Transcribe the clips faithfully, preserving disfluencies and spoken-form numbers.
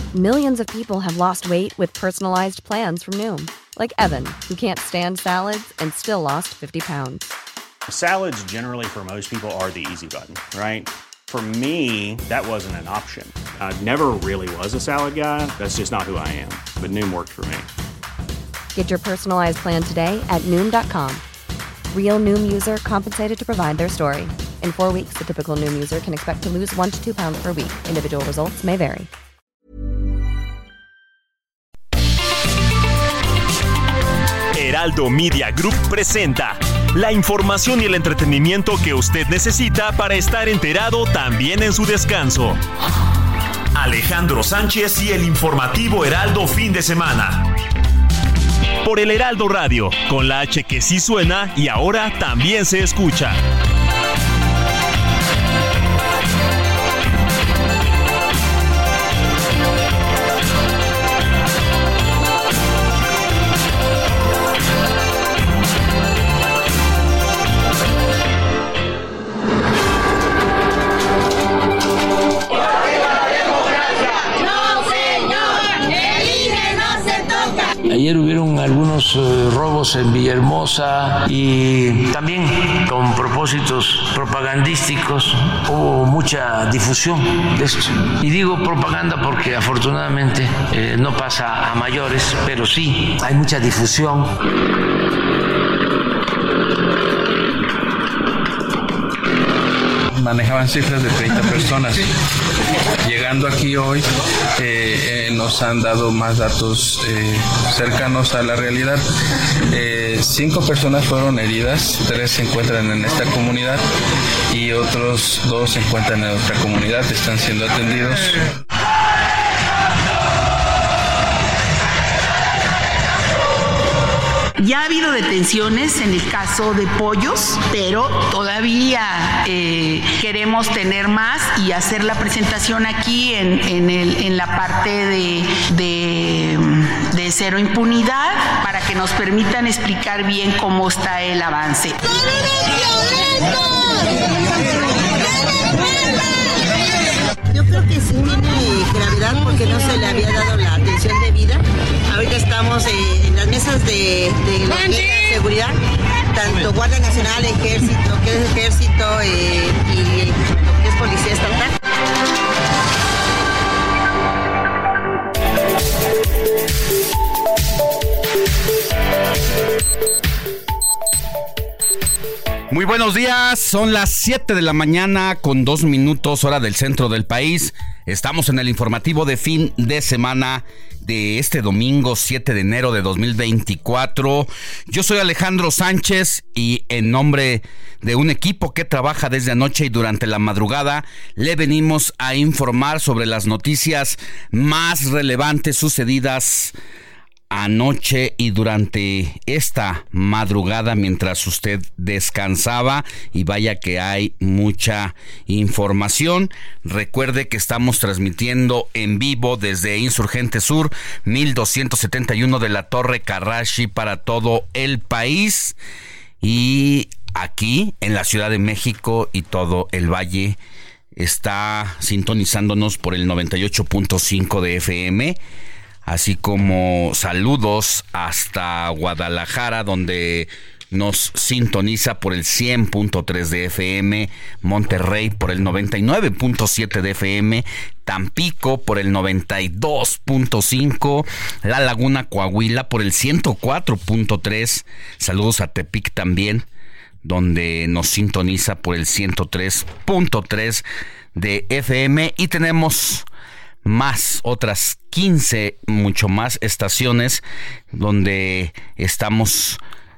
Millions of people have lost weight with personalized plans from Noom. Like Evan, who can't stand salads and still lost fifty pounds. Salads generally for most people are the easy button, right? For me, that wasn't an option. I never really was a salad guy. That's just not who I am. But Noom worked for me. Get your personalized plan today at Noom dot com. Real Noom user compensated to provide their story. In four weeks, the typical Noom user can expect to lose one to two pounds per week. Individual results may vary. Heraldo Media Group presenta la información y el entretenimiento que usted necesita para estar enterado también en su descanso. Alejandro Sánchez y el informativo Heraldo fin de semana. Por el Heraldo Radio, con la H que sí suena y ahora también se escucha. Ayer hubieron algunos uh, robos en Villahermosa y también con propósitos propagandísticos hubo mucha difusión de esto. Y digo propaganda porque afortunadamente eh, no pasa a mayores, pero sí hay mucha difusión. Manejaban cifras de treinta personas. Llegando aquí hoy eh, eh, nos han dado más datos eh, cercanos a la realidad. Eh, cinco personas fueron heridas, tres se encuentran en esta comunidad y otros dos se encuentran en otra comunidad, están siendo atendidos. Ya ha habido detenciones en el caso de Pollos, pero todavía eh, queremos tener más y hacer la presentación aquí en, en, el, en la parte de, de, de cero impunidad para que nos permitan explicar bien cómo está el avance. Yo creo que sí tiene gravedad porque no se le había dado la atención debida. Ahorita estamos eh, en las mesas de, de la seguridad, tanto Guardia Nacional, Ejército, que es Ejército eh, y lo que es Policía Estatal. Muy buenos días, son las siete de la mañana con dos minutos hora del centro del país. Estamos en el informativo de fin de semana de este domingo siete de enero de dos mil veinticuatro. Yo soy Alejandro Sánchez y en nombre de un equipo que trabaja desde anoche y durante la madrugada le venimos a informar sobre las noticias más relevantes sucedidas anoche y durante esta madrugada mientras usted descansaba, y vaya que hay mucha información. Recuerde que estamos transmitiendo en vivo desde Insurgente Sur mil doscientos setenta y uno de la Torre Carrashi para todo el país, y aquí en la Ciudad de México y todo el Valle está sintonizándonos por el noventa y ocho punto cinco de F M. Así como saludos hasta Guadalajara, donde nos sintoniza por el cien punto tres de F M, Monterrey por el noventa y nueve punto siete de F M, Tampico por el noventa y dos punto cinco, La Laguna, Coahuila por el ciento cuatro punto tres, saludos a Tepic también, donde nos sintoniza por el ciento tres punto tres de F M, y tenemos más, otras quince, mucho más estaciones donde estamos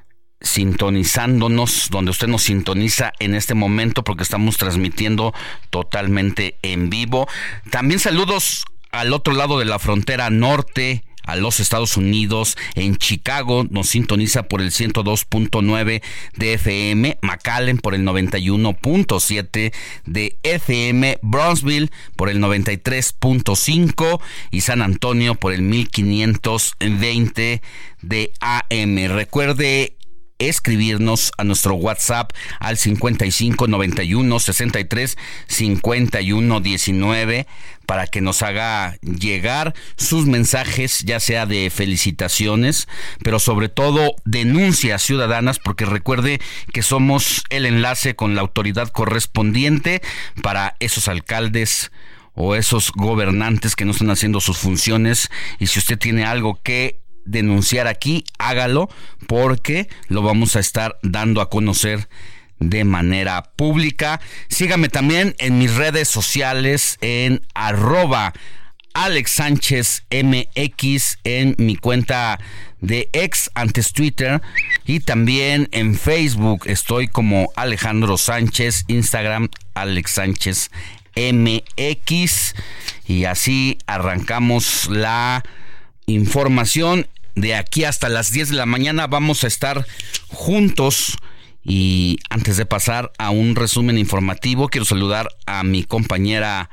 sintonizándonos, donde usted nos sintoniza en este momento porque estamos transmitiendo totalmente en vivo. También saludos al otro lado de la frontera norte, a los Estados Unidos. En Chicago nos sintoniza por el ciento dos punto nueve de F M, McAllen por el noventa y uno punto siete de F M, Brownsville por el noventa y tres punto cinco y San Antonio por el mil quinientos veinte de A M. Recuerde escribirnos a nuestro WhatsApp al cincuenta y cinco noventa y uno sesenta y tres cincuenta y uno diecinueve para que nos haga llegar sus mensajes, ya sea de felicitaciones, pero sobre todo denuncias ciudadanas, porque recuerde que somos el enlace con la autoridad correspondiente para esos alcaldes o esos gobernantes que no están haciendo sus funciones. Y si usted tiene algo que denunciar aquí, hágalo, porque lo vamos a estar dando a conocer de manera pública. Sígame también en mis redes sociales en arroba Alex Sánchez M X en mi cuenta de ex, antes Twitter, y también en Facebook estoy como Alejandro Sánchez, Instagram Alex Sánchez M X, y así arrancamos la información. De aquí hasta las diez de la mañana vamos a estar juntos. Y antes de pasar a un resumen informativo, quiero saludar a mi compañera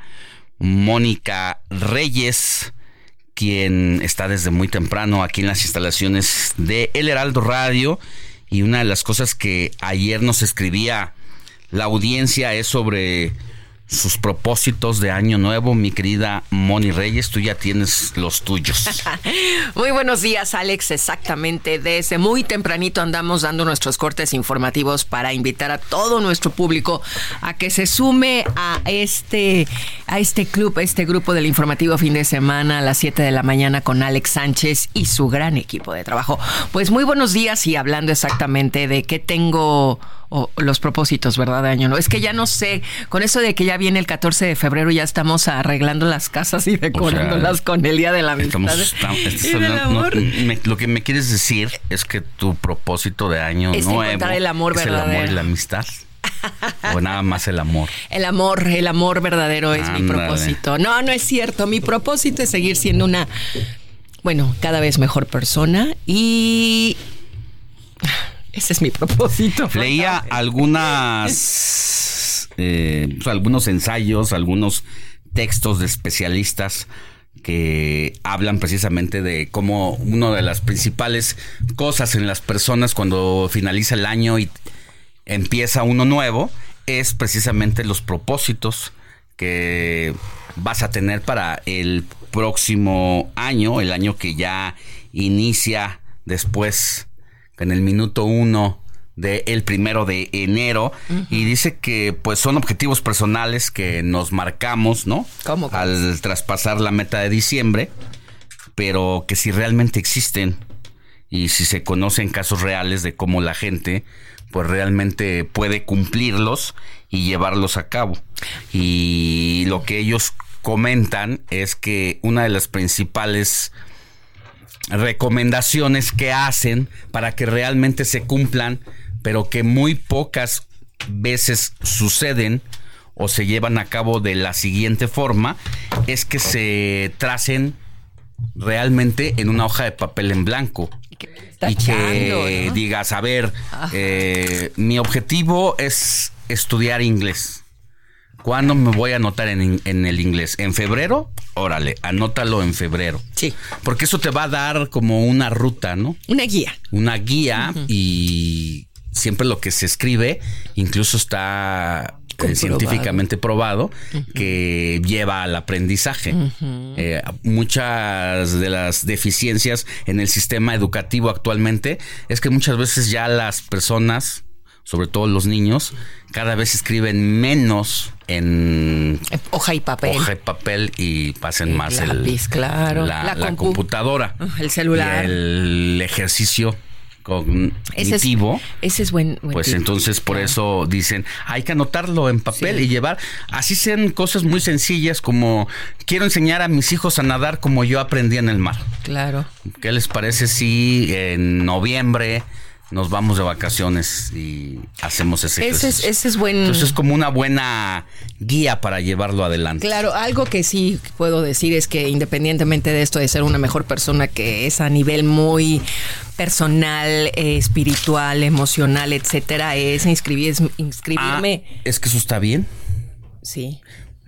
Mónica Reyes, quien está desde muy temprano aquí en las instalaciones de El Heraldo Radio. Y una de las cosas que ayer nos escribía la audiencia es sobre sus propósitos de año nuevo. Mi querida Moni Reyes, tú ya tienes los tuyos. Muy buenos días, Alex. Exactamente, desde muy tempranito andamos dando nuestros cortes informativos para invitar a todo nuestro público a que se sume a este, a este club, a este grupo del informativo fin de semana a las siete de la mañana con Alex Sánchez y su gran equipo de trabajo. Pues muy buenos días, y hablando exactamente de qué tengo... o los propósitos, ¿verdad? De año nuevo. Es que ya no sé, con eso de que ya viene el catorce de febrero, ya estamos arreglando las casas y decorándolas, o sea, con el Día de la Amistad. Estamos, estamos, y del amor. No, me, lo que me quieres decir es que tu propósito de año es nuevo encontrar el amor es verdadero. El amor y la amistad. O nada más el amor. El amor, el amor verdadero es Ándale. mi propósito. No, no es cierto. Mi propósito es seguir siendo una, bueno, cada vez mejor persona, y... ese es mi propósito. Leía algunas, eh, pues, algunos ensayos, algunos textos de especialistas que hablan precisamente de cómo una de las principales cosas en las personas cuando finaliza el año y empieza uno nuevo es precisamente los propósitos que vas a tener para el próximo año, el año que ya inicia después en el minuto uno del primero de enero, uh-huh. y dice que pues son objetivos personales que nos marcamos, ¿no? ¿Cómo? Al traspasar la meta de diciembre, pero que si realmente existen y si se conocen casos reales de cómo la gente pues realmente puede cumplirlos y llevarlos a cabo. Y lo que ellos comentan es que una de las principales recomendaciones que hacen para que realmente se cumplan, pero que muy pocas veces suceden o se llevan a cabo de la siguiente forma, es que se tracen realmente en una hoja de papel en blanco y que ¿no? digas, a ver, eh, mi objetivo es estudiar inglés. ¿Cuándo me voy a anotar en, en el inglés? ¿En febrero? Órale, anótalo en febrero. Sí. Porque eso te va a dar como una ruta, ¿no? Una guía. Una guía, uh-huh. y siempre lo que se escribe incluso está eh, científicamente probado, uh-huh. que lleva al aprendizaje. Uh-huh. Eh, muchas de las deficiencias en el sistema educativo actualmente es que muchas veces ya las personas, sobre todo los niños, cada vez escriben menos en hoja y papel. Hoja y papel y pasen el más lápiz, el, claro. la, la, la compu- computadora. El celular. Y el ejercicio cognitivo. Ese es, ese es buen, buen Pues tip. entonces por claro. eso dicen, hay que anotarlo en papel, sí. y llevar, así sean cosas muy sencillas como quiero enseñar a mis hijos a nadar como yo aprendí en el mar. Claro. ¿Qué les parece si en noviembre nos vamos de vacaciones y hacemos ese ese ejercicio? es, ese es buen... Entonces es como una buena guía para llevarlo adelante. Claro, algo que sí puedo decir es que independientemente de esto de ser una mejor persona, que es a nivel muy personal, eh, espiritual, emocional, etcétera, es inscribir, es inscribirme. Ah, es que eso está bien. Sí.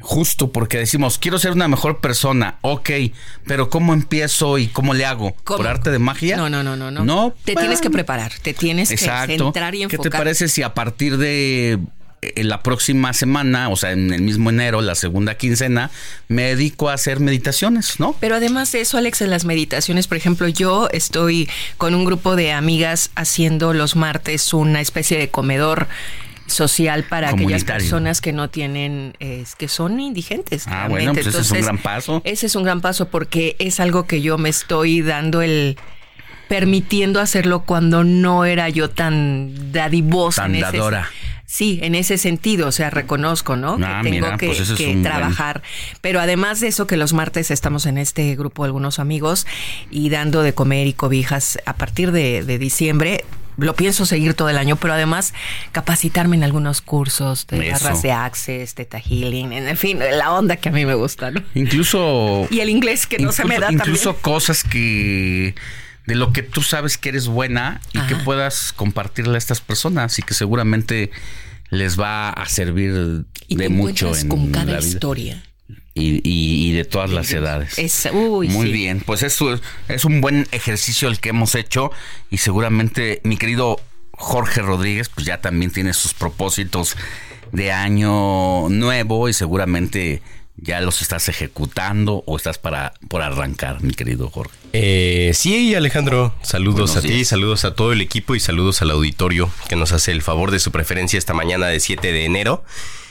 Justo porque decimos, quiero ser una mejor persona, ok, pero ¿cómo empiezo y cómo le hago? ¿Cómo? ¿Por arte de magia? No, no, no, no. no. No, te bueno. tienes que preparar, te tienes Exacto. que centrar y enfocar. ¿Qué te parece si a partir de eh, la próxima semana, o sea, en el mismo enero, la segunda quincena, me dedico a hacer meditaciones, ¿no? Pero además de eso, Alex, en las meditaciones, por ejemplo, yo estoy con un grupo de amigas haciendo los martes una especie de comedor social para aquellas personas que no tienen, eh, que son indigentes. Ah, bueno, pues Entonces, ese es un gran paso. Ese es un gran paso porque es algo que yo me estoy dando el... permitiendo hacerlo cuando no era yo tan dadivosa. Tan en dadora. Ese, sí, en ese sentido, o sea, reconozco, ¿no? Ah, que tengo mira, que, pues ese es que un trabajar. buen... Pero además de eso, que los martes estamos en este grupo, algunos amigos, y dando de comer y cobijas a partir de, de diciembre. Lo pienso seguir todo el año, pero además capacitarme en algunos cursos de Eso. barras de Access, Theta Healing, en fin, la onda que a mí me gusta, ¿no? Incluso... Y el inglés que no incluso, se me da Incluso también. cosas que... de lo que tú sabes que eres buena y Ajá. que puedas compartirle a estas personas y que seguramente les va a servir Y de te mucho encuentras en con la cada vida. historia. Y, y, y de todas las edades. Es, uy, Muy sí. bien, pues eso es, es un buen ejercicio el que hemos hecho y seguramente mi querido Jorge Rodríguez pues ya también tiene sus propósitos de año nuevo y seguramente ya los estás ejecutando o estás para por arrancar, mi querido Jorge. Eh, sí, Alejandro, saludos Buenos a ti, días. saludos a todo el equipo y saludos al auditorio que nos hace el favor de su preferencia esta mañana de siete de enero.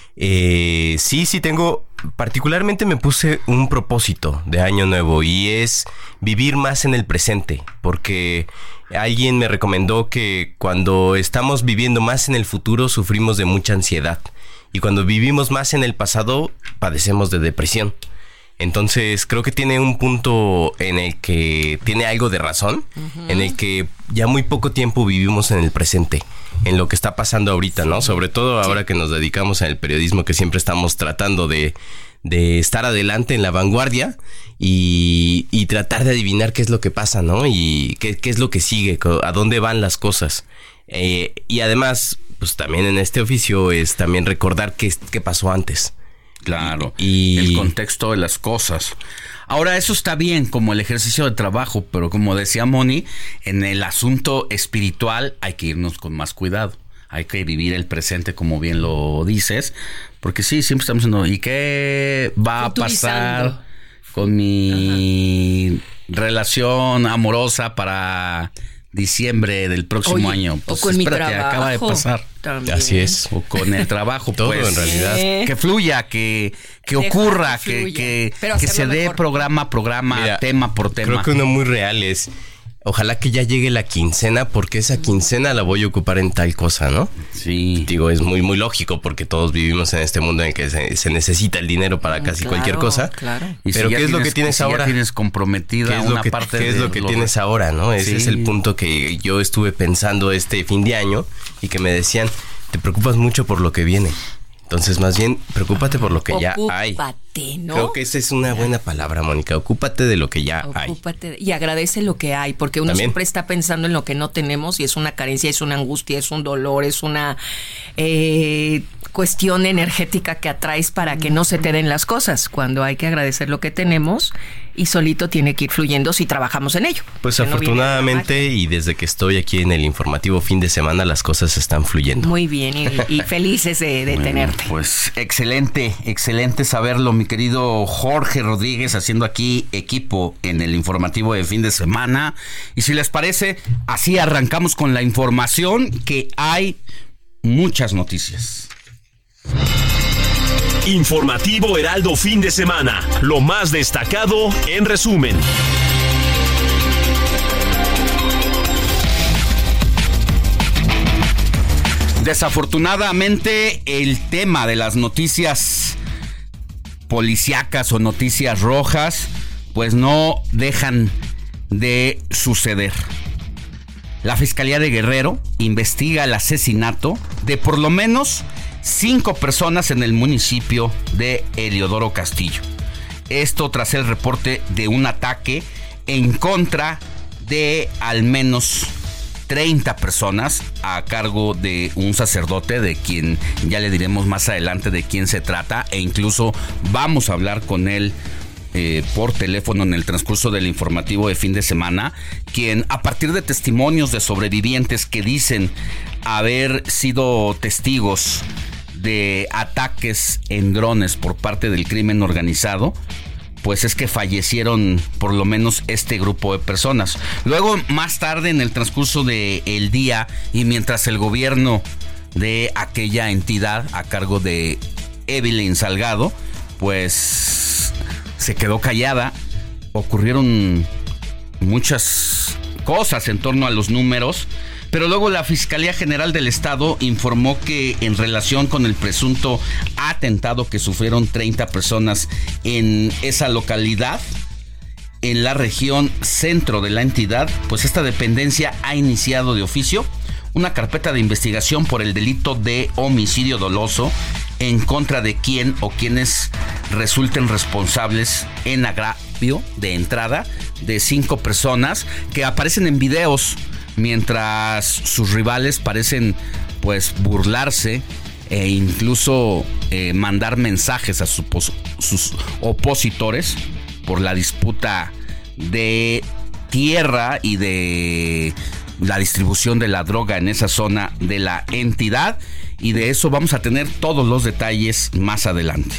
Eh, sí, sí tengo, particularmente me puse un propósito de año nuevo y es vivir más en el presente, porque alguien me recomendó que cuando estamos viviendo más en el futuro sufrimos de mucha ansiedad y cuando vivimos más en el pasado padecemos de depresión. Entonces creo que tiene un punto en el que tiene algo de razón, uh-huh. en el que ya muy poco tiempo vivimos en el presente, en lo que está pasando ahorita, ¿no? Sobre todo ahora sí. que nos dedicamos al periodismo, que siempre estamos tratando de, de estar adelante en la vanguardia y, y tratar de adivinar qué es lo que pasa, ¿no? Y qué, qué es lo que sigue, a dónde van las cosas. Eh, y además, pues también en este oficio es también recordar qué, qué pasó antes. Claro, y el contexto de las cosas. Ahora, eso está bien como el ejercicio de trabajo, pero como decía Moni, en el asunto espiritual hay que irnos con más cuidado. Hay que vivir el presente, como bien lo dices, porque sí, siempre estamos diciendo, ¿y qué va a pasar con mi Ajá. relación amorosa para diciembre del próximo Oye, año? Pues o con espérate, mi trabajo. acaba de pasar. También. Así es. O con el trabajo, todo pues, en realidad. ¿Eh? Que fluya, que, que ocurra, que, que, que se dé mejor. programa a programa, Mira, tema por tema. Creo que uno muy real es, ojalá que ya llegue la quincena, porque esa quincena la voy a ocupar en tal cosa, ¿no? Sí. Digo, es muy, muy lógico, porque todos vivimos en este mundo en el que se, se necesita el dinero para casi claro, cualquier cosa. Claro. Y Pero si ¿qué es tienes, lo que tienes si ahora? Ya tienes comprometida ¿Qué es una lo que, parte ¿qué es de lo que tienes ahora, no? Ese Sí. es el punto que yo estuve pensando este fin de año y que me decían, te preocupas mucho por lo que viene. Entonces, más bien, preocúpate por lo que ya hay. Ocúpate, ¿no? Creo que esa es una buena palabra, Mónica. Ocúpate de lo que ya Ocúpate hay. Y agradece lo que hay, porque uno También. siempre está pensando en lo que no tenemos y es una carencia, es una angustia, es un dolor, es una eh, cuestión energética que atraes para que no se te den las cosas, cuando hay que agradecer lo que tenemos y solito tiene que ir fluyendo si trabajamos en ello. Pues Que no afortunadamente viene de la y desde que estoy aquí en el informativo fin de semana las cosas están fluyendo. Muy bien y, y felices de, de Bueno, tenerte. Pues excelente, excelente saberlo, mi querido Jorge Rodríguez, haciendo aquí equipo en el informativo de fin de semana. Y si les parece, así arrancamos con la información, que hay muchas noticias. Informativo Heraldo fin de semana. Lo más destacado en resumen. Desafortunadamente, el tema de las noticias policíacas o noticias rojas, pues no dejan de suceder. La Fiscalía de Guerrero investiga el asesinato de por lo menos cinco personas en el municipio de Heliodoro Castillo. Esto tras el reporte de un ataque en contra de al menos treinta personas a cargo de un sacerdote, de quien ya le diremos más adelante de quién se trata, e incluso vamos a hablar con él eh, por teléfono en el transcurso del informativo de fin de semana, quien, a partir de testimonios de sobrevivientes que dicen haber sido testigos de ataques en drones por parte del crimen organizado, pues es que fallecieron por lo menos este grupo de personas. Luego, más tarde en el transcurso del día, y mientras el gobierno de aquella entidad a cargo de Evelyn Salgado, pues se quedó callada, ocurrieron muchas cosas en torno a los números. Pero luego la Fiscalía General del Estado informó que en relación con el presunto atentado que sufrieron treinta personas en esa localidad, en la región centro de la entidad, pues esta dependencia ha iniciado de oficio una carpeta de investigación por el delito de homicidio doloso en contra de quien o quienes resulten responsables en agravio de entrada de cinco personas que aparecen en videos, mientras sus rivales parecen pues burlarse e incluso eh, mandar mensajes a su pos- sus opositores por la disputa de tierra y de la distribución de la droga en esa zona de la entidad, y de eso vamos a tener todos los detalles más adelante.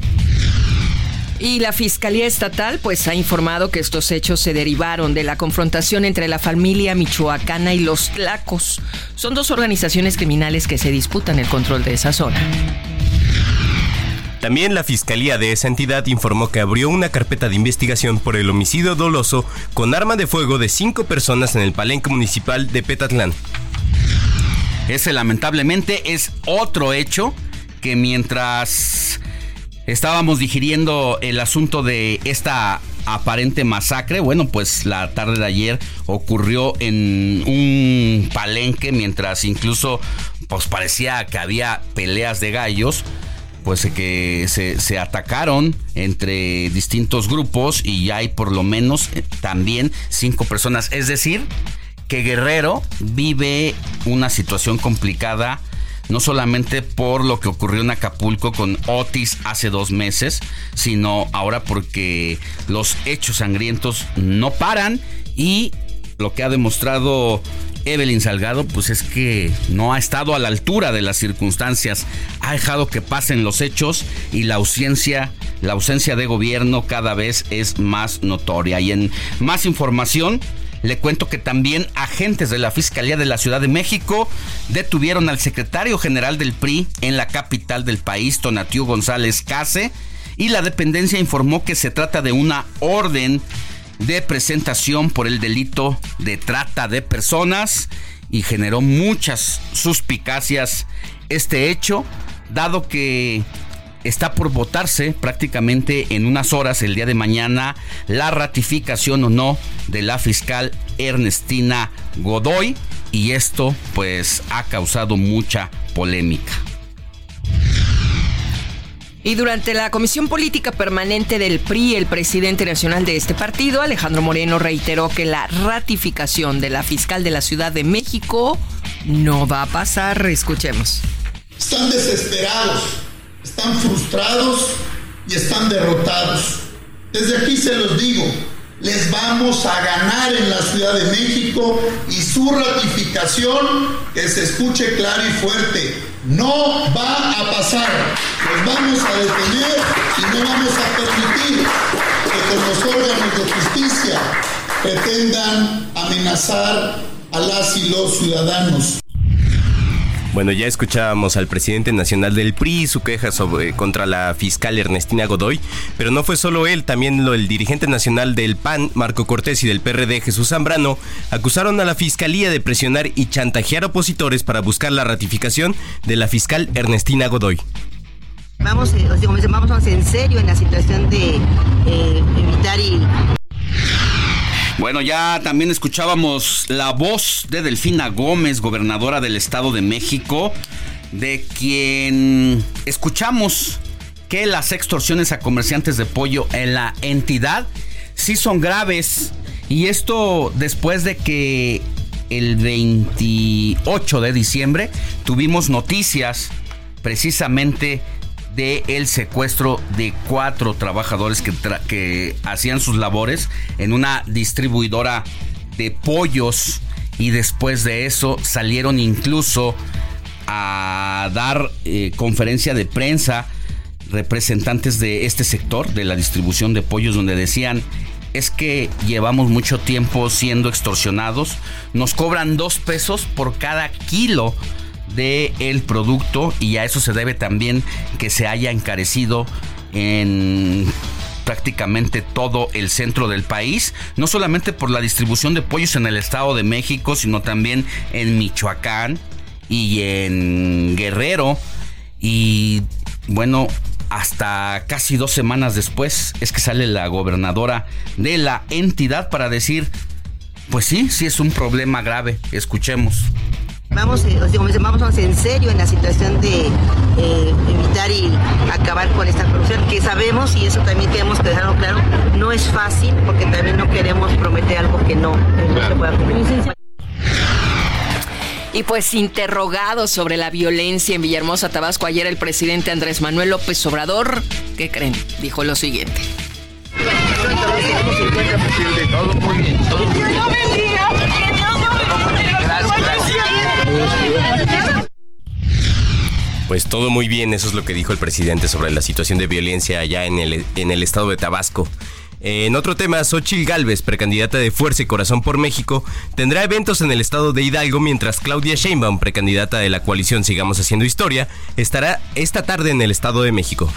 Y la Fiscalía Estatal pues ha informado que estos hechos se derivaron de la confrontación entre la familia michoacana y los tlacos. Son dos organizaciones criminales que se disputan el control de esa zona. También la Fiscalía de esa entidad informó que abrió una carpeta de investigación por el homicidio doloso con arma de fuego de cinco personas en el Palenque Municipal de Petatlán. Ese lamentablemente es otro hecho que mientras estábamos digiriendo el asunto de esta aparente masacre, bueno, pues la tarde de ayer ocurrió en un palenque, mientras incluso pues parecía que había peleas de gallos, pues que se, se atacaron entre distintos grupos y ya hay por lo menos eh, también cinco personas. Es decir, que Guerrero vive una situación complicada, no solamente por lo que ocurrió en Acapulco con Otis hace dos meses, sino ahora porque los hechos sangrientos no paran, y lo que ha demostrado Evelyn Salgado pues es que no ha estado a la altura de las circunstancias, ha dejado que pasen los hechos y la ausencia, la ausencia de gobierno cada vez es más notoria. Y en más información, le cuento que también agentes de la Fiscalía de la Ciudad de México detuvieron al secretario general del P R I en la capital del país, Tonatiuh González Case, y la dependencia informó que se trata de una orden de presentación por el delito de trata de personas, y generó muchas suspicacias este hecho, dado que está por votarse prácticamente en unas horas el día de mañana la ratificación o no de la fiscal Ernestina Godoy, y esto pues ha causado mucha polémica. Y durante la Comisión Política Permanente del P R I, el presidente nacional de este partido, Alejandro Moreno, reiteró que la ratificación de la fiscal de la Ciudad de México no va a pasar. Escuchemos. Están desesperados, están frustrados y están derrotados. Desde aquí se los digo, les vamos a ganar en la Ciudad de México, y su ratificación, que se escuche claro y fuerte, no va a pasar. Los vamos a detener y no vamos a permitir que con los órganos de justicia pretendan amenazar a las y los ciudadanos. Bueno, ya escuchábamos al presidente nacional del P R I, su queja sobre, contra la fiscal Ernestina Godoy, pero no fue solo él, también lo, el dirigente nacional del P A N, Marco Cortés, y del P R D, Jesús Zambrano, acusaron a la fiscalía de presionar y chantajear opositores para buscar la ratificación de la fiscal Ernestina Godoy. Vamos, vamos en serio en la situación de eh, evitar y... Bueno, ya también escuchábamos la voz de Delfina Gómez, gobernadora del Estado de México, de quien escuchamos que las extorsiones a comerciantes de pollo en la entidad sí son graves. Y esto después de que el veintiocho de diciembre tuvimos noticias precisamente de el secuestro de cuatro trabajadores que, tra- que hacían sus labores en una distribuidora de pollos, y después de eso salieron incluso a dar eh, conferencia de prensa representantes de este sector de la distribución de pollos, donde decían: es que llevamos mucho tiempo siendo extorsionados, nos cobran dos pesos por cada kilo del producto, y a eso se debe también que se haya encarecido en prácticamente todo el centro del país, no solamente por la distribución de pollos en el Estado de México, sino también en Michoacán y en Guerrero. Y bueno, hasta casi dos semanas después es que sale la gobernadora de la entidad para decir: pues sí, sí es un problema grave. Escuchemos. Vamos, eh, vamos en serio en la situación de eh, evitar y acabar con esta corrupción, que sabemos, y eso también queremos dejarlo claro, no es fácil, porque también no queremos prometer algo que no, que no se pueda cumplir. Y pues interrogado sobre la violencia en Villahermosa, Tabasco, ayer el presidente Andrés Manuel López Obrador, ¿qué creen? Dijo lo siguiente. Todo muy bien, todo muy bien. Pues todo muy bien, eso es lo que dijo el presidente sobre la situación de violencia allá en el, en el estado de Tabasco. En otro tema, Xóchitl Gálvez, precandidata de Fuerza y Corazón por México, tendrá eventos en el estado de Hidalgo, mientras Claudia Sheinbaum, precandidata de la coalición Sigamos Haciendo Historia, estará esta tarde en el estado de México.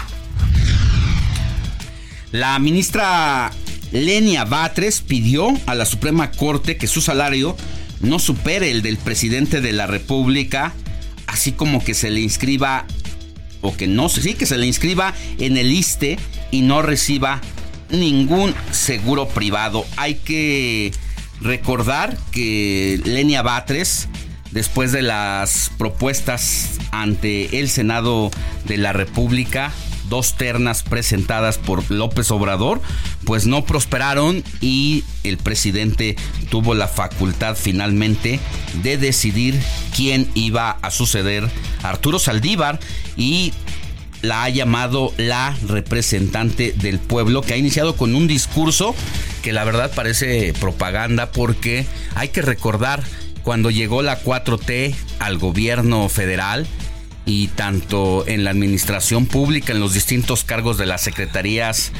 La ministra Lenia Batres pidió a la Suprema Corte que su salario no supere el del presidente de la República, así como que se le inscriba, o que no sé, sí, que se le inscriba en el ISSSTE y no reciba ningún seguro privado. Hay que recordar que Lenia Batres, después de las propuestas ante el Senado de la República, dos ternas presentadas por López Obrador, pues no prosperaron, y el presidente tuvo la facultad finalmente de decidir quién iba a suceder a Arturo Saldívar, y la ha llamado la representante del pueblo, que ha iniciado con un discurso que la verdad parece propaganda, porque hay que recordar cuando llegó la cuatro T al gobierno federal, y tanto en la administración pública, en los distintos cargos de las secretarías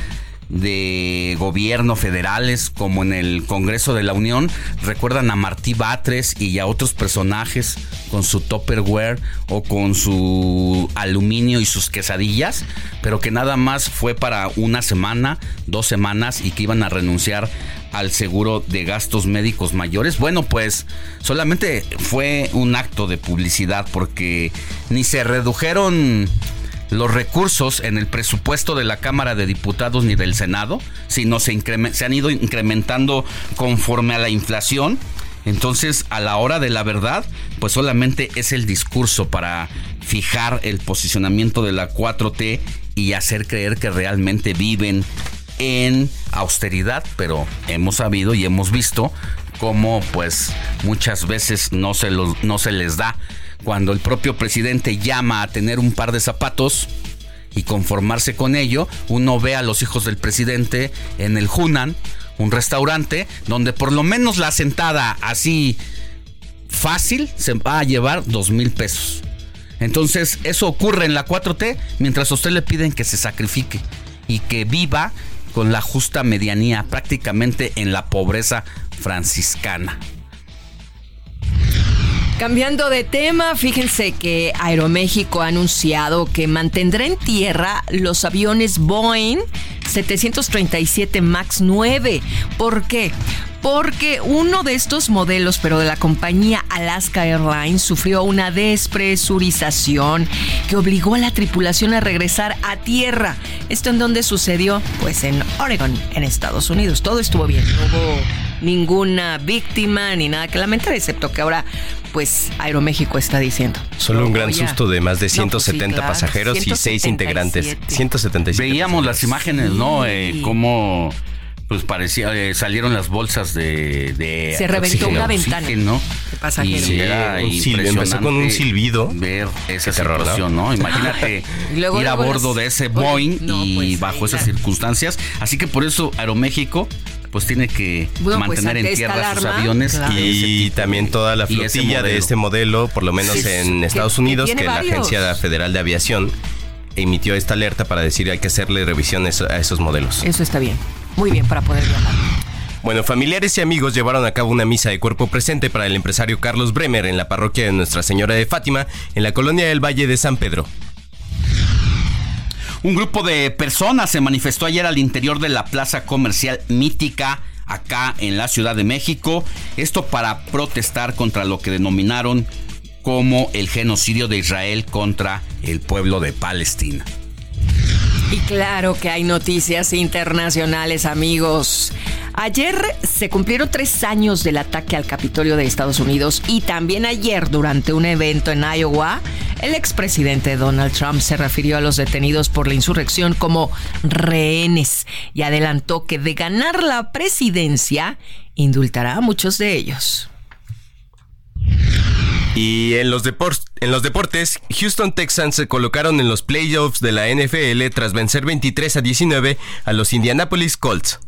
de gobierno federales, como en el Congreso de la Unión, recuerdan a Martí Batres y a otros personajes con su Tupperware o con su aluminio y sus quesadillas, pero que nada más fue para una semana, dos semanas, y que iban a renunciar al seguro de gastos médicos mayores. Bueno, pues solamente fue un acto de publicidad, porque ni se redujeron los recursos en el presupuesto de la Cámara de Diputados ni del Senado, sino se, increment- se han ido incrementando conforme a la inflación. Entonces, a la hora de la verdad, pues solamente es el discurso para fijar el posicionamiento de la cuatro T y hacer creer que realmente viven en austeridad, pero hemos sabido y hemos visto cómo pues muchas veces no se, los, no se les da. Cuando el propio presidente llama a tener un par de zapatos y conformarse con ello, uno ve a los hijos del presidente en el Hunan, un restaurante donde por lo menos la sentada así fácil se va a llevar dos mil pesos. Entonces eso ocurre en la cuatro T, mientras a usted le piden que se sacrifique y que viva con la justa medianía, prácticamente en la pobreza franciscana. Cambiando de tema, fíjense que Aeroméxico ha anunciado que mantendrá en tierra los aviones Boeing setecientos treinta y siete MAX nueve. ¿Por qué? Porque uno de estos modelos, pero de la compañía Alaska Airlines, sufrió una despresurización que obligó a la tripulación a regresar a tierra. ¿Esto en dónde sucedió? Pues en Oregon, en Estados Unidos. Todo estuvo bien, no hubo ninguna víctima ni nada que lamentar, excepto que ahora pues Aeroméxico está diciendo. Solo un gran susto de más de ciento setenta no, pues sí, claro. pasajeros y seis integrantes. ciento setenta y siete. Veíamos las imágenes, ¿no? Eh, cómo pues parecía, eh, salieron las bolsas de, de se reventó una ventana, ¿no? Y sí, era un silbido, empezó con un silbido. Ver esa situación, ¿no? Imagínate luego, ir a luego bordo las... de ese Boeing no, y pues, bajo esas la... circunstancias. Así que por eso Aeroméxico pues tiene que bueno, mantener pues, en tierra alarma, sus aviones. Claro. Y también toda la flotilla de este modelo, por lo menos sí, en Estados que, Unidos, que, que la Agencia Federal de Aviación emitió esta alerta para decir hay que hacerle revisiones a esos modelos. Eso está bien, muy bien para poder viajar. Bueno, familiares y amigos llevaron a cabo una misa de cuerpo presente para el empresario Carlos Bremer en la parroquia de Nuestra Señora de Fátima, en la colonia del Valle de San Pedro. Un grupo de personas se manifestó ayer al interior de la plaza comercial Mítica, acá en la Ciudad de México. Esto para protestar contra lo que denominaron como el genocidio de Israel contra el pueblo de Palestina. Y claro que hay noticias internacionales, amigos. Ayer se cumplieron tres años del ataque al Capitolio de Estados Unidos y también ayer, durante un evento en Iowa, el expresidente Donald Trump se refirió a los detenidos por la insurrección como rehenes y adelantó que de ganar la presidencia, indultará a muchos de ellos. Y en los, depor- en los deportes, Houston Texans se colocaron en los playoffs de la N F L tras vencer veintitrés a diecinueve a los Indianapolis Colts.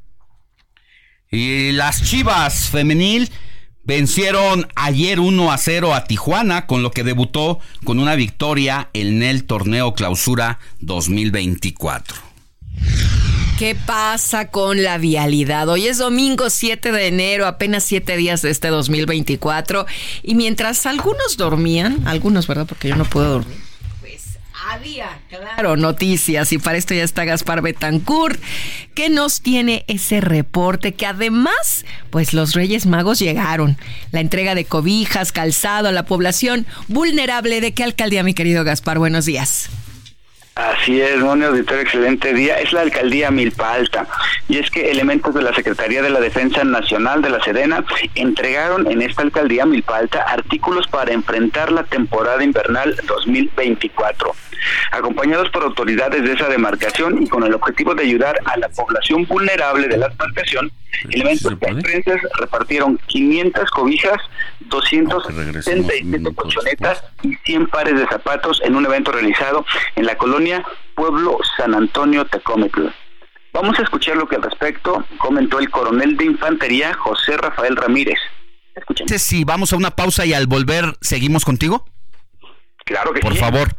Y las Chivas femenil vencieron ayer uno a cero a Tijuana, con lo que debutó con una victoria en el torneo Clausura dos mil veinticuatro. ¿Qué pasa con la vialidad? Hoy es domingo siete de enero, apenas siete días de este dos mil veinticuatro. Y mientras algunos dormían, algunos, ¿verdad? Porque yo no puedo dormir. Pues había, claro, noticias. Y para esto ya está Gaspar Betancourt, que nos tiene ese reporte que además, pues los Reyes Magos llegaron. La entrega de cobijas, calzado a la población vulnerable. ¿De qué alcaldía, mi querido Gaspar? Buenos días. Así es, Moni Auditorio, excelente día. Es la alcaldía Milpa Alta. Y es que elementos de la Secretaría de la Defensa Nacional de la Sedena entregaron en esta alcaldía Milpa Alta artículos para enfrentar la temporada invernal dos mil veinticuatro. Acompañados por autoridades de esa demarcación y con el objetivo de ayudar a la población vulnerable de la demarcación, elementos castrenses repartieron quinientas cobijas, doscientas setenta y siete colchonetas y cien pares de zapatos en un evento realizado en la colonia Pueblo San Antonio Tecometl. Vamos a escuchar lo que al respecto comentó el coronel de infantería José Rafael Ramírez. Escuchen. Sí, vamos a una pausa y al volver seguimos contigo. Claro que Por sí. Por favor.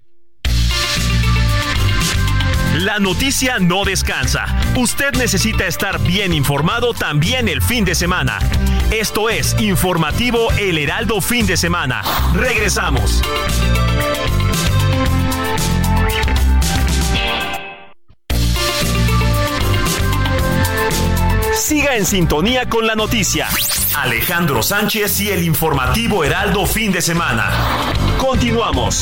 La noticia no descansa. Usted necesita estar bien informado también el fin de semana. Esto es Informativo El Heraldo Fin de Semana. Regresamos. Siga en sintonía con la noticia. Alejandro Sánchez y el Informativo Heraldo Fin de Semana. Continuamos.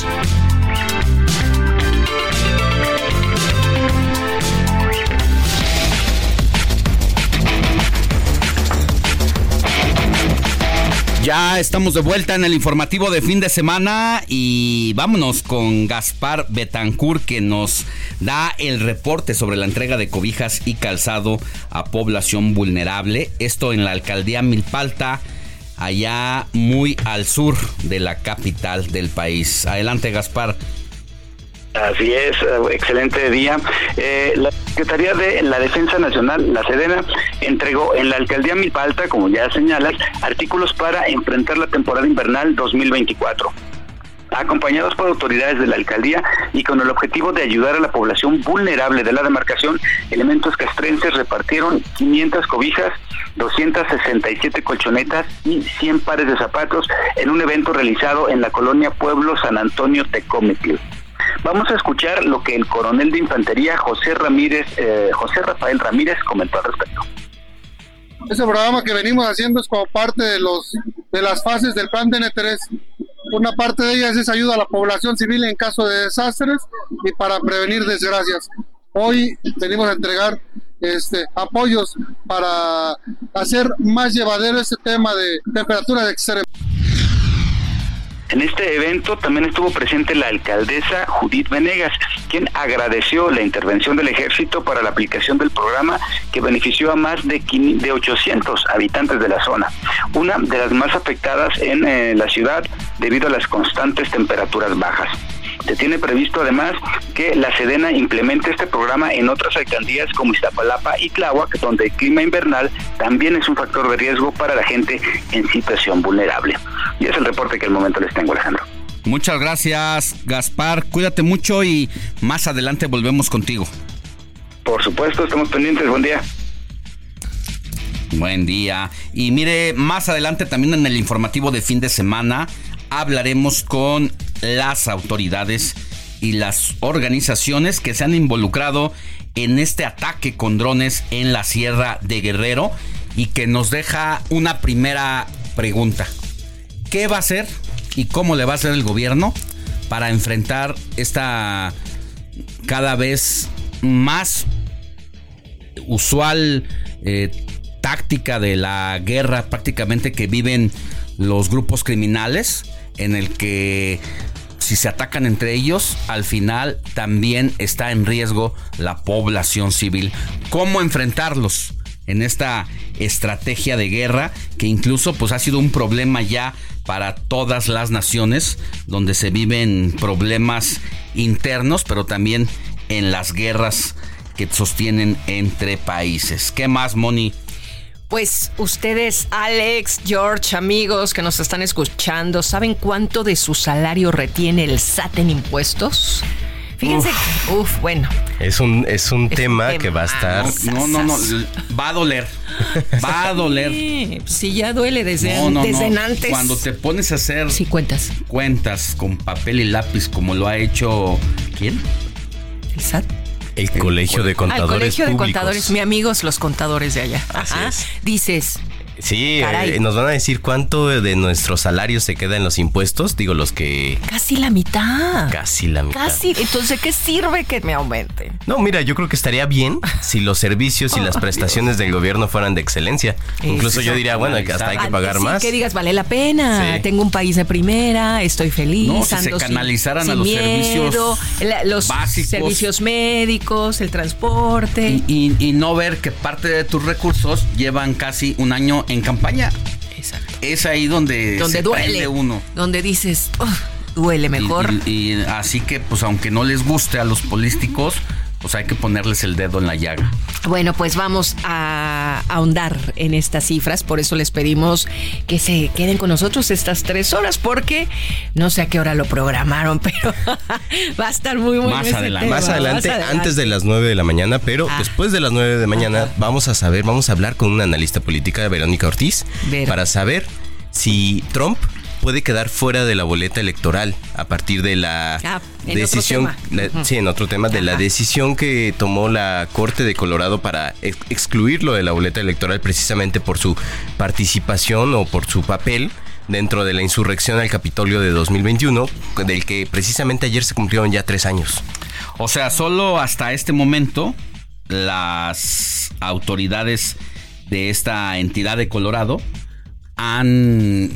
Ya estamos de vuelta en el informativo de fin de semana y vámonos con Gaspar Betancourt, que nos da el reporte sobre la entrega de cobijas y calzado a población vulnerable. Esto en la alcaldía Milpa Alta, allá muy al sur de la capital del país. Adelante, Gaspar. Así es, excelente día. Eh, la Secretaría de la Defensa Nacional, la Sedena, entregó en la alcaldía Milpa Alta, como ya señalas, artículos para enfrentar la temporada invernal dos mil veinticuatro. Acompañados por autoridades de la alcaldía y con el objetivo de ayudar a la población vulnerable de la demarcación, elementos castrenses repartieron quinientas cobijas, doscientas sesenta y siete colchonetas y cien pares de zapatos en un evento realizado en la colonia Pueblo San Antonio Tecometl. Vamos a escuchar lo que el coronel de infantería José Ramírez, eh, José Rafael Ramírez comentó al respecto. Ese programa que venimos haciendo es como parte de los de las fases del plan D N tres. Una parte de ellas es ayuda a la población civil en caso de desastres y para prevenir desgracias. Hoy venimos a entregar este apoyos para hacer más llevadero este tema de temperatura de extremo. En este evento también estuvo presente la alcaldesa Judith Venegas, quien agradeció la intervención del ejército para la aplicación del programa que benefició a más de, de ochocientos habitantes de la zona, una de las más afectadas en eh, la ciudad debido a las constantes temperaturas bajas. Se tiene previsto además que la Sedena implemente este programa en otras alcaldías como Iztapalapa y Tláhuac, donde el clima invernal también es un factor de riesgo para la gente en situación vulnerable. Y es el reporte que al momento les tengo, Alejandro. Muchas gracias, Gaspar. Cuídate mucho y más adelante volvemos contigo. Por supuesto, estamos pendientes. Buen día. Buen día. Y mire, más adelante también en el informativo de fin de semana hablaremos con las autoridades y las organizaciones que se han involucrado en este ataque con drones en la Sierra de Guerrero y que nos deja una primera pregunta. ¿Qué va a hacer y cómo le va a hacer el gobierno para enfrentar esta cada vez más usual eh, táctica de la guerra prácticamente que viven los grupos criminales, en el que si se atacan entre ellos, al final también está en riesgo la población civil? ¿Cómo enfrentarlos en esta estrategia de guerra que incluso pues ha sido un problema ya para todas las naciones, donde se viven problemas internos, pero también en las guerras que sostienen entre países? ¿Qué más, Moni? Pues ustedes, Alex, George, amigos que nos están escuchando, ¿saben cuánto de su salario retiene el S A T en impuestos? Fíjense, uf, uf bueno. Es un, es un, es tema, un tema que va a estar... No, no, no, va a doler. Va a doler. Sí, sí, ya duele desde, no, no, desde no. antes. Cuando te pones a hacer... Sí, cuentas. Cuentas con papel y lápiz, como lo ha hecho... ¿Quién? El S A T. El Colegio de Contadores Al Colegio Públicos. de Contadores, mi amigos, los contadores de allá. Así Ajá. es. Dices... Sí, eh, nos van a decir cuánto de nuestro salario se queda en los impuestos. Digo, los que... Casi la mitad. Casi la mitad. Casi. Entonces, ¿qué sirve que me aumente? No, mira, yo creo que estaría bien si los servicios y las prestaciones del gobierno fueran de excelencia. Incluso yo diría, bueno, que hasta hay que pagar sí, más. Que digas, vale la pena. Sí. Tengo un país de primera, estoy feliz. No, si ando se canalizaran sin, a los sin miedo, servicios los básicos, servicios médicos, el transporte. Y, y, y no ver que parte de tus recursos llevan casi un año en campaña. Exacto. Es ahí donde, donde se duele uno. Donde dices, oh, duele mejor. Y, y, y así que, pues, aunque no les guste a los políticos, pues hay que ponerles el dedo en la llaga. Bueno, pues vamos a ahondar en estas cifras, por eso les pedimos que se queden con nosotros estas tres horas, porque no sé a qué hora lo programaron, pero va a estar muy bueno. Más ese adelante, tema. más adelante, Más adelante, antes de las nueve de la mañana, pero Ah. después de las nueve de la mañana Ajá. vamos a saber, vamos a hablar con una analista política, Verónica Ortiz, Vero. para saber si Trump puede quedar fuera de la boleta electoral a partir de la Ah, en decisión, otro tema. la- Ujú. sí, en otro tema, de la Ajá. decisión que tomó la Corte de Colorado para ex- excluirlo de la boleta electoral precisamente por su participación o por su papel dentro de la insurrección al Capitolio de dos mil veintiuno, del que precisamente ayer se cumplieron ya tres años. O sea, solo hasta este momento las autoridades de esta entidad de Colorado han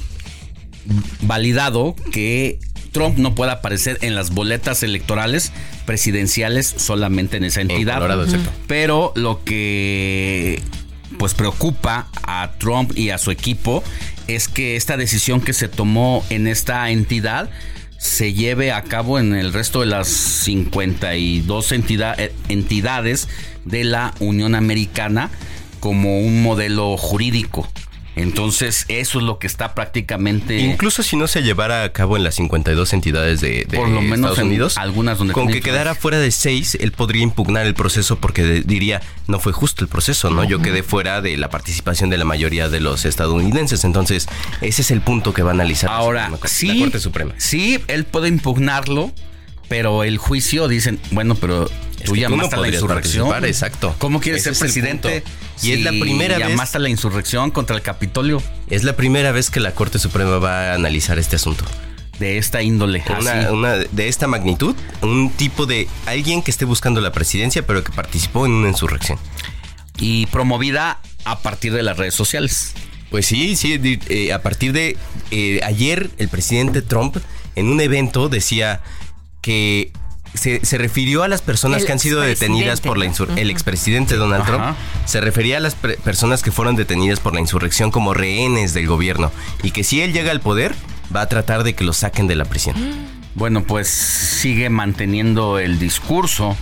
validado que Trump no pueda aparecer en las boletas electorales presidenciales solamente en esa entidad. En Colorado, exacto. Pero lo que pues preocupa a Trump y a su equipo es que esta decisión que se tomó en esta entidad se lleve a cabo en el resto de las cincuenta y dos entidad, eh, entidades de la Unión Americana como un modelo jurídico. Entonces, eso es lo que está prácticamente... Incluso si no se llevara a cabo en las cincuenta y dos entidades de, de Por lo menos Estados en Unidos, algunas donde con tiene que quedara fuera de seis, él podría impugnar el proceso porque de- diría, no fue justo el proceso, ¿no? Yo quedé fuera de la participación de la mayoría de los estadounidenses. Entonces, ese es el punto que va a analizar la Ahora, Suprema- sí, la Corte Suprema. sí, él puede impugnarlo, pero el juicio dicen, bueno, pero Es tú que tú no llamaste a la podrías insurrección. participar, exacto. ¿Cómo quieres Ese ser es el presidente? punto. Y es la primera vez- llamaste a la insurrección contra el Capitolio. Es la primera vez que la Corte Suprema va a analizar este asunto. De esta índole. Una, así. una de esta magnitud, un tipo de alguien que esté buscando la presidencia, pero que participó en una insurrección. Y promovida a partir de las redes sociales. Pues sí, sí, eh, a partir de eh, ayer el presidente Trump en un evento decía que se, se refirió a las personas el que han sido detenidas por la insurrección. Uh-huh. El expresidente Donald Trump Ajá. se refería a las pre- personas que fueron detenidas por la insurrección como rehenes del gobierno y que si él llega al poder va a tratar de que los saquen de la prisión. Bueno, pues sigue manteniendo el discurso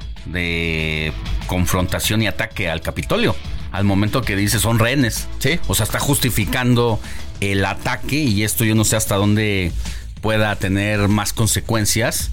de confrontación y ataque al Capitolio. Al momento que dice son rehenes. Sí. O sea, está justificando el ataque y esto yo no sé hasta dónde pueda tener más consecuencias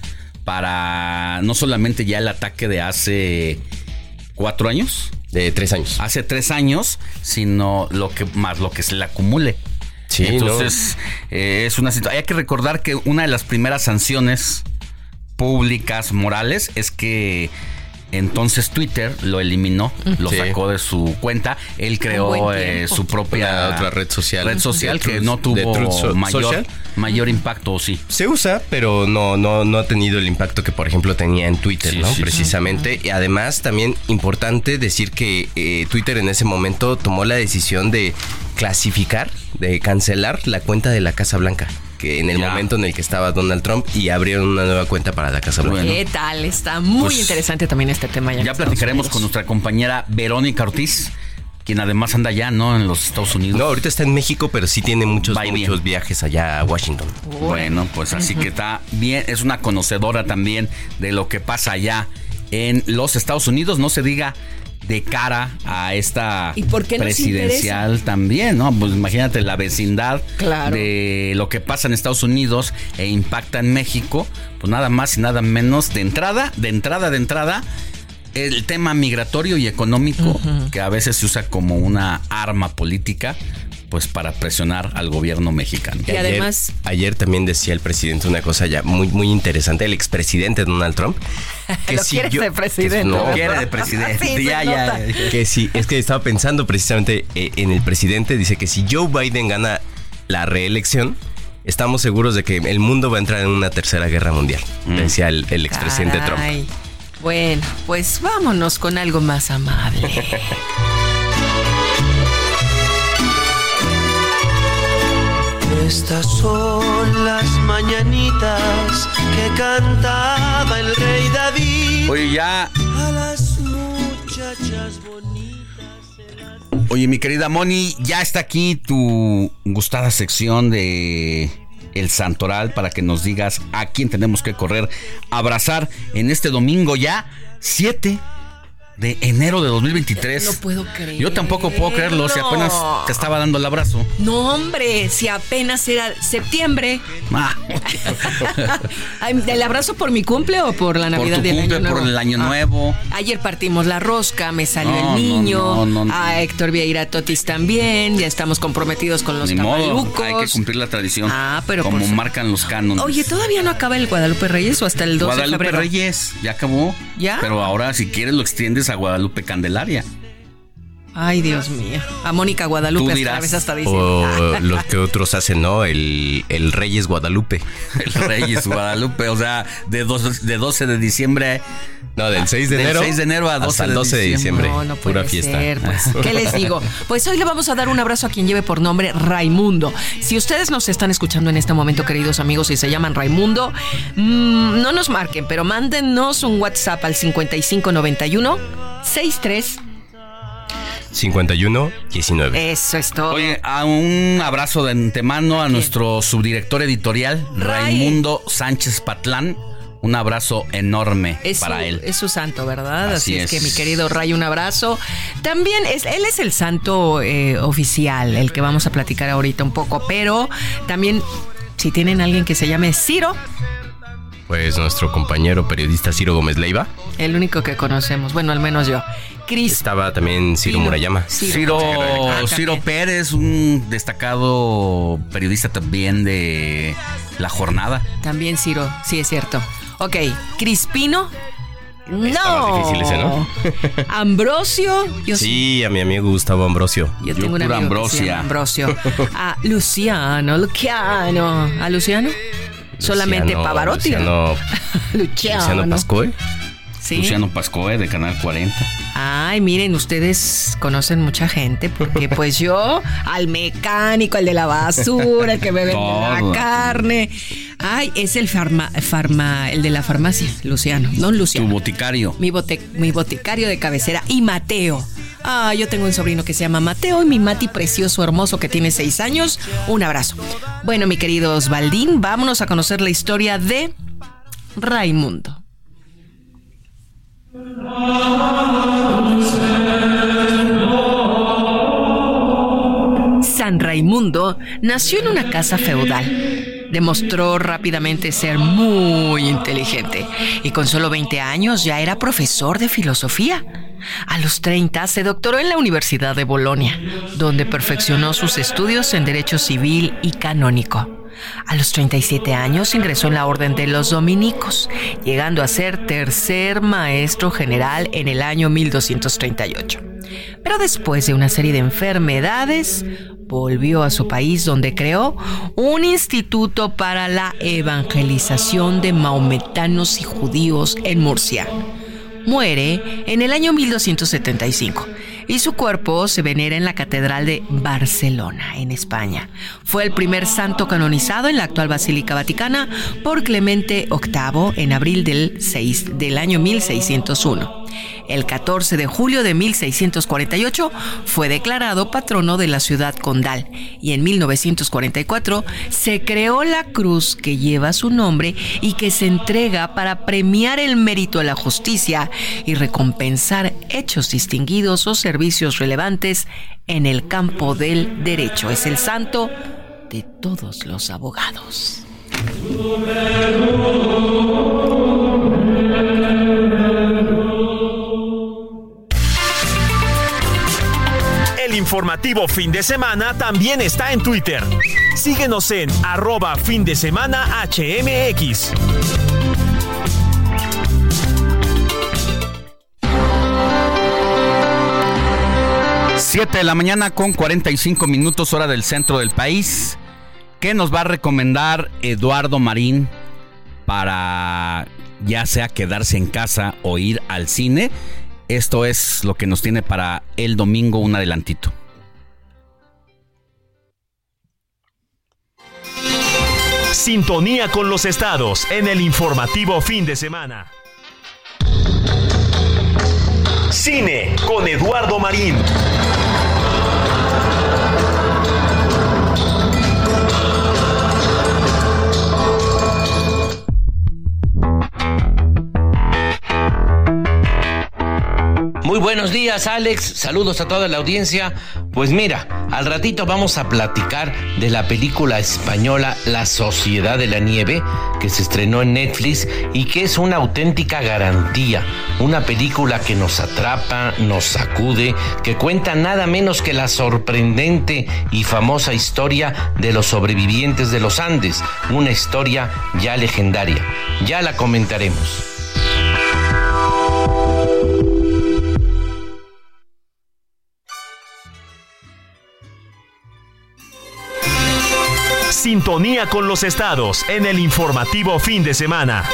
para no solamente ya el ataque de hace cuatro años. De tres años. Hace tres años, sino lo que más lo que se le acumule. Sí, entonces no. eh, es una situación. Hay que recordar que una de las primeras sanciones públicas morales es que entonces Twitter lo eliminó, lo sí. sacó de su cuenta. Él creó eh, su propia Una otra red social. Red social que Truth, no tuvo so- mayor, mayor impacto, sí. Se usa, pero no, no, no ha tenido el impacto que, por ejemplo, tenía en Twitter, sí, ¿no? Sí, precisamente. Sí. Y además, también importante decir que eh, Twitter en ese momento tomó la decisión de clasificar, de cancelar la cuenta de la Casa Blanca. Que en el ya. momento en el que estaba Donald Trump y abrieron una nueva cuenta para la Casa Blanca. ¿Qué tal? Está muy pues, interesante también este tema. Ya, ya platicaremos con nuestra compañera Verónica Ortiz, quien además anda allá, ¿no? En los Estados Unidos. No, ahorita está en México, pero sí tiene muchos, muchos viajes allá a Washington. Bueno, pues así uh-huh. que está bien, es una conocedora también de lo que pasa allá en los Estados Unidos, no se diga de cara a esta ¿Y por qué presidencial también, ¿no? Pues imagínate la vecindad claro. de lo que pasa en Estados Unidos e impacta en México, pues nada más y nada menos de entrada, de entrada, de entrada, el tema migratorio y económico, uh-huh. que a veces se usa como una arma política, pues para presionar al gobierno mexicano. Y ayer, además... Ayer también decía el presidente una cosa ya muy, muy interesante, el expresidente Donald Trump. Que lo si quiere yo, de presidente. No, lo quiere de presidente. Sí, ya, ya, ya. Que sí, es que estaba pensando precisamente eh, en el presidente, dice que si Joe Biden gana la reelección, estamos seguros de que el mundo va a entrar en una tercera guerra mundial, mm. decía el, el expresidente Caray. Trump. Bueno, pues vámonos con algo más amable. Estas son las mañanitas que cantaba el rey David. Oye, ya. A las muchachas bonitas. Oye, mi querida Moni, ya está aquí tu gustada sección de El Santoral para que nos digas a quién tenemos que correr a abrazar en este domingo ya siete de enero de dos mil veintitrés. No puedo creer. Yo tampoco puedo creerlo, si apenas te estaba dando el abrazo. No, hombre, si apenas era septiembre. Ah. ¿El abrazo por mi cumple o por la Navidad por tu del cumple, Año Nuevo? Por el Año ah. Nuevo. Ayer partimos la rosca, me salió no, el niño. No, no, no, a Héctor Vieira Totis también. Ya estamos comprometidos con los Ni camalucos. Modo, hay que cumplir la tradición. Ah, pero como por... marcan los cánones. Oye, ¿todavía no acaba el Guadalupe Reyes o hasta el doce Guadalupe de febrero? Reyes, ya acabó. ¿Ya? Pero ahora, si quieres, lo extiendes a Guadalupe Candelaria. Ay, Dios mío. A Mónica Guadalupe dirás, a veces hasta dice. O lo que otros hacen, ¿no? El, el Reyes Guadalupe. El Reyes Guadalupe, o sea, de, dos, de doce de diciembre. No, del seis de enero. Del seis de enero a doce hasta el doce de diciembre. No, no puede Pura fiesta. ser, pues. ¿Qué les digo? Pues hoy le vamos a dar un abrazo a quien lleve por nombre Raimundo. Si ustedes nos están escuchando en este momento, queridos amigos, y se llaman Raimundo, mmm, no nos marquen, pero mándennos un WhatsApp al cincuenta y cinco noventa y uno sesenta y tres cincuenta y uno diecinueve. Eso es todo. Oye, a un abrazo de antemano a nuestro subdirector editorial, Ray. Raimundo Sánchez Patlán. Un abrazo enorme es para su, él. Es su santo, ¿verdad? Así, Así es. es que mi querido Ray, un abrazo. También es, él es el santo eh, oficial, el que vamos a platicar ahorita un poco, pero también si tienen alguien que se llame Ciro. Pues nuestro compañero periodista Ciro Gómez Leiva. El único que conocemos, bueno, al menos yo. Cris. Estaba también Ciro Pino. Murayama. Ciro, Ciro, ah, Ciro Pérez, un destacado periodista también de La Jornada. También Ciro, sí es cierto. Ok, Crispino. No. Estaba difícil ese, ¿no? Ambrosio. Yo sí, sí, a mi amigo Gustavo Ambrosio. Yo tengo un amigo Ambrosia. que se llama Ambrosio. A Luciano, Luciano. ¿A Luciano? Solamente Luciano, Pavarotti. Luciano, Luciano. Luciano Pascoe. ¿Sí? Luciano Pascoe de Canal cuarenta. Ay, miren, ustedes conocen mucha gente, porque pues yo, al mecánico, el de la basura, el que me vende la carne. Ay, es el farma, farma, el de la farmacia, Luciano, no Luciano. Tu boticario. Mi, bote, mi boticario de cabecera, y Mateo. Ah, yo tengo un sobrino que se llama Mateo y mi Mati precioso, hermoso, que tiene seis años. Un abrazo. Bueno, mi querido Osvaldín, vámonos a conocer la historia de Raimundo. San Raimundo nació en una casa feudal. Demostró rápidamente ser muy inteligente y con solo veinte años ya era profesor de filosofía. A los treinta se doctoró en la Universidad de Bolonia, donde perfeccionó sus estudios en Derecho Civil y Canónico. A los treinta y siete años ingresó en la Orden de los Dominicos, llegando a ser tercer maestro general en el año mil doscientos treinta y ocho. Pero después de una serie de enfermedades, volvió a su país, donde creó un instituto para la evangelización de maometanos y judíos en Murcia. Muere en el año mil doscientos setenta y cinco y su cuerpo se venera en la Catedral de Barcelona, en España. Fue el primer santo canonizado en la actual Basílica Vaticana por Clemente octavo en abril del, seis, del año mil seiscientos uno. El catorce de julio de mil seiscientos cuarenta y ocho fue declarado patrono de la ciudad condal y en mil novecientos cuarenta y cuatro se creó la cruz que lleva su nombre y que se entrega para premiar el mérito a la justicia y recompensar hechos distinguidos o servicios relevantes en el campo del derecho. Es el santo de todos los abogados. El informativo fin de semana también está en Twitter. Síguenos en arroba fin de semana H M X. Siete de la mañana con cuarenta y cinco minutos, hora del centro del país. ¿Qué nos va a recomendar Eduardo Marín para ya sea quedarse en casa o ir al cine? Esto es lo que nos tiene para el domingo, un adelantito. Sintonía con los estados en el informativo fin de semana. Cine con Eduardo Marín. Muy buenos días, Alex. Saludos a toda la audiencia. Pues mira, al ratito vamos a platicar de la película española La Sociedad de la Nieve, que se estrenó en Netflix y que es una auténtica garantía. Una película que nos atrapa, nos sacude, que cuenta nada menos que la sorprendente y famosa historia de los sobrevivientes de los Andes. Una historia ya legendaria. Ya la comentaremos. Sintonía con los estados en el informativo fin de semana.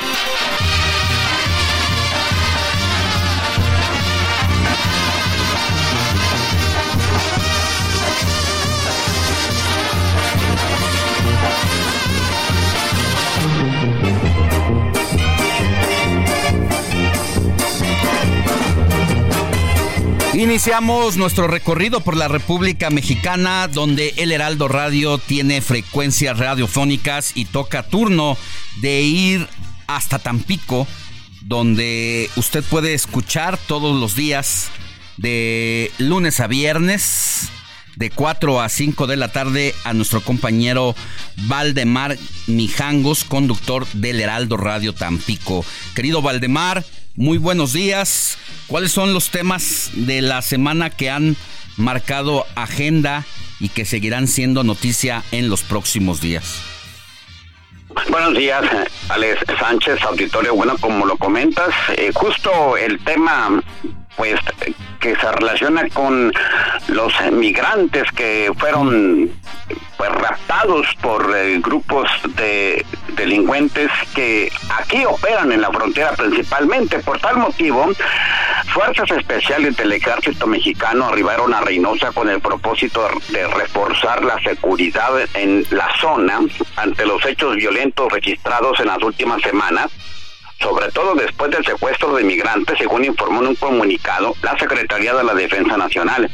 Iniciamos nuestro recorrido por la República Mexicana, donde el Heraldo Radio tiene frecuencias radiofónicas y toca turno de ir hasta Tampico, donde usted puede escuchar todos los días de lunes a viernes de cuatro a cinco de la tarde a nuestro compañero Valdemar Mijangos, conductor del Heraldo Radio Tampico. Querido Valdemar, muy buenos días. ¿Cuáles son los temas de la semana que han marcado agenda y que seguirán siendo noticia en los próximos días? Buenos días, Alex Sánchez, auditorio. Bueno, como lo comentas, eh, justo el tema pues que se relaciona con los migrantes que fueron pues raptados por eh, grupos de delincuentes que aquí operan en la frontera principalmente. Por tal motivo fuerzas especiales del ejército mexicano arribaron a Reynosa con el propósito de reforzar la seguridad en la zona ante los hechos violentos registrados en las últimas semanas, sobre todo después del secuestro de migrantes, según informó en un comunicado la Secretaría de la Defensa Nacional.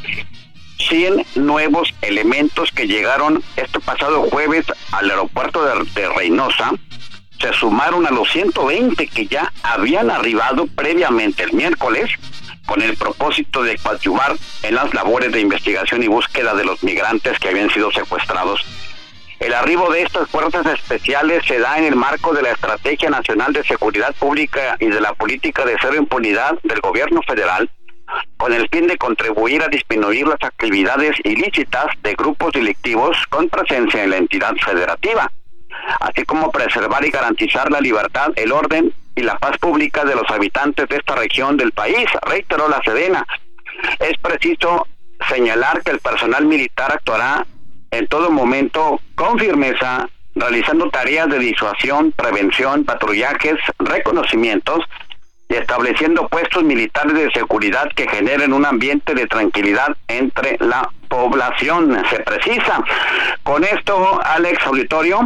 cien nuevos elementos que llegaron este pasado jueves al aeropuerto de, de Reynosa se sumaron a los ciento veinte que ya habían arribado previamente el miércoles, con el propósito de coadyuvar en las labores de investigación y búsqueda de los migrantes que habían sido secuestrados. El arribo de estas fuerzas especiales se da en el marco de la Estrategia Nacional de Seguridad Pública y de la Política de Cero Impunidad del Gobierno Federal, con el fin de contribuir a disminuir las actividades ilícitas de grupos delictivos con presencia en la entidad federativa, así como preservar y garantizar la libertad, el orden y la paz pública de los habitantes de esta región del país, reiteró la Sedena. Es preciso señalar que el personal militar actuará en todo momento con firmeza, realizando tareas de disuasión, prevención, patrullajes, reconocimientos y estableciendo puestos militares de seguridad que generen un ambiente de tranquilidad entre la población, se precisa. Con esto, Alex, auditorio,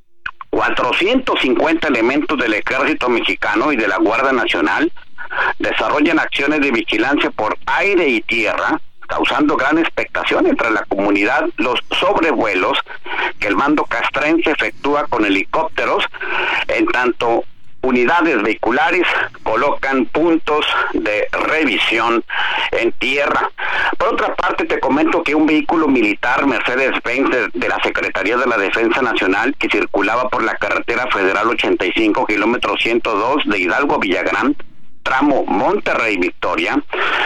cuatrocientos cincuenta elementos del Ejército Mexicano y de la Guardia Nacional desarrollan acciones de vigilancia por aire y tierra, causando gran expectación entre la comunidad los sobrevuelos que el mando castrense efectúa con helicópteros, en tanto unidades vehiculares colocan puntos de revisión en tierra. Por otra parte, te comento que un vehículo militar Mercedes-Benz de, de la Secretaría de la Defensa Nacional, que circulaba por la carretera federal ochenta y cinco, kilómetro ciento dos de Hidalgo a Villagrán, tramo Monterrey-Victoria,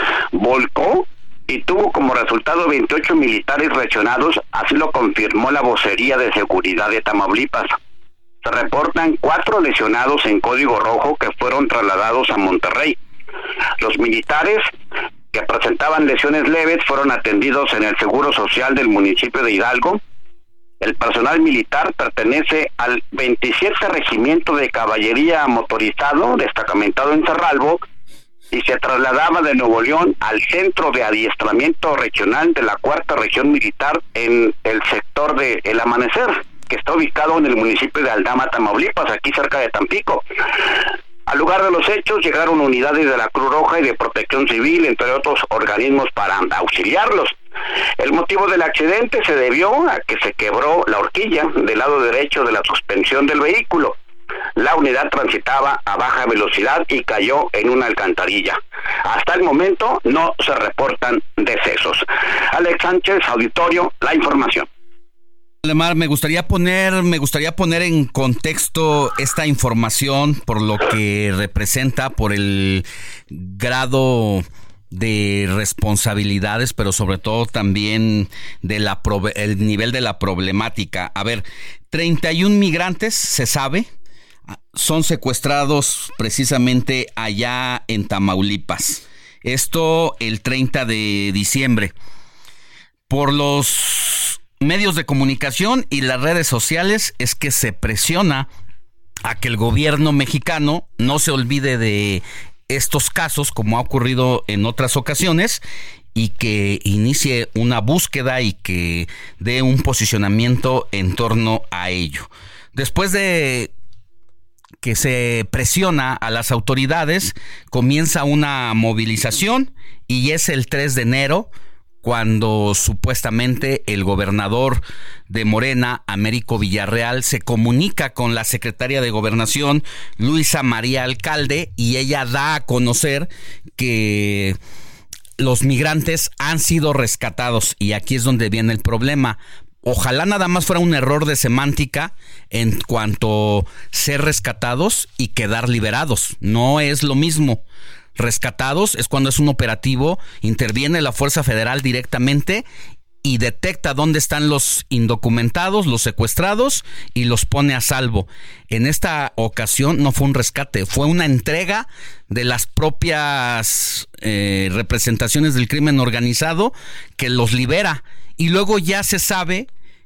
volcó y tuvo como resultado veintiocho militares lesionados, así lo confirmó la vocería de seguridad de Tamaulipas. Se reportan cuatro lesionados en código rojo que fueron trasladados a Monterrey. Los militares que presentaban lesiones leves fueron atendidos en el Seguro Social del municipio de Hidalgo. El personal militar pertenece al veintisiete Regimiento de Caballería Motorizado, destacamentado en Cerralbo, y se trasladaba de Nuevo León al Centro de Adiestramiento Regional de la Cuarta Región Militar en el sector de El Amanecer, que está ubicado en el municipio de Aldama, Tamaulipas, aquí cerca de Tampico. Al lugar de los hechos llegaron unidades de la Cruz Roja y de Protección Civil, entre otros organismos, para auxiliarlos. El motivo del accidente se debió a que se quebró la horquilla del lado derecho de la suspensión del vehículo. La unidad transitaba a baja velocidad y cayó en una alcantarilla. Hasta el momento no se reportan decesos. Alex Sánchez, auditorio, la información. Lemar, me gustaría poner, me gustaría poner en contexto esta información por lo que representa, por el grado de responsabilidades, pero sobre todo también de la el nivel de la problemática. A ver, treinta y un migrantes, se sabe, son secuestrados precisamente allá en Tamaulipas. Esto el treinta de diciembre. Por los medios de comunicación y las redes sociales es que se presiona a que el gobierno mexicano no se olvide de estos casos, como ha ocurrido en otras ocasiones, y que inicie una búsqueda y que dé un posicionamiento en torno a ello. Después de que se presiona a las autoridades, comienza una movilización y es el tres de enero cuando supuestamente el gobernador de Morena, Américo Villarreal, se comunica con la secretaria de Gobernación, Luisa María Alcalde, y ella da a conocer que los migrantes han sido rescatados. Y aquí es donde viene el problema. Ojalá nada más fuera un error de semántica en cuanto a ser rescatados y quedar liberados. No es lo mismo. Rescatados es cuando es un operativo, interviene la Fuerza Federal directamente y detecta dónde están los indocumentados, los secuestrados, y los pone a salvo. En esta ocasión no fue un rescate, fue una entrega de las propias eh, representaciones del crimen organizado que los libera. Y luego ya se sabe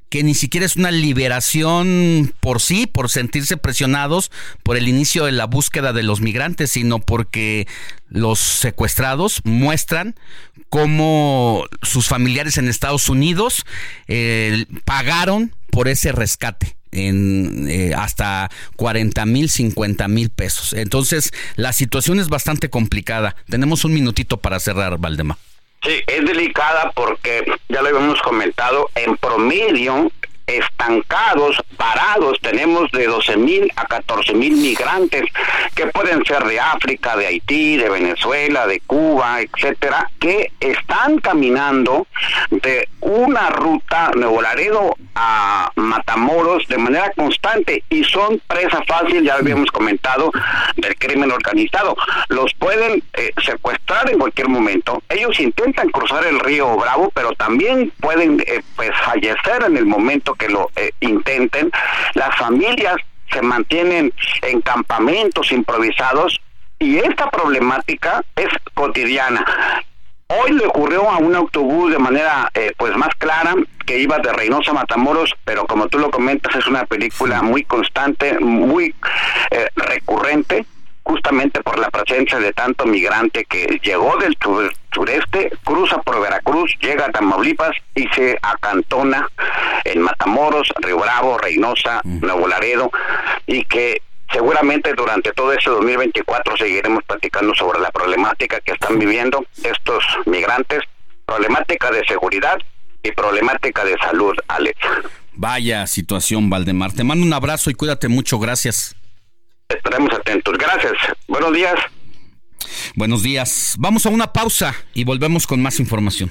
que ni siquiera es una liberación por sí, por sentirse presionados por el inicio de la búsqueda de los migrantes, sino porque los secuestrados muestran cómo sus familiares en Estados Unidos eh, pagaron por ese rescate en eh, hasta cuarenta mil, cincuenta mil pesos. Entonces, la situación es bastante complicada. Tenemos un minutito para cerrar, Valdemar. Sí, es delicada porque, ya lo habíamos comentado, en promedio, estancados, parados, tenemos de doce mil a catorce mil migrantes que pueden ser de África, de Haití, de Venezuela, de Cuba, etcétera, que están caminando de una ruta Nuevo Laredo a Matamoros de manera constante y son presa fácil, ya habíamos comentado, del crimen organizado. Los pueden eh, secuestrar en cualquier momento. Ellos intentan cruzar el río Bravo, pero también pueden eh, pues fallecer en el momento que lo eh, intenten. Las familias se mantienen en campamentos improvisados y esta problemática es cotidiana. Hoy le ocurrió a un autobús de manera eh, pues más clara, que iba de Reynosa a Matamoros, pero como tú lo comentas, es una película muy constante, muy eh, recurrente, justamente por la presencia de tanto migrante que llegó del sur, sureste, cruza por Veracruz, llega a Tamaulipas y se acantona en Matamoros, Río Bravo, Reynosa, Nuevo Laredo, y que seguramente durante todo este dos mil veinticuatro seguiremos platicando sobre la problemática que están viviendo estos migrantes, problemática de seguridad y problemática de salud, Alex. Vaya situación, Valdemar. Te mando un abrazo y cuídate mucho. Gracias. Estaremos atentos. Gracias. Buenos días. Buenos días. Vamos a una pausa y volvemos con más información.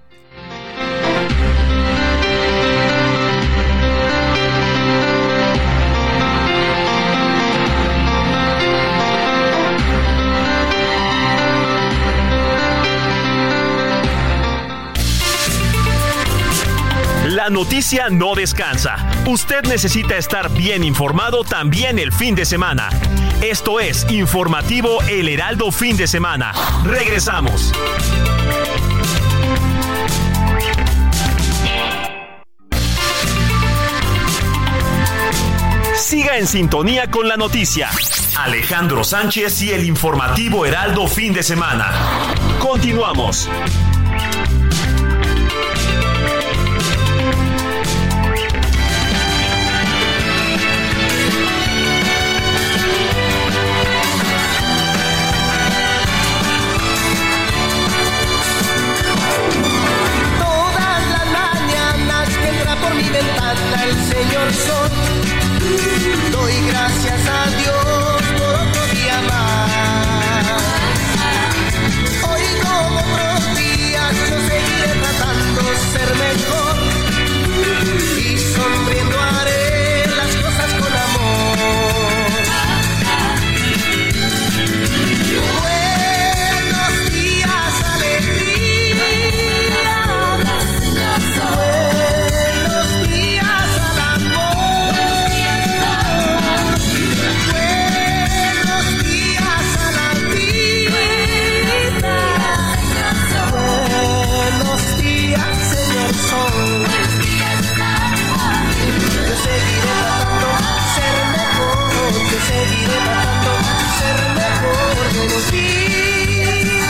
La noticia no descansa. Usted necesita estar bien informado también el fin de semana. Esto es Informativo El Heraldo Fin de Semana. Regresamos. Siga en sintonía con la noticia. Alejandro Sánchez y el Informativo Heraldo Fin de Semana. Continuamos. El Señor sol, doy gracias a Dios por otro día más. Hoy como otros días yo seguiré tratando de ser mejor y sonriendo haré las cosas con amor. Buenos días, alegría. Seguiré tratando de ser mejor, buenos días.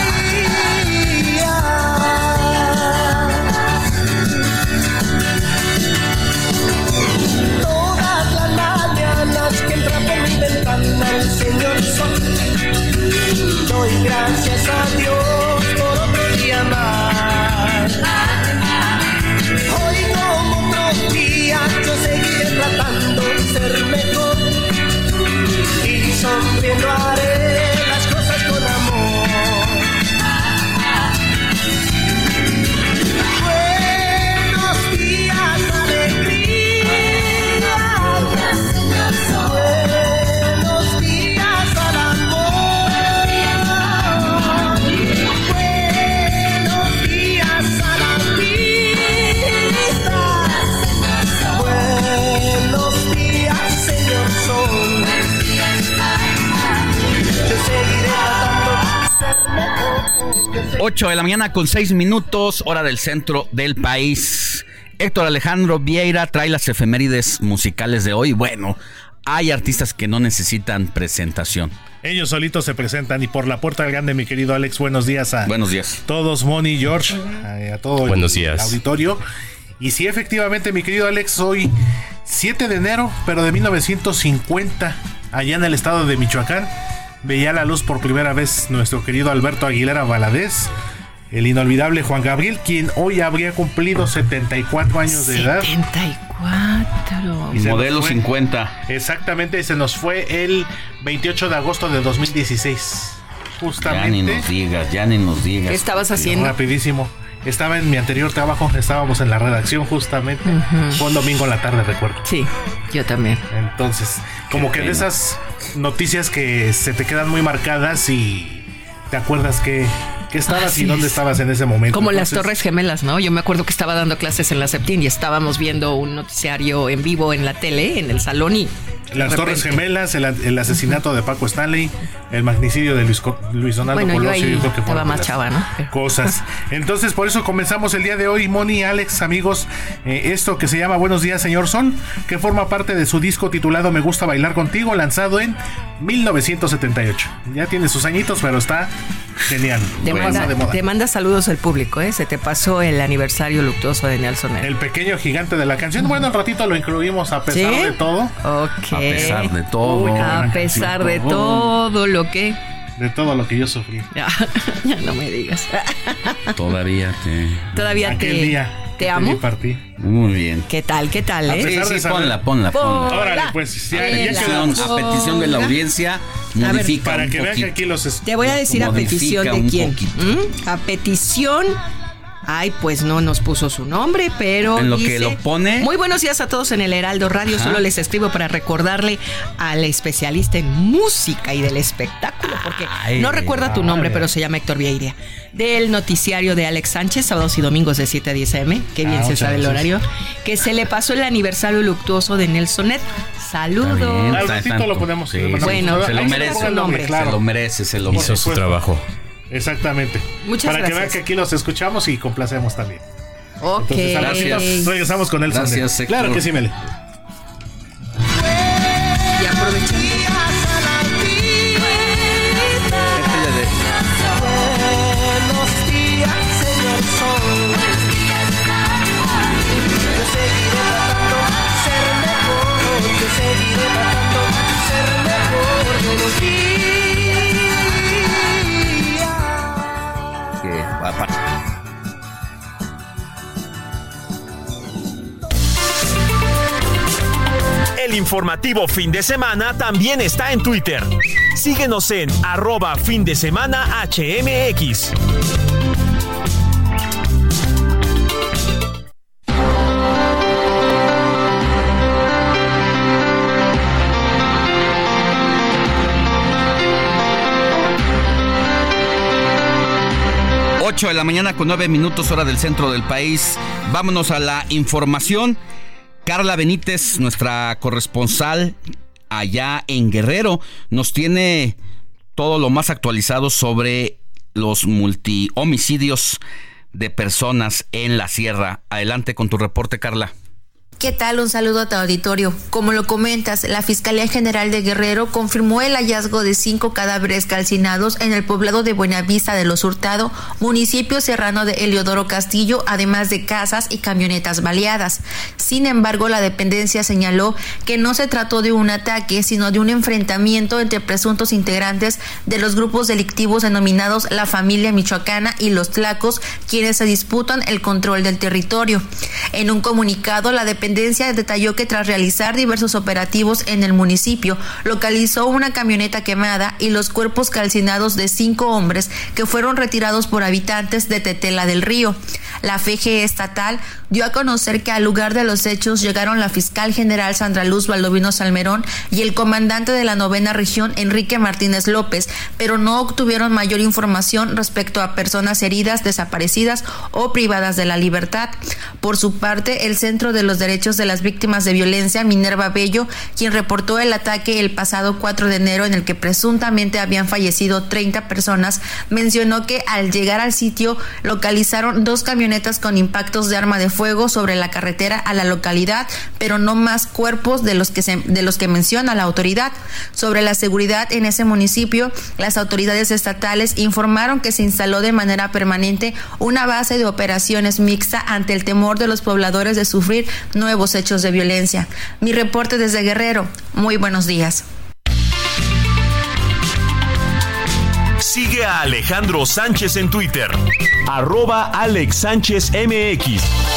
Todas las mañanas que entra por mi ventana el Señor sol, doy gracias a Dios por otro día más. Hoy como otros días yo seguiré tratando de ser mejor y sonriendo haré las cosas con amor. Buenos días, alegría. Buenos días al amor. Buenos días a la vida. Buenos días, Señor Sol. ocho de la mañana con seis minutos, hora del centro del país. Héctor Alejandro Vieira trae las efemérides musicales de hoy. Bueno, hay artistas que no necesitan presentación. Ellos solitos se presentan y por la puerta grande, mi querido Alex, buenos días a buenos días. todos, Moni, George, a, a todo buenos el, días. el auditorio. Y sí, efectivamente, mi querido Alex, hoy siete de enero, pero de mil novecientos cincuenta, allá en el estado de Michoacán, veía la luz por primera vez nuestro querido Alberto Aguilera Valadez, el inolvidable Juan Gabriel, quien hoy habría cumplido setenta y cuatro años de edad. setenta y cuatro. Y modelo cincuenta. Exactamente, y se nos fue el veintiocho de agosto de dos mil dieciséis. Justamente. Ya ni nos digas, ya ni nos digas. ¿Qué estabas haciendo? Rapidísimo. Estaba en mi anterior trabajo, estábamos en la redacción justamente. Uh-huh. Fue un domingo en la tarde, recuerdo. Sí, yo también. Entonces, como Qué que pena. De esas noticias que se te quedan muy marcadas y te acuerdas que... ¿Qué estabas Así y dónde es. estabas en ese momento? Como Entonces, las Torres Gemelas, ¿no? Yo me acuerdo que estaba dando clases en la Septim y estábamos viendo un noticiario en vivo en la tele, en el salón y... Las Torres Gemelas, el, el asesinato uh-huh. de Paco Stanley, el magnicidio de Luis, Luis Donaldo bueno, Colosio. Yo ahí yo creo que estaba más chava, ¿no? Cosas. Entonces, por eso comenzamos el día de hoy, Moni, Alex, amigos, eh, esto que se llama Buenos Días, Señor Son, que forma parte de su disco titulado Me Gusta Bailar Contigo, lanzado en mil novecientos setenta y ocho. Ya tiene sus añitos, pero está genial. Te, bueno, manda, de moda. Te manda saludos al público, ¿eh? Se te pasó el aniversario luctuoso de Nelson. El pequeño gigante de la canción. Bueno, al ratito lo incluimos a pesar ¿Sí? de todo. Ok. A pesar de todo. Uy, a pesar de todo lo que... De todo lo que yo sufrí. Ya, ya no me digas. Todavía te... Todavía Aquel te... día te amo. Partí. Muy bien. ¿Qué tal? ¿Qué tal, eh? Sí, sí, saber... ponla, ponla, ponla. Órale, pues. Ya, a, petición, ya a petición de la audiencia, modifica ver, para un que poquito. vean que aquí los... Es... Te voy a decir a petición de quién. ¿Mm? A petición... Ay, pues no nos puso su nombre, pero en lo dice, que lo pone. Muy buenos días a todos en el Heraldo Radio. Ajá. Solo les escribo para recordarle al especialista en música y del espectáculo, porque ay, no recuerda tu nombre, ay, pero se llama Héctor Vieira. Del noticiario de Alex Sánchez, sábados y domingos de siete a diez a eme. Qué bien ah, se sabe el horario. Que se le pasó el aniversario luctuoso de Nelsonet. Saludos. Al ratito lo ponemos. Sí, bueno, se lo merece. Su nombre. Claro. Se lo merece, se lo merece. Hizo su trabajo. Exactamente. Muchas Para gracias. que vean que aquí los escuchamos y complacemos también. Ok. Entonces, gracias. Regresamos con el Gracias, Sunday. Claro que sí, Mele. Y aprovechando. Buenos días, señor Sol. Yo seguiré tratando ser mejor. Yo seguiré tratando ser mejor. Buenos días. El informativo fin de semana también está en Twitter. Síguenos en arroba fin de semana H M X. ocho de la mañana con nueve minutos hora del centro del país. Vámonos a la información. Carla Benítez, nuestra corresponsal allá en Guerrero, nos tiene todo lo más actualizado sobre los multihomicidios de personas en la sierra. Adelante con tu reporte, Carla. ¿Qué tal? Un saludo a tu auditorio. Como lo comentas, la Fiscalía General de Guerrero confirmó el hallazgo de cinco cadáveres calcinados en el poblado de Buenavista de los Hurtado, municipio serrano de Heliodoro Castillo, además de casas y camionetas baleadas. Sin embargo, la dependencia señaló que no se trató de un ataque, sino de un enfrentamiento entre presuntos integrantes de los grupos delictivos denominados la Familia Michoacana y los Tlacos, quienes se disputan el control del territorio. En un comunicado, la dependencia detalló que tras realizar diversos operativos en el municipio, localizó una camioneta quemada y los cuerpos calcinados de cinco hombres que fueron retirados por habitantes de Tetela del Río. La F G E estatal dio a conocer que al lugar de los hechos llegaron la fiscal general Sandra Luz Baldovino Salmerón y el comandante de la novena región Enrique Martínez López, pero no obtuvieron mayor información respecto a personas heridas, desaparecidas o privadas de la libertad. Por su parte, el Centro de los Derechos de las Víctimas de Violencia, Minerva Bello, quien reportó el ataque el pasado cuatro de enero en el que presuntamente habían fallecido treinta personas, mencionó que al llegar al sitio localizaron dos camionetas camionetas con impactos de arma de fuego sobre la carretera a la localidad, pero no más cuerpos de los que se, de los que menciona la autoridad. Sobre la seguridad en ese municipio, las autoridades estatales informaron que se instaló de manera permanente una base de operaciones mixta ante el temor de los pobladores de sufrir nuevos hechos de violencia. Mi reporte desde Guerrero. Muy buenos días. Sigue a Alejandro Sánchez en Twitter, arroba Alex Sánchez M X.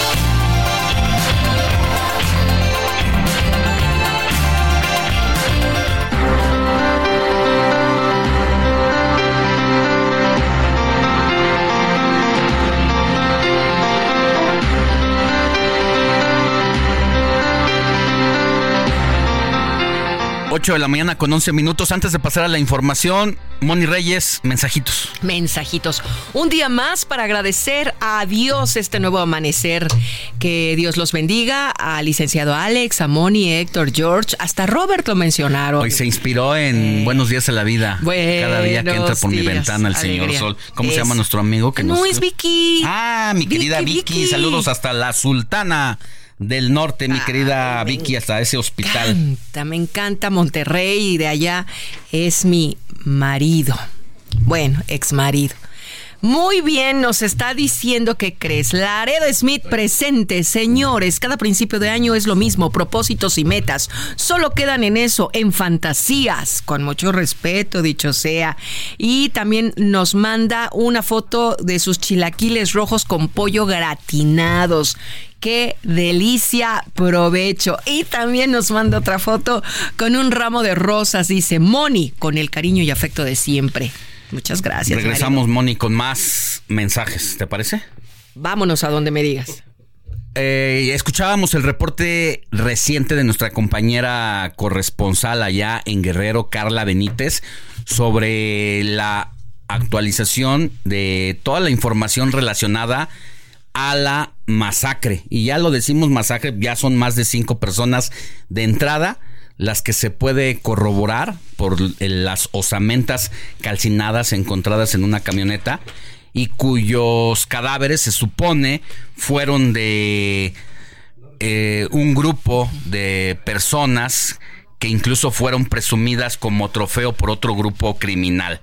ocho de la mañana con once minutos. Antes de pasar a la información, Moni Reyes, mensajitos. Mensajitos. Un día más para agradecer a Dios este nuevo amanecer. Que Dios los bendiga. Al licenciado Alex, a Moni, Héctor, George, hasta Robert lo mencionaron. Hoy se inspiró en eh. Buenos días a la vida. Buenos Cada día que entra por días, mi ventana el alegría. señor Sol. ¿Cómo es... se llama nuestro amigo? Que no, nos... es Vicky. Ah, mi querida Vicky, Vicky. Vicky. Saludos hasta la Sultana del Norte, mi ah, querida Vicky, hasta ese hospital. Me encanta, me encanta Monterrey, y de allá es mi marido. Bueno, ex marido. Muy bien, nos está diciendo que crees. Laredo Smith presente, señores. Cada principio de año es lo mismo, propósitos y metas. Solo quedan en eso, en fantasías. Con mucho respeto, dicho sea. Y también nos manda una foto de sus chilaquiles rojos con pollo gratinados. ¡Qué delicia! Provecho. Y también nos manda otra foto con un ramo de rosas. Dice, Moni, con el cariño y afecto de siempre. Muchas gracias. Regresamos, Moni, con más mensajes, ¿te parece? Vámonos a donde me digas. Eh, escuchábamos el reporte reciente de nuestra compañera corresponsal allá en Guerrero, Carla Benítez, sobre la actualización de toda la información relacionada a la masacre. Y ya lo decimos masacre, ya son más de cinco personas de entrada las que se puede corroborar por las osamentas calcinadas encontradas en una camioneta y cuyos cadáveres se supone fueron de eh, un grupo de personas que incluso fueron presumidas como trofeo por otro grupo criminal.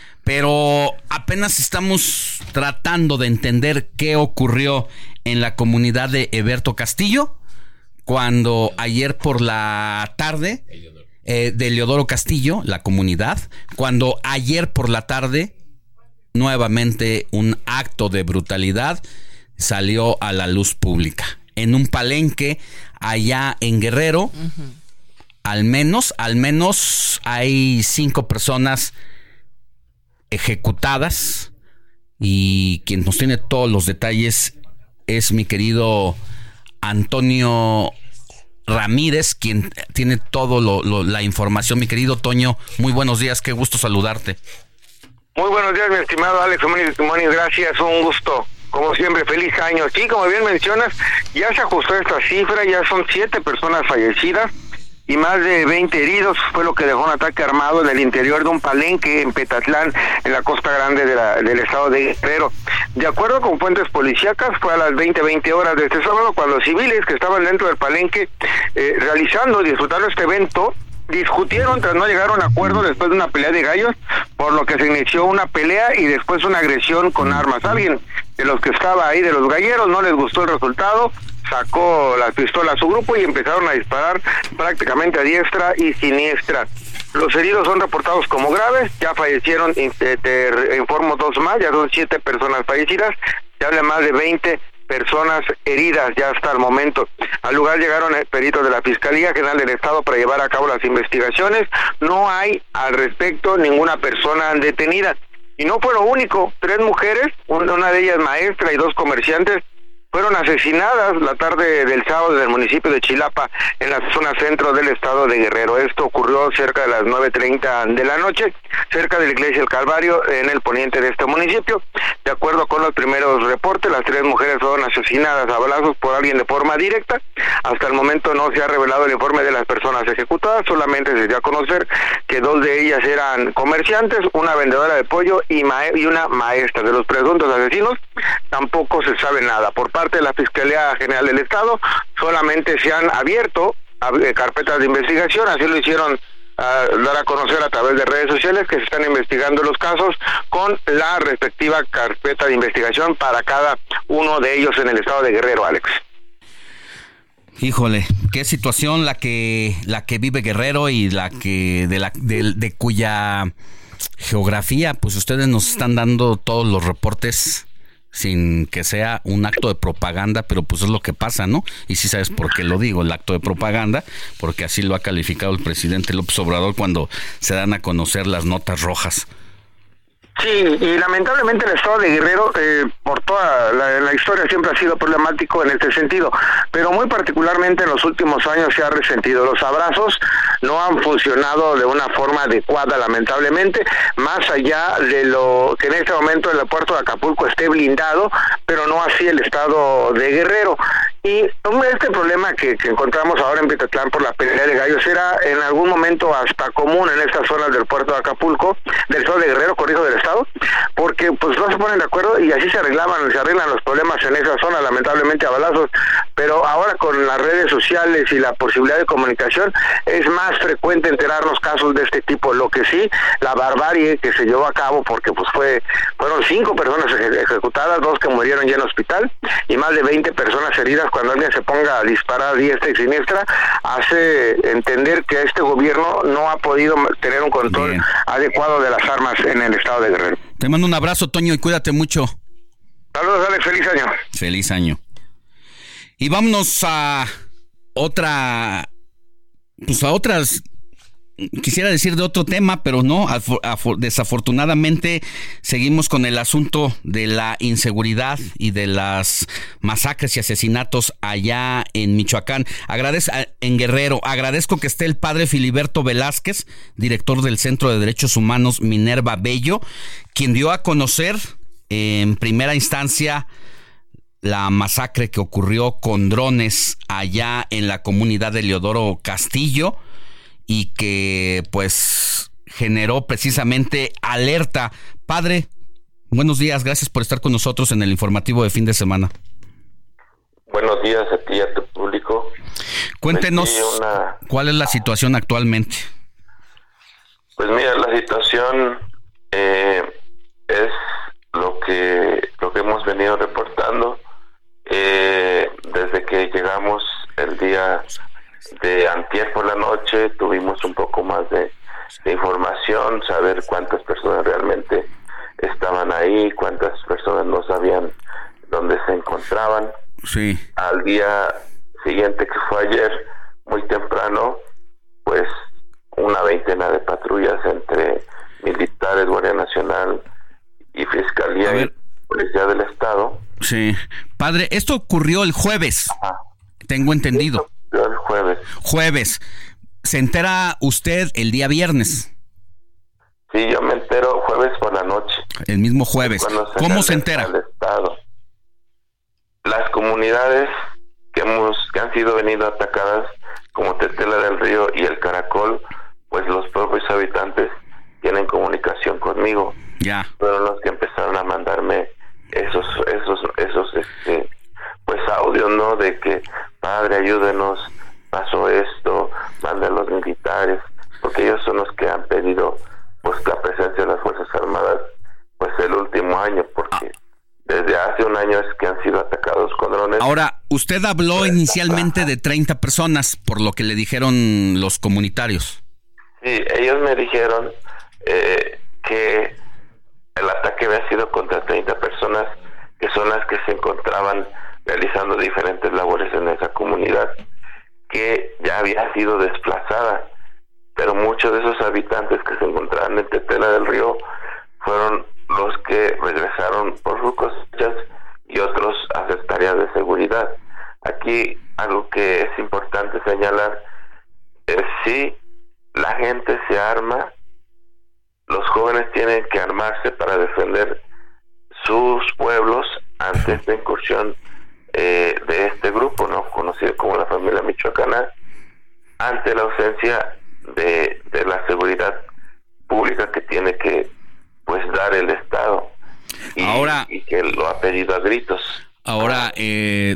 Pero apenas estamos tratando de entender qué ocurrió en la comunidad de Heberto Castillo, cuando ayer por la tarde, eh, de Leodoro Castillo, la comunidad, cuando ayer por la tarde, nuevamente un acto de brutalidad salió a la luz pública. En un palenque allá en Guerrero, uh-huh. al menos, al menos hay cinco personas ejecutadas, y quien nos tiene todos los detalles es mi querido Antonio Ramírez, quien tiene todo lo, lo, la información. Mi querido Toño, muy buenos días, qué gusto saludarte. Muy buenos días, mi estimado Alex Moni, gracias, un gusto. Como siempre, feliz año. Sí, como bien mencionas, ya se ajustó esta cifra, ya son siete personas fallecidas y más de veinte heridos. Fue lo que dejó un ataque armado en el interior de un palenque en Petatlán, en la costa grande de la, del estado de Guerrero. De acuerdo con fuentes policíacas, fue a las veinte, veinte horas de este sábado cuando los civiles que estaban dentro del palenque eh, realizando y disfrutando este evento discutieron tras no llegar a un acuerdo después de una pelea de gallos, por lo que se inició una pelea y después una agresión con armas. Alguien de los que estaba ahí, de los galleros, no les gustó el resultado, sacó la pistola a su grupo y empezaron a disparar prácticamente a diestra y siniestra. Los heridos son reportados como graves, ya fallecieron, te, te informo dos más, ya son siete personas fallecidas, se habla más de veinte personas heridas ya hasta el momento. Al lugar llegaron peritos de la Fiscalía General del Estado para llevar a cabo las investigaciones. No hay al respecto ninguna persona detenida. Y no fue lo único, tres mujeres, una de ellas maestra y dos comerciantes, fueron asesinadas la tarde del sábado en el municipio de Chilapa, en la zona centro del estado de Guerrero. Esto ocurrió cerca de las nueve treinta de la noche, cerca de la iglesia del Calvario, en el poniente de este municipio. De acuerdo con los primeros reportes, las tres mujeres fueron asesinadas a balazos por alguien de forma directa. Hasta el momento no se ha revelado el informe de las personas ejecutadas, solamente se dio a conocer que dos de ellas eran comerciantes, una vendedora de pollo y, ma- y una maestra. De los presuntos asesinos tampoco se sabe nada. Por parte de la Fiscalía General del Estado, solamente se han abierto carpetas de investigación, así lo hicieron uh, dar a conocer a través de redes sociales, que se están investigando los casos con la respectiva carpeta de investigación para cada uno de ellos en el estado de Guerrero, Alex. Híjole, qué situación la que la que vive Guerrero y la que de la de, de cuya geografía, pues ustedes nos están dando todos los reportes sin que sea un acto de propaganda, pero pues es lo que pasa, ¿no? Y sí sabes por qué lo digo, el acto de propaganda, porque así lo ha calificado el presidente López Obrador cuando se dan a conocer las notas rojas. Sí, y lamentablemente el estado de Guerrero, eh, por toda la, la historia, siempre ha sido problemático en este sentido, pero muy particularmente en los últimos años se ha resentido. Los abrazos no han funcionado de una forma adecuada, lamentablemente, más allá de lo que en este momento el puerto de Acapulco esté blindado, pero no así el estado de Guerrero. Y este problema que, que encontramos ahora en Petatlán por la pelea de gallos era en algún momento hasta común en estas zonas del puerto de Acapulco, del estado de Guerrero, corrijo, del estado, porque pues no se ponen de acuerdo y así se arreglaban, se arreglan los problemas en esa zona, lamentablemente a balazos, pero ahora con las redes sociales y la posibilidad de comunicación es más frecuente enterarnos casos de este tipo. Lo que sí, la barbarie que se llevó a cabo, porque pues fue fueron cinco personas ejecutadas, dos que murieron ya en hospital y más de veinte personas heridas. Cuando alguien se ponga a disparar diestra y siniestra, hace entender que este gobierno no ha podido tener un control Bien. adecuado de las armas en el estado de Guerrero. Te mando un abrazo, Toño, y cuídate mucho. Saludos, Alex, feliz año. Feliz año. Y vámonos a otra, pues a otras, quisiera decir de otro tema, pero no, desafortunadamente seguimos con el asunto de la inseguridad y de las masacres y asesinatos allá en Michoacán. Agradezco, en Guerrero, agradezco que esté el padre Filiberto Velázquez, director del Centro de Derechos Humanos Minerva Bello, quien dio a conocer en primera instancia la masacre que ocurrió con drones allá en la comunidad de Leodoro Castillo, y que pues generó precisamente alerta. Padre, buenos días, gracias por estar con nosotros en el informativo de fin de semana. Buenos días a ti y a tu público. Cuéntenos una... cuál es la situación actualmente. Pues mira, la situación eh, es lo que lo que hemos venido reportando eh, desde que llegamos el día de antier por la noche. Tuvimos un poco más de, de información, saber cuántas personas realmente estaban ahí, cuántas personas no sabían dónde se encontraban. Sí. Al día siguiente, que fue ayer, muy temprano, pues una veintena de patrullas entre militares, Guardia Nacional y Fiscalía y Policía del Estado. Sí. Padre, esto ocurrió el jueves, Ajá. tengo entendido. El jueves. Jueves. ¿Se entera usted el día viernes? Sí, yo me entero jueves por la noche. El mismo jueves. ¿Cómo se entera? Al estado. Las comunidades que hemos que han sido venido atacadas, como Tetela del Río y el Caracol, pues los propios habitantes tienen comunicación conmigo. Ya. Fueron los que empezaron a mandarme esos, esos, esos, este, pues audios, ¿no? De que, padre, ayúdenos, pasó esto, manda a los militares, porque ellos son los que han pedido, pues, la presencia de las Fuerzas Armadas, pues, el último año, porque desde hace un año es que han sido atacados con drones. Ahora, usted habló pues, inicialmente de treinta personas, por lo que le dijeron los comunitarios. Sí, ellos me dijeron eh, que el ataque había sido contra treinta personas, que son las que se encontraban realizando diferentes labores en esa comunidad, que ya había sido desplazada, pero muchos de esos habitantes que se encontraban en Tetela del Río fueron los que regresaron por sus cosechas y otros a hacer tareas de seguridad. Aquí algo que es importante señalar es si la gente se arma, los jóvenes tienen que armarse para defender sus pueblos ante esta incursión eh, de este grupo, no conocido como la familia michoacana, ante la ausencia de, de la seguridad pública que tiene que pues dar el Estado y, ahora, y que lo ha pedido a gritos. Ahora, eh,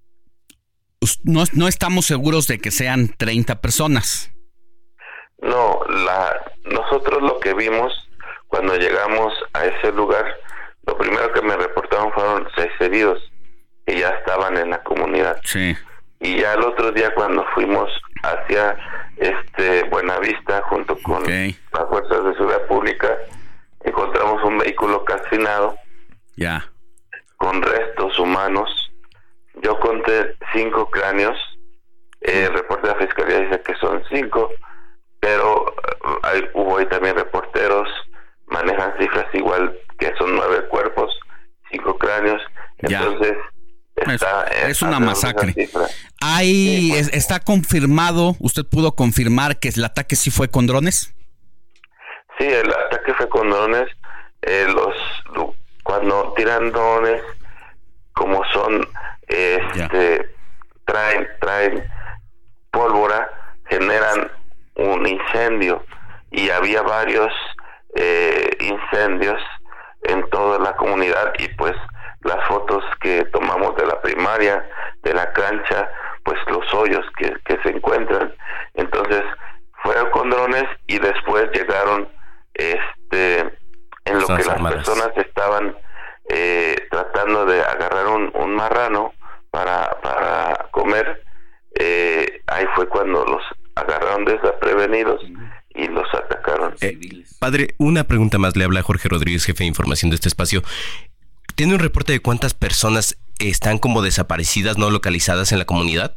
no, no estamos seguros de que sean treinta personas. No, la, nosotros lo que vimos cuando llegamos a ese lugar, lo primero que me reportaron fueron seis heridos que ya estaban en la comunidad. Sí. Y ya el otro día cuando fuimos hacia este Buenavista junto con okay. las fuerzas de seguridad pública, encontramos un vehículo calcinado ya con restos humanos. Yo conté cinco cráneos, eh, el reporte de la fiscalía dice que son cinco, pero hay, hubo ahí también reporteros, manejan cifras igual que son nueve cuerpos, cinco cráneos, ya. entonces está, es, es una masacre. Hay, sí, pues, está confirmado, ¿usted pudo confirmar que el ataque sí fue con drones? Sí, el ataque fue con drones. Eh, los cuando tiran drones, como son, este, traen traen pólvora, generan un incendio y había varios eh, incendios en toda la comunidad y pues las fotos que tomamos de la primaria, de la cancha, pues los hoyos que, que se encuentran. Entonces fueron con drones y después llegaron este en lo que las personas estaban eh, tratando de agarrar un, un marrano para, para comer. Eh, ahí fue cuando los agarraron desprevenidos y los atacaron. Eh, padre, una pregunta más. Le habla Jorge Rodríguez, jefe de información de este espacio. ¿Tiene un reporte de cuántas personas están como desaparecidas, no localizadas en la comunidad?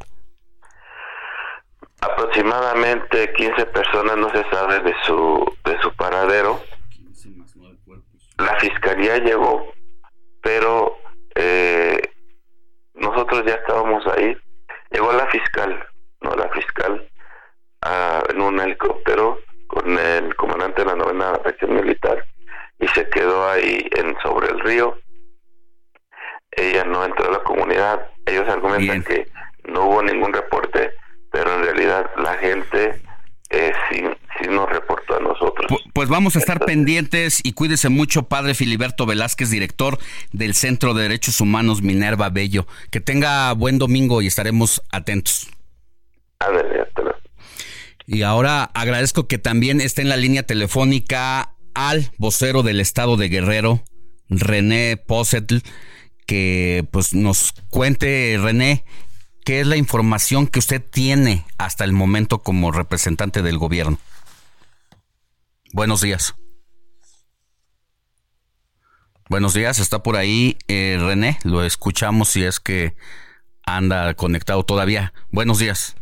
Aproximadamente quince personas, no se sabe de su de su paradero. La fiscalía llegó, pero eh, nosotros ya estábamos ahí. Llegó la fiscal, no la fiscal, a, en un helicóptero con el comandante de la novena región militar y se quedó ahí en sobre el río. Ella no entró a la comunidad. Ellos argumentan Bien. que no hubo ningún reporte, pero en realidad la gente eh, sí, sí nos reportó a nosotros. Pues, pues vamos a estar Entonces, pendientes y cuídese mucho, padre Filiberto Velázquez, director del Centro de Derechos Humanos Minerva Bello. Que tenga buen domingo y estaremos atentos. Ándale, hasta luego. Y ahora agradezco que también esté en la línea telefónica al vocero del estado de Guerrero, René Posetl, que pues nos cuente, René, ¿qué es la información que usted tiene hasta el momento como representante del gobierno? Buenos días. Buenos días, está por ahí eh, René, lo escuchamos si es que anda conectado todavía. Buenos días.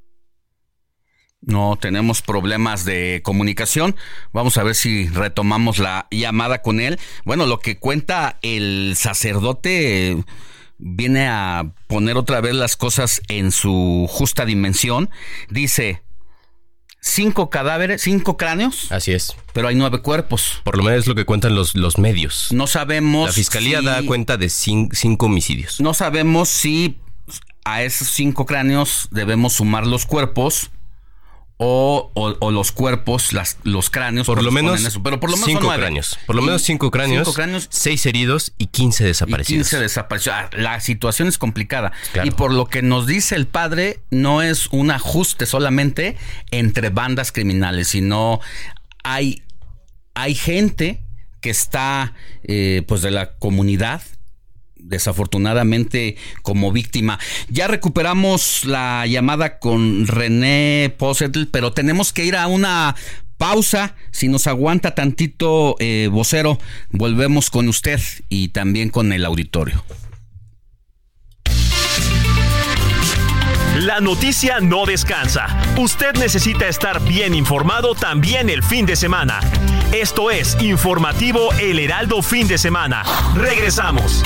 No, tenemos problemas de comunicación. Vamos a ver si retomamos la llamada con él. Bueno, lo que cuenta el sacerdote eh, viene a poner otra vez las cosas en su justa dimensión. Dice, cinco cadáveres, cinco cráneos. Así es. Pero hay nueve cuerpos. Por lo menos es lo que cuentan los, los medios. No sabemos. La fiscalía si, da cuenta de cinco, cinco homicidios. No sabemos si a esos cinco cráneos debemos sumar los cuerpos. O, o, o los cuerpos, las, los cráneos. Por lo menos, eso. Pero por lo menos cinco son cráneos. Por lo menos cinco cráneos, cinco cráneos, seis heridos y quince desaparecidos. Y quince desaparecidos. La situación es complicada. Claro. Y por lo que nos dice el padre, no es un ajuste solamente entre bandas criminales, sino hay, hay gente que está eh, pues de la comunidad, desafortunadamente como víctima. Ya recuperamos la llamada con René Posetl, pero tenemos que ir a una pausa. Si nos aguanta tantito, eh, vocero, volvemos con usted y también con el auditorio. La noticia no descansa. Usted necesita estar bien informado también el fin de semana. Esto es Informativo El Heraldo Fin de Semana. Regresamos.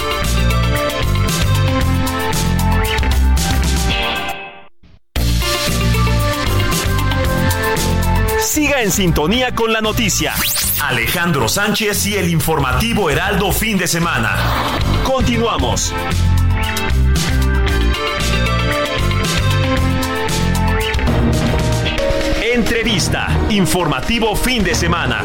Siga en sintonía con la noticia. Alejandro Sánchez y el Informativo Heraldo Fin de Semana. Continuamos. Entrevista. Informativo Fin de Semana.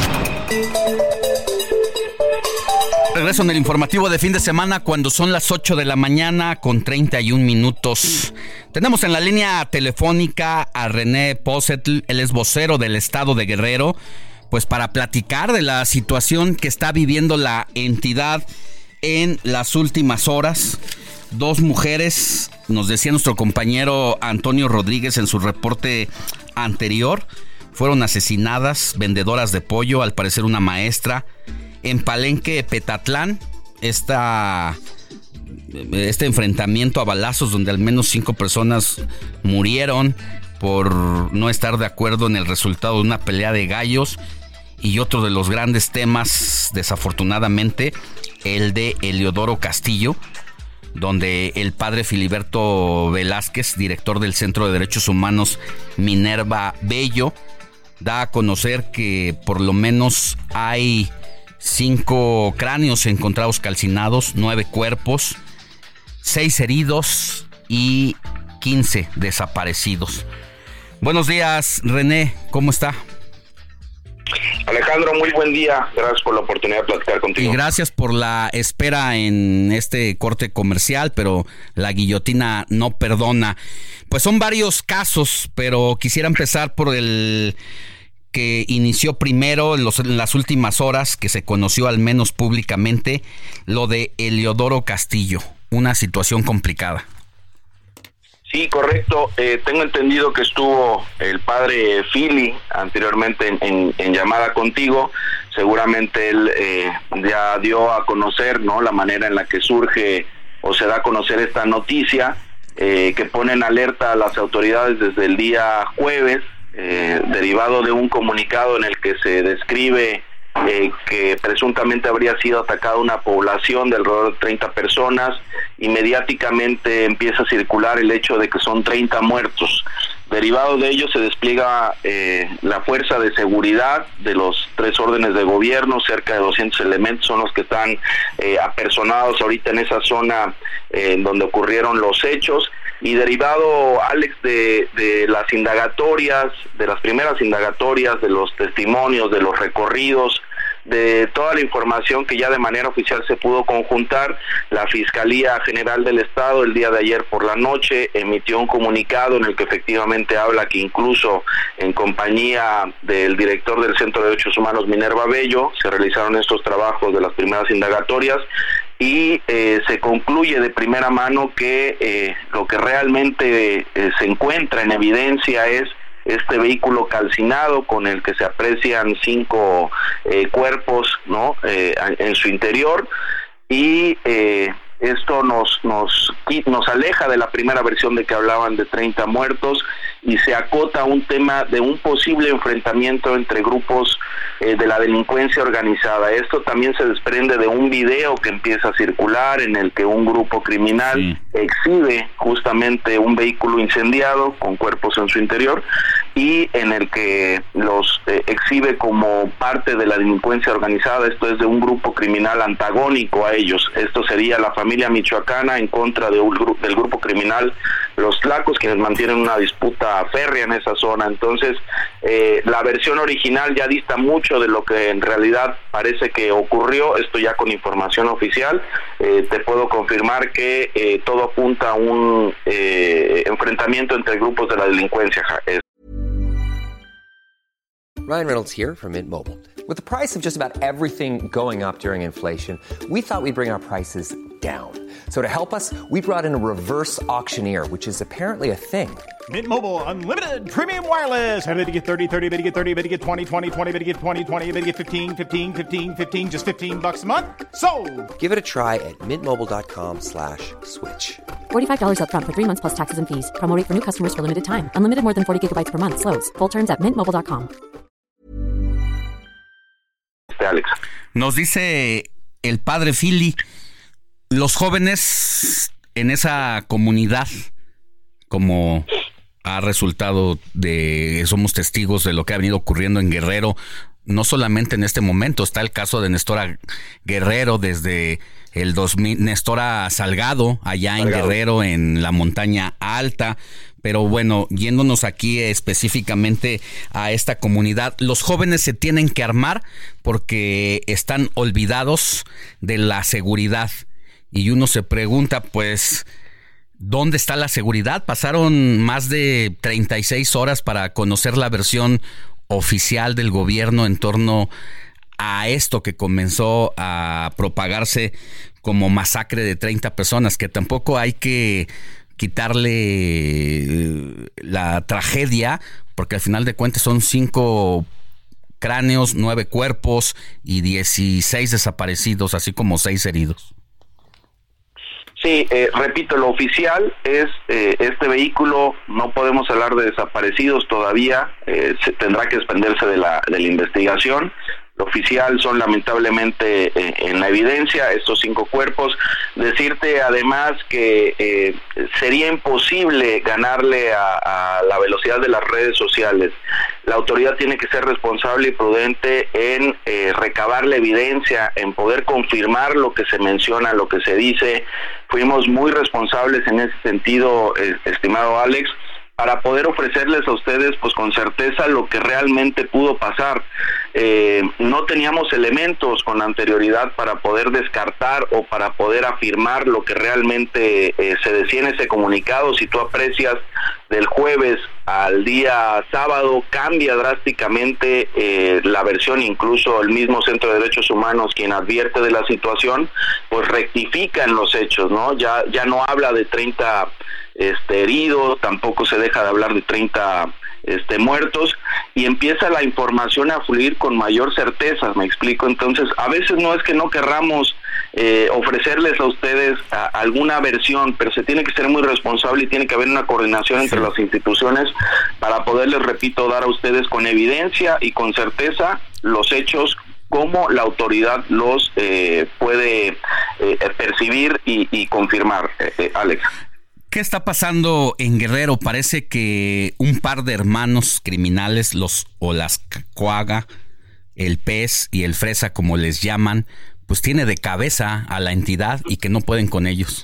Regreso en el informativo de fin de semana cuando son las ocho de la mañana con treinta y un minutos. Tenemos en la línea telefónica a René Posetl, él es vocero del estado de Guerrero, pues para platicar de la situación que está viviendo la entidad en las últimas horas. Dos mujeres, nos decía nuestro compañero Antonio Rodríguez en su reporte anterior, fueron asesinadas, vendedoras de pollo, al parecer una maestra, en Palenque, Petatlán. Esta, este enfrentamiento a balazos donde al menos cinco personas murieron por no estar de acuerdo en el resultado de una pelea de gallos. Y otro de los grandes temas, desafortunadamente, el de Eliodoro Castillo, donde el padre Filiberto Velázquez, director del Centro de Derechos Humanos Minerva Bello, da a conocer que por lo menos hay cinco cráneos encontrados calcinados, nueve cuerpos, seis heridos y quince desaparecidos. Buenos días, René, ¿cómo está? Alejandro, muy buen día. Gracias por la oportunidad de platicar contigo. Y gracias por la espera en este corte comercial, pero la guillotina no perdona. Pues son varios casos, pero quisiera empezar por el que inició primero en, los, en las últimas horas, que se conoció al menos públicamente, lo de Eliodoro Castillo. Una situación complicada. Sí, correcto. Eh, tengo entendido que estuvo el padre Fili anteriormente en, en, en llamada contigo. Seguramente él eh, ya dio a conocer, ¿no?, la manera en la que surge o se da a conocer esta noticia, eh, que pone en alerta a las autoridades desde el día jueves, eh, derivado de un comunicado en el que se describe Eh, que presuntamente habría sido atacada una población de alrededor de treinta personas, y mediáticamente empieza a circular el hecho de que son treinta muertos. Derivado de ello se despliega eh, la fuerza de seguridad de los tres órdenes de gobierno, cerca de doscientos elementos son los que están eh, apersonados ahorita en esa zona eh, en donde ocurrieron los hechos. Y derivado, Alex, de, de las indagatorias, de las primeras indagatorias, de los testimonios, de los recorridos, de toda la información que ya de manera oficial se pudo conjuntar, la Fiscalía General del Estado el día de ayer por la noche emitió un comunicado en el que efectivamente habla que incluso en compañía del director del Centro de Derechos Humanos Minerva Bello se realizaron estos trabajos de las primeras indagatorias. Y eh, se concluye de primera mano que eh, lo que realmente eh, se encuentra en evidencia es este vehículo calcinado con el que se aprecian cinco eh, cuerpos, ¿no?, eh, en su interior, y eh, esto nos, nos, nos aleja de la primera versión de que hablaban de treinta muertos y se acota a un tema de un posible enfrentamiento entre grupos eh, de la delincuencia organizada. Esto también se desprende de un video que empieza a circular en el que un grupo criminal sí. exhibe justamente un vehículo incendiado con cuerpos en su interior, y en el que los eh, exhibe como parte de la delincuencia organizada. Esto es de un grupo criminal antagónico a ellos. Esto sería la familia michoacana en contra de un gru- del grupo criminal Los Tlacos, quienes mantienen una disputa férrea en esa zona. Entonces, eh, la versión original ya dista mucho de lo que en realidad parece que ocurrió. Esto ya con información oficial. Eh, te puedo confirmar que eh, todo apunta a un eh, enfrentamiento entre grupos de la delincuencia. Eh, Ryan Reynolds here from Mint Mobile. With the price of just about everything going up during inflation, we thought we'd bring our prices down. So to help us, we brought in a reverse auctioneer, which is apparently a thing. Mint Mobile Unlimited Premium Wireless. Ready to get thirty, thirty, bit to get thirty, bit to get twenty, twenty, twenty, bit to get twenty, twenty, bit to get fifteen, fifteen, fifteen, fifteen, just fifteen bucks a month? Sold! Give it a try at mintmobile.com slash switch. forty-five dollars up front for three months plus taxes and fees. Promo rate for new customers for limited time. Unlimited more than forty gigabytes per month. Slows full terms at mint mobile dot com. Alex. Nos dice el padre Philly, los jóvenes en esa comunidad, como ha resultado de, somos testigos de lo que ha venido ocurriendo en Guerrero, no solamente en este momento, está el caso de Nestora Guerrero desde el dos mil, Nestora Salgado, allá en Salgado. Guerrero, en la montaña alta. Pero bueno, yéndonos aquí específicamente a esta comunidad, los jóvenes se tienen que armar porque están olvidados de la seguridad. Y uno se pregunta, pues, ¿dónde está la seguridad? Pasaron más de treinta y seis horas para conocer la versión oficial del gobierno en torno a esto que comenzó a propagarse como masacre de treinta personas, que tampoco hay que quitarle la tragedia, porque al final de cuentas son cinco cráneos, nueve cuerpos y dieciséis desaparecidos, así como seis heridos. Sí, eh, repito, lo oficial es eh, este vehículo. No podemos hablar de desaparecidos todavía, eh, se tendrá que expenderse de la, de la investigación. Lo oficial son lamentablemente eh, en la evidencia estos cinco cuerpos. Decirte además que eh, sería imposible ganarle a, a la velocidad de las redes sociales. La autoridad tiene que ser responsable y prudente en eh, recabar la evidencia, en poder confirmar lo que se menciona, lo que se dice. Fuimos muy responsables en ese sentido, eh, estimado Alex, para poder ofrecerles a ustedes pues con certeza lo que realmente pudo pasar. Eh, no teníamos elementos con anterioridad para poder descartar o para poder afirmar lo que realmente eh, se decía en ese comunicado. Si tú aprecias del jueves al día sábado, cambia drásticamente eh, la versión. Incluso el mismo Centro de Derechos Humanos, quien advierte de la situación, pues rectifica en los hechos, ¿no? Ya, ya no habla de treinta Este, heridos, tampoco se deja de hablar de treinta este, muertos, y empieza la información a fluir con mayor certeza, me explico. Entonces, a veces no es que no querramos eh, ofrecerles a ustedes a, alguna versión, pero se tiene que ser muy responsable y tiene que haber una coordinación entre sí. las instituciones para poderles, repito, dar a ustedes con evidencia y con certeza los hechos, cómo la autoridad los eh, puede eh, percibir y, y confirmar, eh, eh, Alex. ¿Qué está pasando en Guerrero? Parece que un par de hermanos criminales, los Olascuaga, el Pez y el Fresa, como les llaman, pues tiene de cabeza a la entidad y que no pueden con ellos.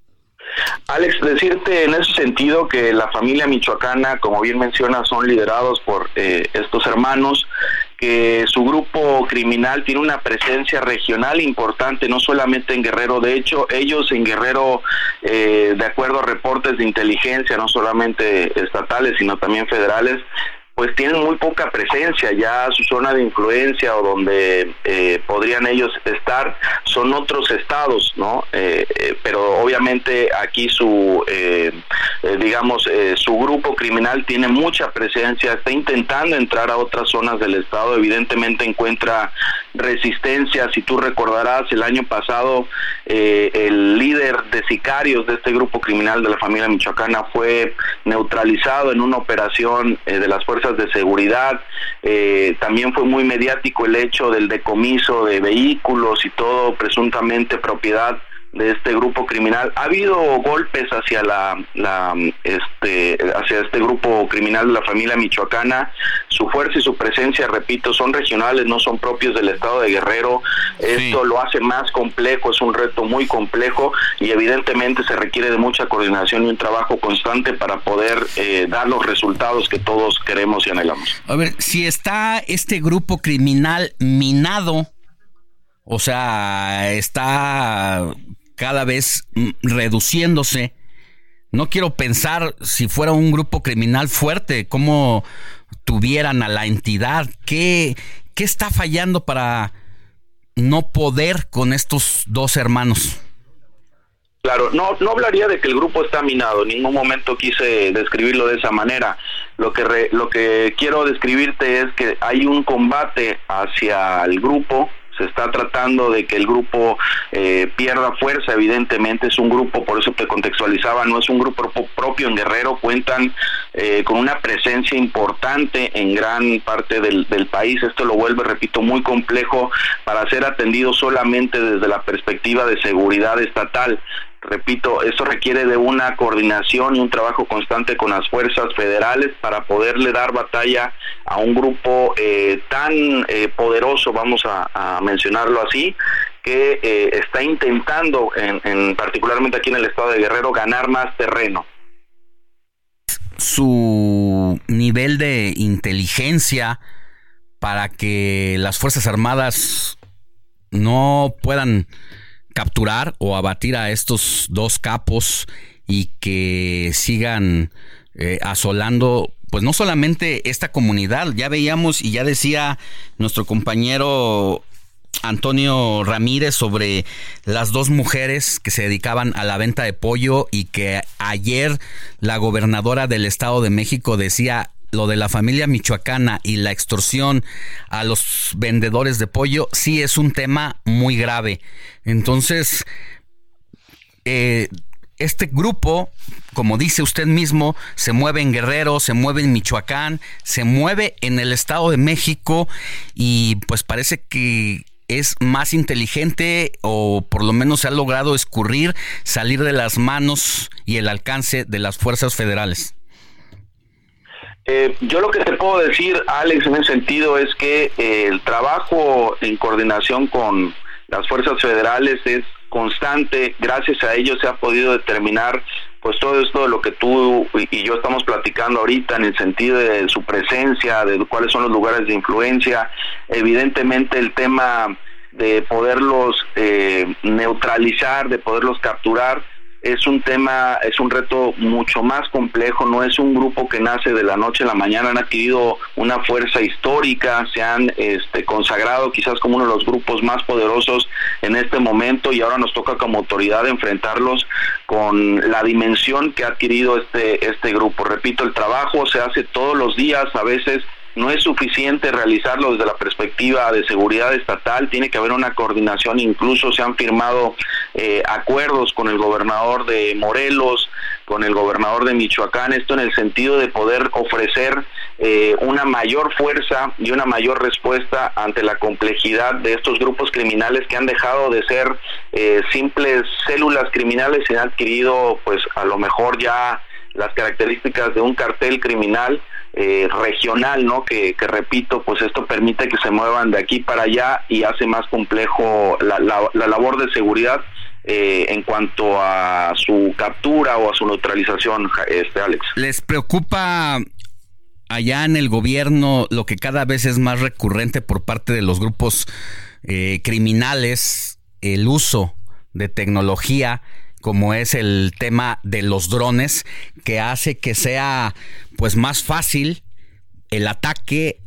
Alex, decirte en ese sentido que la familia michoacana, como bien mencionas, son liderados por eh, estos hermanos, que su grupo criminal tiene una presencia regional importante, no solamente en Guerrero. De hecho, ellos en Guerrero, eh, de acuerdo a reportes de inteligencia, no solamente estatales, sino también federales, pues tienen muy poca presencia. Ya su zona de influencia o donde eh, podrían ellos estar son otros estados, ¿no? Eh, eh, pero obviamente aquí su, eh, eh, digamos, eh, su grupo criminal tiene mucha presencia, está intentando entrar a otras zonas del estado, evidentemente encuentra resistencia. Si tú recordarás, el año pasado eh, el líder de sicarios de este grupo criminal de la familia michoacana fue neutralizado en una operación eh, de las fuerzas de seguridad. Eh, también fue muy mediático el hecho del decomiso de vehículos y todo presuntamente propiedad de este grupo criminal. Ha habido golpes hacia la, la este hacia este grupo criminal de la familia michoacana. Su fuerza y su presencia, repito, son regionales, no son propios del estado de Guerrero. Esto sí lo hace más complejo, es un reto muy complejo y evidentemente se requiere de mucha coordinación y un trabajo constante para poder eh, dar los resultados que todos queremos y anhelamos. A ver, si está este grupo criminal minado, o sea, está cada vez reduciéndose. No quiero pensar si fuera un grupo criminal fuerte, cómo tuvieran a la entidad. ¿Qué, qué está fallando para no poder con estos dos hermanos? Claro, no, no hablaría de que el grupo está minado, en ningún momento quise describirlo de esa manera. Lo que re, lo que quiero describirte es que hay un combate hacia el grupo. Se está tratando de que el grupo eh, pierda fuerza, evidentemente es un grupo, por eso te contextualizaba, no es un grupo propio en Guerrero, cuentan eh, con una presencia importante en gran parte del, del país. Esto lo vuelve, repito, muy complejo para ser atendido solamente desde la perspectiva de seguridad estatal. Repito, esto requiere de una coordinación y un trabajo constante con las fuerzas federales para poderle dar batalla a un grupo eh, tan eh, poderoso, vamos a, a mencionarlo así, que eh, está intentando, en, en particularmente aquí en el estado de Guerrero, ganar más terreno. Su nivel de inteligencia para que las Fuerzas Armadas no puedan capturar o abatir a estos dos capos y que sigan eh, asolando, pues no solamente esta comunidad. Ya veíamos y ya decía nuestro compañero Antonio Ramírez sobre las dos mujeres que se dedicaban a la venta de pollo y que ayer la gobernadora del Estado de México decía: lo de la familia michoacana y la extorsión a los vendedores de pollo sí es un tema muy grave. Entonces, eh, este grupo, como dice usted mismo, se mueve en Guerrero, se mueve en Michoacán, se mueve en el Estado de México y pues parece que es más inteligente, o por lo menos se ha logrado escurrir, salir de las manos y el alcance de las fuerzas federales. Eh, yo lo que te puedo decir, Alex, en ese sentido es que eh, el trabajo en coordinación con las fuerzas federales es constante. Gracias a ello se ha podido determinar pues todo esto de lo que tú y yo estamos platicando ahorita, en el sentido de su presencia, de cuáles son los lugares de influencia. Evidentemente el tema de poderlos eh, neutralizar, de poderlos capturar, es un tema, es un reto mucho más complejo. No es un grupo que nace de la noche a la mañana, han adquirido una fuerza histórica, se han este, consagrado quizás como uno de los grupos más poderosos en este momento, y ahora nos toca como autoridad enfrentarlos con la dimensión que ha adquirido este, este grupo. Repito, el trabajo se hace todos los días, a veces no es suficiente realizarlo desde la perspectiva de seguridad estatal, tiene que haber una coordinación. Incluso se han firmado eh, acuerdos con el gobernador de Morelos, con el gobernador de Michoacán, esto en el sentido de poder ofrecer eh, una mayor fuerza y una mayor respuesta ante la complejidad de estos grupos criminales que han dejado de ser eh, simples células criminales y han adquirido pues a lo mejor ya las características de un cartel criminal Eh, regional, ¿no? Que, que repito, pues esto permite que se muevan de aquí para allá y hace más complejo la, la, la labor de seguridad eh, en cuanto a su captura o a su neutralización, este Alex. ¿Les preocupa allá en el gobierno lo que cada vez es más recurrente por parte de los grupos eh, criminales, el uso de tecnología, como es el tema de los drones, que hace que sea pues más fácil el ataque,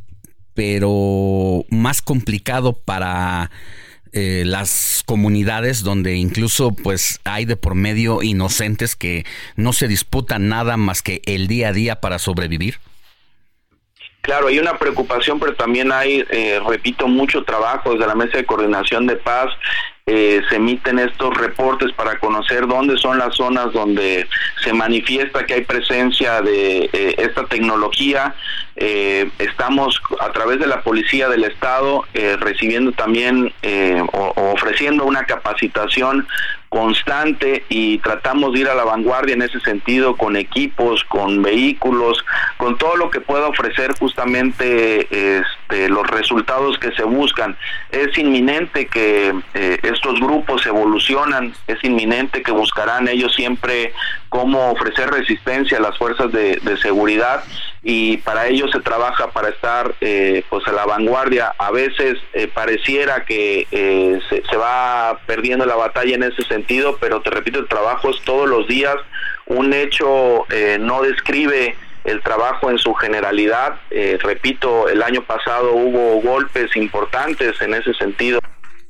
pero más complicado para eh, las comunidades donde incluso pues hay de por medio inocentes que no se disputan nada más que el día a día para sobrevivir? Claro, hay una preocupación, pero también hay, eh, repito, mucho trabajo desde la Mesa de Coordinación de Paz. Eh, se emiten estos reportes para conocer dónde son las zonas donde se manifiesta que hay presencia de eh, esta tecnología. Eh, estamos a través de la Policía del Estado eh, recibiendo también eh, o, o ofreciendo una capacitación constante, y tratamos de ir a la vanguardia en ese sentido, con equipos, con vehículos, con todo lo que pueda ofrecer justamente este, los resultados que se buscan. Es inminente que eh, estos grupos evolucionan, es inminente que buscarán ellos siempre cómo ofrecer resistencia a las fuerzas de, de seguridad, y para ello se trabaja para estar eh, pues a la vanguardia. A veces eh, pareciera que eh, se, se va perdiendo la batalla en ese sentido, pero te repito, el trabajo es todos los días. Un hecho eh, no describe el trabajo en su generalidad. Eh, repito, el año pasado hubo golpes importantes en ese sentido.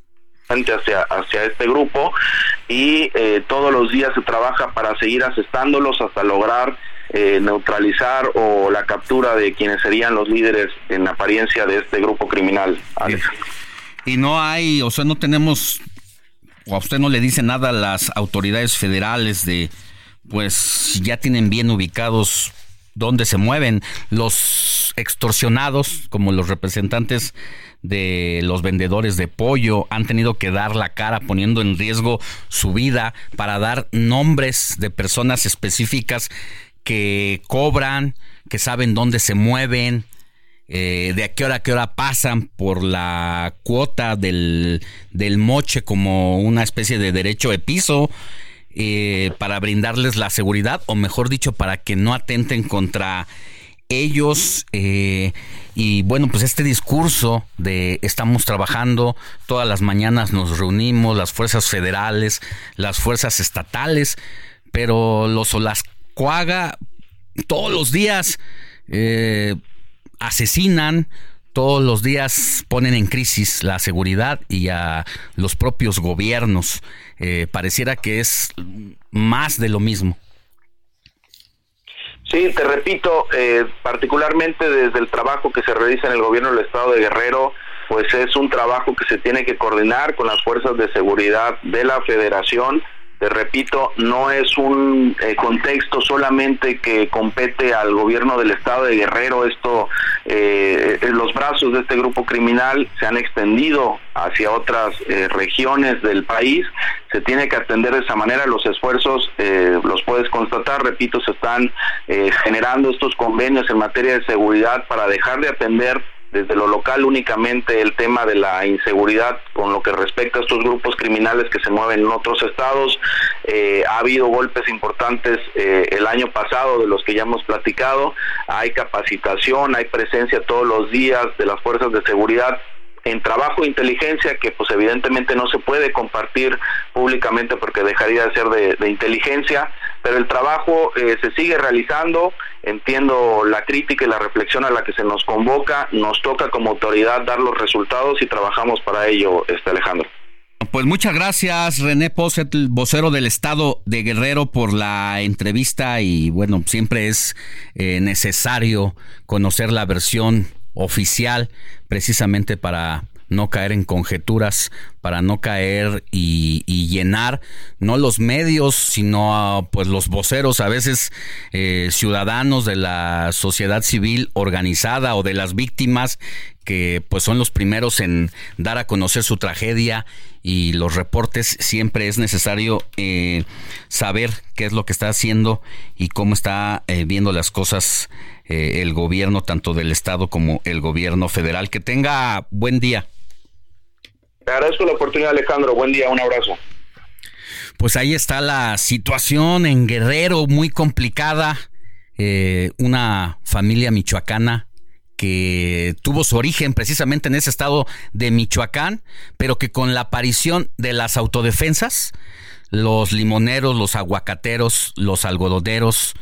hacia, hacia este grupo y eh, todos los días se trabaja para seguir asestándolos hasta lograr eh, neutralizar o la captura de quienes serían los líderes en apariencia de este grupo criminal, Alex. Y no hay, o sea, no tenemos, o a usted no le dice nada a las autoridades federales de, pues ya tienen bien ubicados dónde se mueven los extorsionados, como los representantes de los vendedores de pollo, han tenido que dar la cara poniendo en riesgo su vida para dar nombres de personas específicas que cobran, que saben dónde se mueven, eh, de a qué hora a qué hora pasan por la cuota del, del moche como una especie de derecho de piso, eh, para brindarles la seguridad, o mejor dicho, para que no atenten contra ellos. Eh, y bueno, pues este discurso de estamos trabajando, todas las mañanas nos reunimos, las fuerzas federales, las fuerzas estatales, pero los Olascuaga todos los días eh, asesinan, todos los días ponen en crisis la seguridad y a los propios gobiernos. Eh, pareciera que es más de lo mismo. Sí, te repito, eh, particularmente desde el trabajo que se realiza en el gobierno del estado de Guerrero, pues es un trabajo que se tiene que coordinar con las fuerzas de seguridad de la federación. Te repito, no es un eh, contexto solamente que compete al gobierno del estado de Guerrero. Esto, eh, los brazos de este grupo criminal se han extendido hacia otras eh, regiones del país. Se tiene que atender de esa manera. Los esfuerzos, eh, los puedes constatar, repito, se están eh, generando estos convenios en materia de seguridad para dejar de atender desde lo local únicamente el tema de la inseguridad con lo que respecta a estos grupos criminales que se mueven en otros estados. Eh, ha habido golpes importantes eh, el año pasado de los que ya hemos platicado. Hay capacitación, hay presencia todos los días de las fuerzas de seguridad en trabajo de inteligencia que pues evidentemente no se puede compartir públicamente porque dejaría de ser de, de inteligencia, pero el trabajo eh, se sigue realizando. Entiendo la crítica y la reflexión a la que se nos convoca, nos toca como autoridad dar los resultados y trabajamos para ello, este Alejandro. Pues muchas gracias, René Posset, vocero del estado de Guerrero, por la entrevista. Y bueno, siempre es eh, necesario conocer la versión oficial, precisamente para no caer en conjeturas, para no caer y, y llenar no los medios, sino pues los voceros, a veces eh, ciudadanos de la sociedad civil organizada o de las víctimas, que pues son los primeros en dar a conocer su tragedia y los reportes. Siempre es necesario eh, saber qué es lo que está haciendo y cómo está eh, viendo las cosas eh, el gobierno, tanto del estado como el gobierno federal. Que tenga buen día. Te agradezco la oportunidad, Alejandro. Buen día, un abrazo. Pues ahí está la situación en Guerrero, muy complicada. Eh, una familia michoacana que tuvo su origen precisamente en ese estado de Michoacán, pero que con la aparición de las autodefensas, los limoneros, los aguacateros, los algodoneros,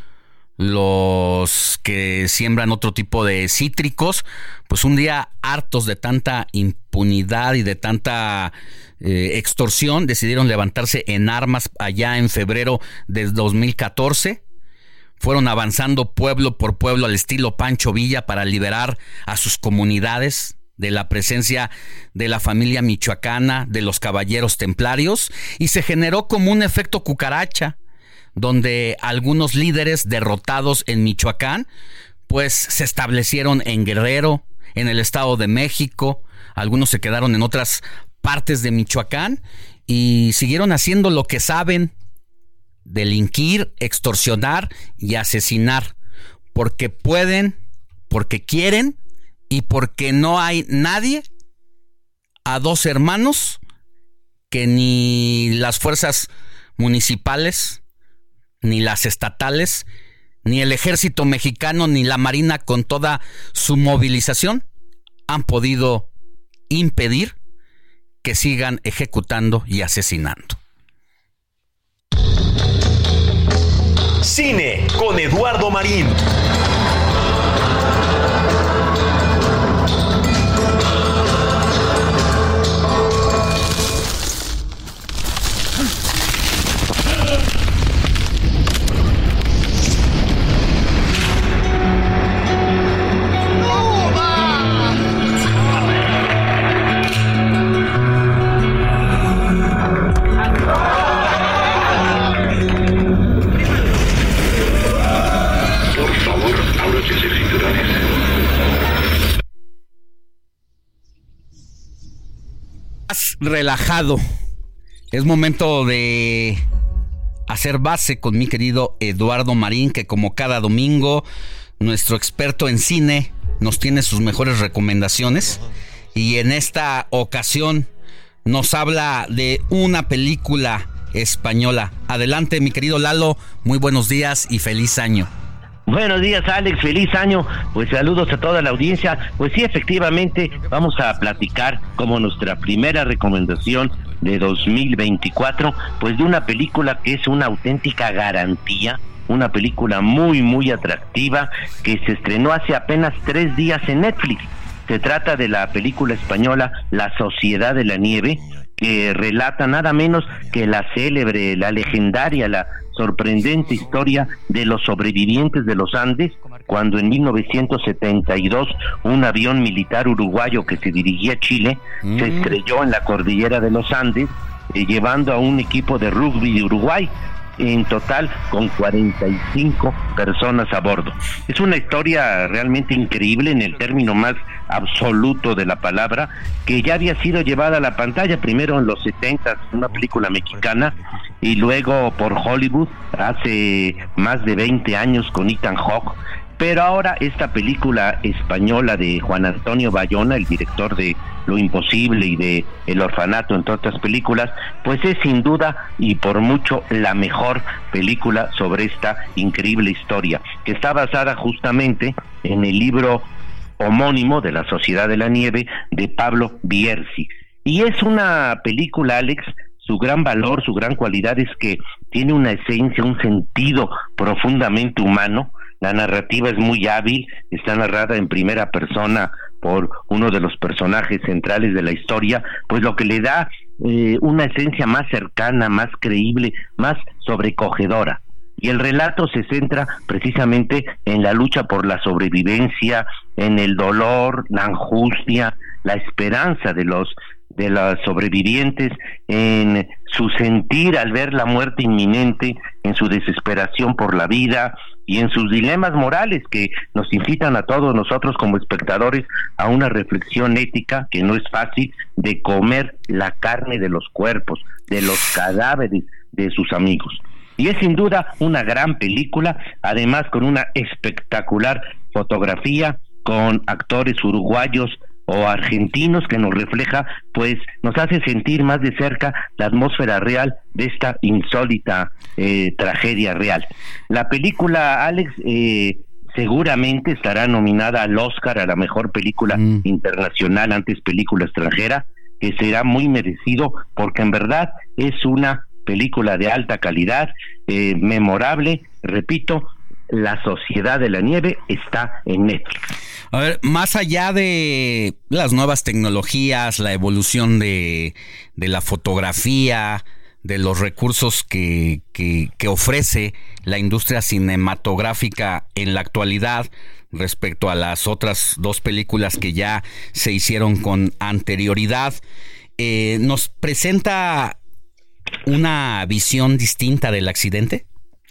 los que siembran otro tipo de cítricos, pues un día hartos de tanta impunidad y de tanta eh, extorsión, decidieron levantarse en armas allá en febrero del dos mil catorce. Fueron avanzando pueblo por pueblo al estilo Pancho Villa para liberar a sus comunidades de la presencia de la familia michoacana, de los caballeros templarios, y se generó como un efecto cucaracha, donde algunos líderes derrotados en Michoacán, pues se establecieron en Guerrero, en el Estado de México. Algunos se quedaron en otras partes de Michoacán y siguieron haciendo lo que saben: delinquir, extorsionar y asesinar, porque pueden, porque quieren y porque no hay nadie a dos hermanos que ni las fuerzas municipales, ni las estatales, ni el ejército mexicano, ni la marina con toda su movilización han podido impedir que sigan ejecutando y asesinando. Cine con Eduardo Marín. relajado. Es momento de hacer base con mi querido Eduardo Marín, que como cada domingo, nuestro experto en cine nos tiene sus mejores recomendaciones. Y en esta ocasión nos habla de una película española. Adelante, mi querido Lalo, muy buenos días y feliz año. Buenos días, Alex, feliz año. Pues saludos a toda la audiencia. Pues sí, efectivamente, vamos a platicar como nuestra primera recomendación de dos mil veinticuatro, pues de una película que es una auténtica garantía, una película muy, muy atractiva, que se estrenó hace apenas tres días en Netflix. Se trata de la película española La Sociedad de la Nieve, que relata nada menos que la célebre, la legendaria, la sorprendente historia de los sobrevivientes de los Andes, cuando en mil novecientos setenta y dos un avión militar uruguayo que se dirigía a Chile mm. se estrelló en la cordillera de los Andes, eh, llevando a un equipo de rugby de Uruguay, en total con cuarenta y cinco personas a bordo. Es una historia realmente increíble en el término más absoluto de la palabra, que ya había sido llevada a la pantalla, primero en los setenta, una película mexicana, y luego por Hollywood hace más de veinte años con Ethan Hawke. Pero ahora esta película española de Juan Antonio Bayona, el director de Lo Imposible y de El Orfanato, entre otras películas, pues es sin duda y por mucho la mejor película sobre esta increíble historia, que está basada justamente en el libro homónimo de La Sociedad de la Nieve de Pablo Bierzi. Y es una película, Alex, su gran valor, su gran cualidad es que tiene una esencia, un sentido profundamente humano. La narrativa es muy hábil, está narrada en primera persona por uno de los personajes centrales de la historia, pues lo que le da eh, una esencia más cercana, más creíble, más sobrecogedora. Y el relato se centra precisamente en la lucha por la sobrevivencia, en el dolor, la angustia, la esperanza de los de los sobrevivientes, en su sentir al ver la muerte inminente, en su desesperación por la vida y en sus dilemas morales que nos incitan a todos nosotros como espectadores a una reflexión ética que no es fácil, de comer la carne de los cuerpos, de los cadáveres de sus amigos. Y es sin duda una gran película, además con una espectacular fotografía, con actores uruguayos o argentinos, que nos refleja, pues nos hace sentir más de cerca la atmósfera real de esta insólita eh, tragedia real. La película, Alex, eh, seguramente estará nominada al Oscar a la mejor película mm. internacional, antes película extranjera, que será muy merecido, porque en verdad es una película de alta calidad, eh, memorable. Repito, La Sociedad de la Nieve está en Netflix. A ver, más allá de las nuevas tecnologías, la evolución de, de la fotografía, de los recursos que, que, que ofrece la industria cinematográfica en la actualidad respecto a las otras dos películas que ya se hicieron con anterioridad, eh, ¿nos presenta una visión distinta del accidente?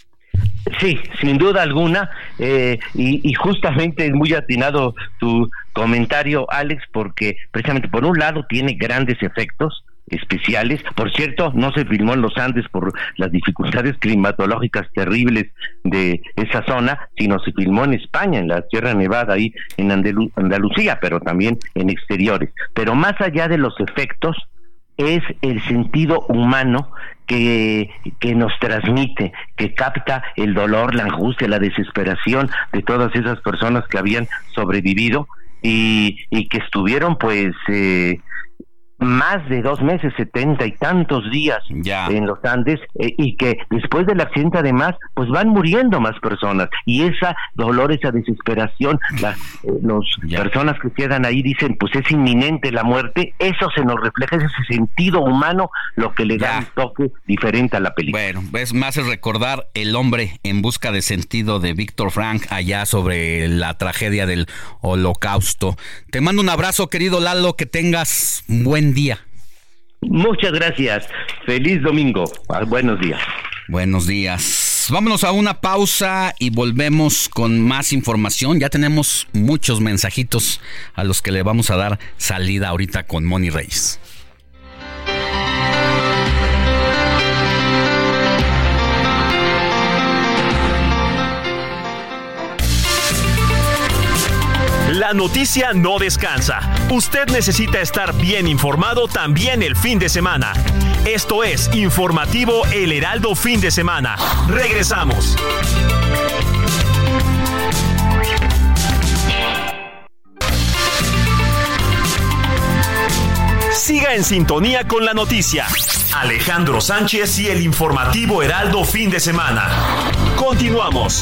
Sí, sin duda alguna, eh, y, y justamente es muy atinado tu comentario, Alex, porque precisamente por un lado tiene grandes efectos especiales. Por cierto, no se filmó en los Andes por las dificultades climatológicas terribles de esa zona, sino se filmó en España, en la Sierra Nevada, ahí en Andalu- Andalucía, pero también en exteriores. Pero más allá de los efectos, es el sentido humano que, que nos transmite, que capta el dolor, la angustia, la desesperación de todas esas personas que habían sobrevivido y, y que estuvieron pues eh, más de dos meses, setenta y tantos días ya en los Andes, eh, y que después del accidente además pues van muriendo más personas, y esa dolor, esa desesperación, las eh, los personas que quedan ahí dicen pues es inminente la muerte. Eso se nos refleja, es ese sentido humano lo que le da ya un toque diferente a la película. Bueno, es más el recordar El hombre en busca de sentido de Víctor Frank, allá sobre la tragedia del Holocausto. Te mando un abrazo, querido Lalo, que tengas un buen día. Muchas gracias. Feliz domingo. Buenos días. Buenos días. Vámonos a una pausa y volvemos con más información. Ya tenemos muchos mensajitos a los que le vamos a dar salida ahorita con Moni Reyes. La noticia no descansa. Usted necesita estar bien informado también el fin de semana. Esto es Informativo El Heraldo Fin de Semana. Regresamos. Siga en sintonía con la noticia. Alejandro Sánchez y el Informativo Heraldo Fin de Semana. Continuamos.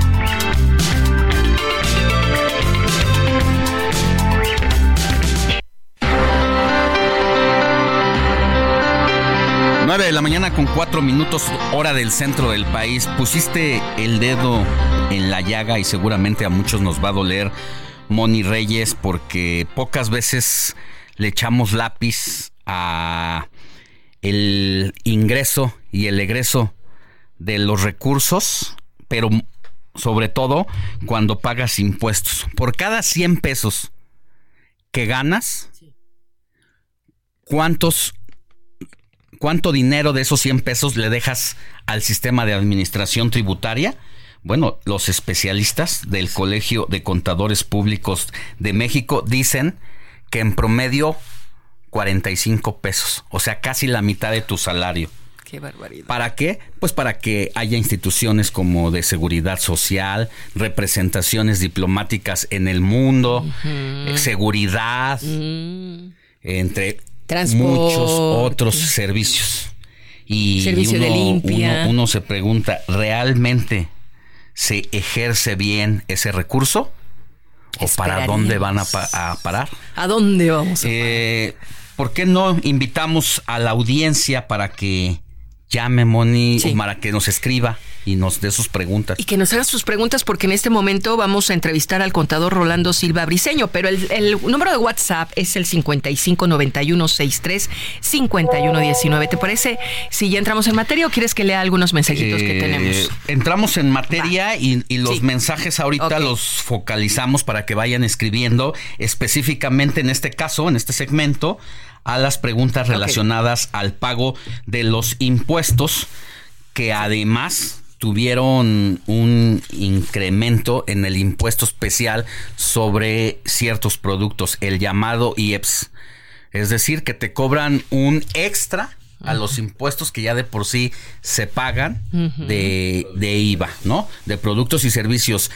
nueve de la mañana con cuatro minutos, hora del centro del país. Pusiste el dedo en la llaga y seguramente a muchos nos va a doler, Moni Reyes, porque pocas veces le echamos lápiz a el ingreso y el egreso de los recursos, pero sobre todo cuando pagas impuestos. Por cada cien pesos que ganas, ¿cuántos, cuánto dinero de esos cien pesos le dejas al sistema de administración tributaria? Bueno, los especialistas del Colegio de Contadores Públicos de México dicen que en promedio cuarenta y cinco pesos, o sea, casi la mitad de tu salario. Qué barbaridad. ¿Para qué? Pues para que haya instituciones como de seguridad social, representaciones diplomáticas en el mundo, uh-huh. seguridad, uh-huh. entre Transporte. Muchos otros servicios. Y Servicio uno, de limpia. Uno, uno se pregunta, ¿realmente se ejerce bien ese recurso? ¿O para dónde van a, pa- a parar? ¿A dónde vamos a parar? Eh, ¿Por qué no invitamos a la audiencia para que llame, Moni, sí. o para que nos escriba y nos dé sus preguntas? Y que nos haga sus preguntas, porque en este momento vamos a entrevistar al contador Rolando Silva Briceño, pero el, el número de WhatsApp es el cincuenta y cinco noventa y uno sesenta y tres cincuenta y uno diecinueve. ¿Te parece si ya entramos en materia o quieres que lea algunos mensajitos eh, que tenemos? Entramos en materia y, y los sí. mensajes ahorita okay. los focalizamos para que vayan escribiendo específicamente en este caso, en este segmento, a las preguntas relacionadas okay. al pago de los impuestos, que además tuvieron un incremento en el impuesto especial sobre ciertos productos, el llamado I E P S. Es decir, que te cobran un extra a los impuestos que ya de por sí se pagan uh-huh. de, de I V A, ¿no? De productos y servicios.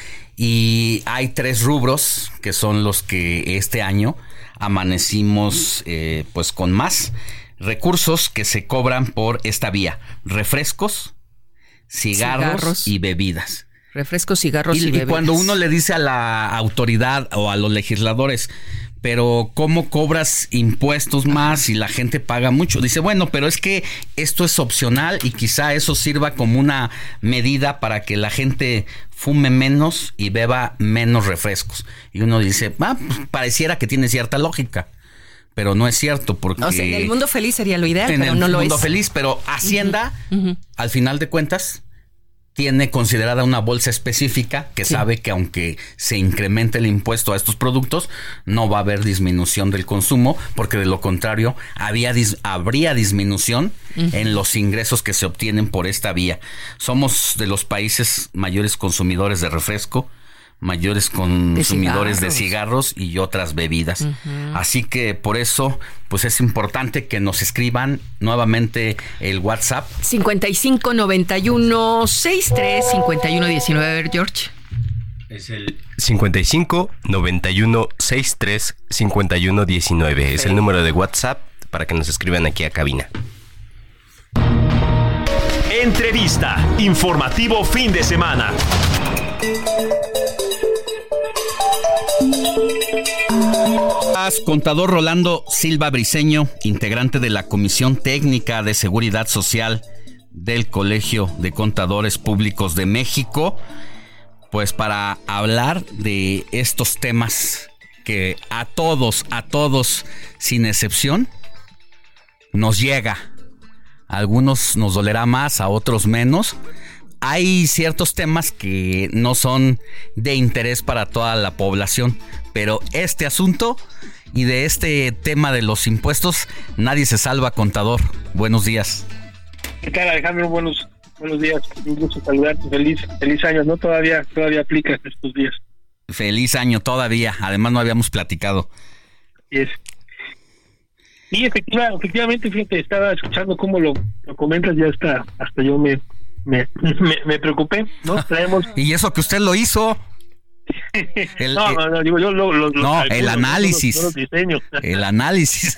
Y hay tres rubros que son los que este año amanecimos eh, pues con más recursos que se cobran por esta vía: refrescos, cigarros, cigarros. y bebidas. Refrescos, cigarros y, y bebidas. Y cuando uno le dice a la autoridad o a los legisladores, pero ¿cómo cobras impuestos más si la gente paga mucho? Dice, bueno, pero es que esto es opcional y quizá eso sirva como una medida para que la gente fume menos y beba menos refrescos. Y uno dice, ah, pues pareciera que tiene cierta lógica, pero no es cierto, porque... O sea, en el mundo feliz sería lo ideal, en pero el no lo es. mundo feliz, pero Hacienda, uh-huh. Uh-huh. al final de cuentas, tiene considerada una bolsa específica que sí. sabe que aunque se incremente el impuesto a estos productos, no va a haber disminución del consumo, porque de lo contrario había dis- habría disminución uh-huh. en los ingresos que se obtienen por esta vía. Somos de los países mayores consumidores de refresco, mayores consumidores de cigarros, de cigarros y otras bebidas. Uh-huh. Así que por eso, pues es importante que nos escriban nuevamente el WhatsApp. cincuenta y cinco noventa y uno sesenta y tres cincuenta y uno diecinueve. A ver, George. Es el cincuenta y cinco noventa y uno sesenta y tres cincuenta y uno diecinueve. Sí. Es el número de WhatsApp para que nos escriban aquí a cabina. Entrevista. Informativo fin de semana. Contador Rolando Silva Briceño, integrante de la Comisión Técnica de Seguridad Social del Colegio de Contadores Públicos de México, pues para hablar de estos temas que a todos, a todos, sin excepción, nos llega. A algunos nos dolerá más, a otros menos. Hay ciertos temas que no son de interés para toda la población, pero este asunto y de este tema de los impuestos, nadie se salva, contador. Buenos días. ¿Qué tal, Alejandro? Buenos, buenos días. Un gusto saludarte. Feliz, feliz año. No todavía, todavía aplica estos días. Feliz año todavía. Además no habíamos platicado. Es. Sí, efectiva, efectivamente, fíjate, estaba escuchando cómo lo, lo comentas, ya está, hasta yo me me, me, me preocupé, ¿no? Traemos... Y eso que usted lo hizo. El, no, no, no, digo yo lo, lo, no, calculo, el análisis. No los, no los diseño. El análisis.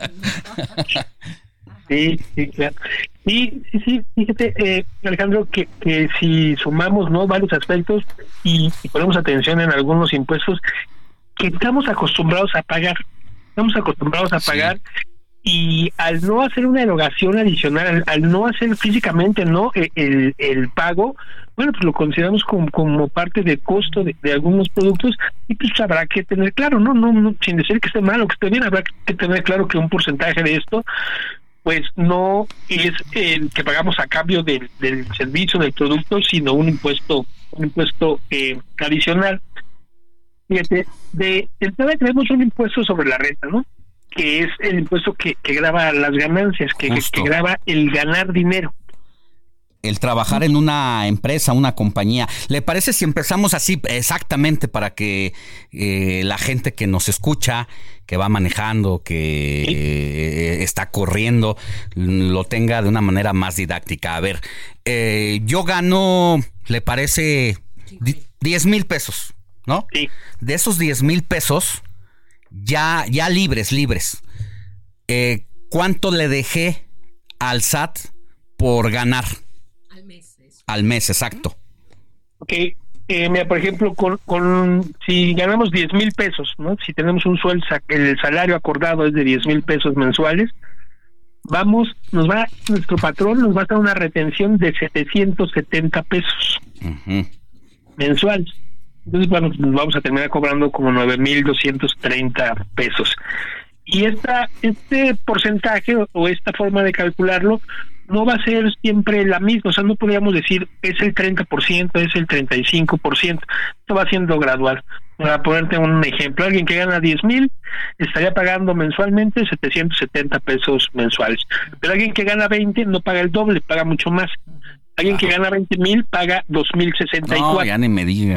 Sí, sí, claro. Sí, sí, sí, fíjate, eh, Alejandro, que, que si sumamos, ¿no?, varios aspectos y, y ponemos atención en algunos impuestos que estamos acostumbrados a pagar, estamos acostumbrados a pagar, sí. Y al no hacer una erogación adicional, al, al no hacer físicamente, ¿no?, el, el, el pago, bueno, pues lo consideramos como, como parte del costo de, de algunos productos y pues habrá que tener claro, ¿no? No, no, sin decir que esté mal o que esté bien, habrá que tener claro que un porcentaje de esto pues no es el que pagamos a cambio del, del servicio, del producto, sino un impuesto, un impuesto eh, adicional. Fíjate, de entrada tenemos un impuesto sobre la renta, ¿no?, que es el impuesto que, que grava las ganancias, que, que, que grava el ganar dinero. El trabajar en una empresa, una compañía. ¿Le parece si empezamos así exactamente para que eh, la gente que nos escucha, que va manejando, que ¿sí?, eh, está corriendo, lo tenga de una manera más didáctica? A ver, eh, yo gano, ¿le parece? diez mil pesos, ¿no? Sí. De esos diez mil pesos, ya, ya libres, libres, eh, ¿cuánto le dejé al S A T por ganar? Al mes, exacto. Ok, eh, mira, por ejemplo, con, con si ganamos diez mil pesos, ¿no? Si tenemos un sueldo, el salario acordado es de diez mil pesos mensuales, vamos, nos va, nuestro patrón nos va a dar una retención de setecientos setenta pesos uh-huh. mensuales. Entonces, bueno, nos vamos a terminar cobrando como nueve mil doscientos treinta pesos. Y esta, este porcentaje o esta forma de calcularlo no va a ser siempre la misma, o sea, no podríamos decir es el treinta por ciento, es el treinta y cinco por ciento, esto va siendo gradual. Para ponerte un ejemplo, alguien que gana diez mil estaría pagando mensualmente setecientos setenta pesos mensuales, pero alguien que gana veinte no paga el doble, paga mucho más. Alguien que gana veinte mil paga dos mil sesenta y cuatro. No, ya ni me diga.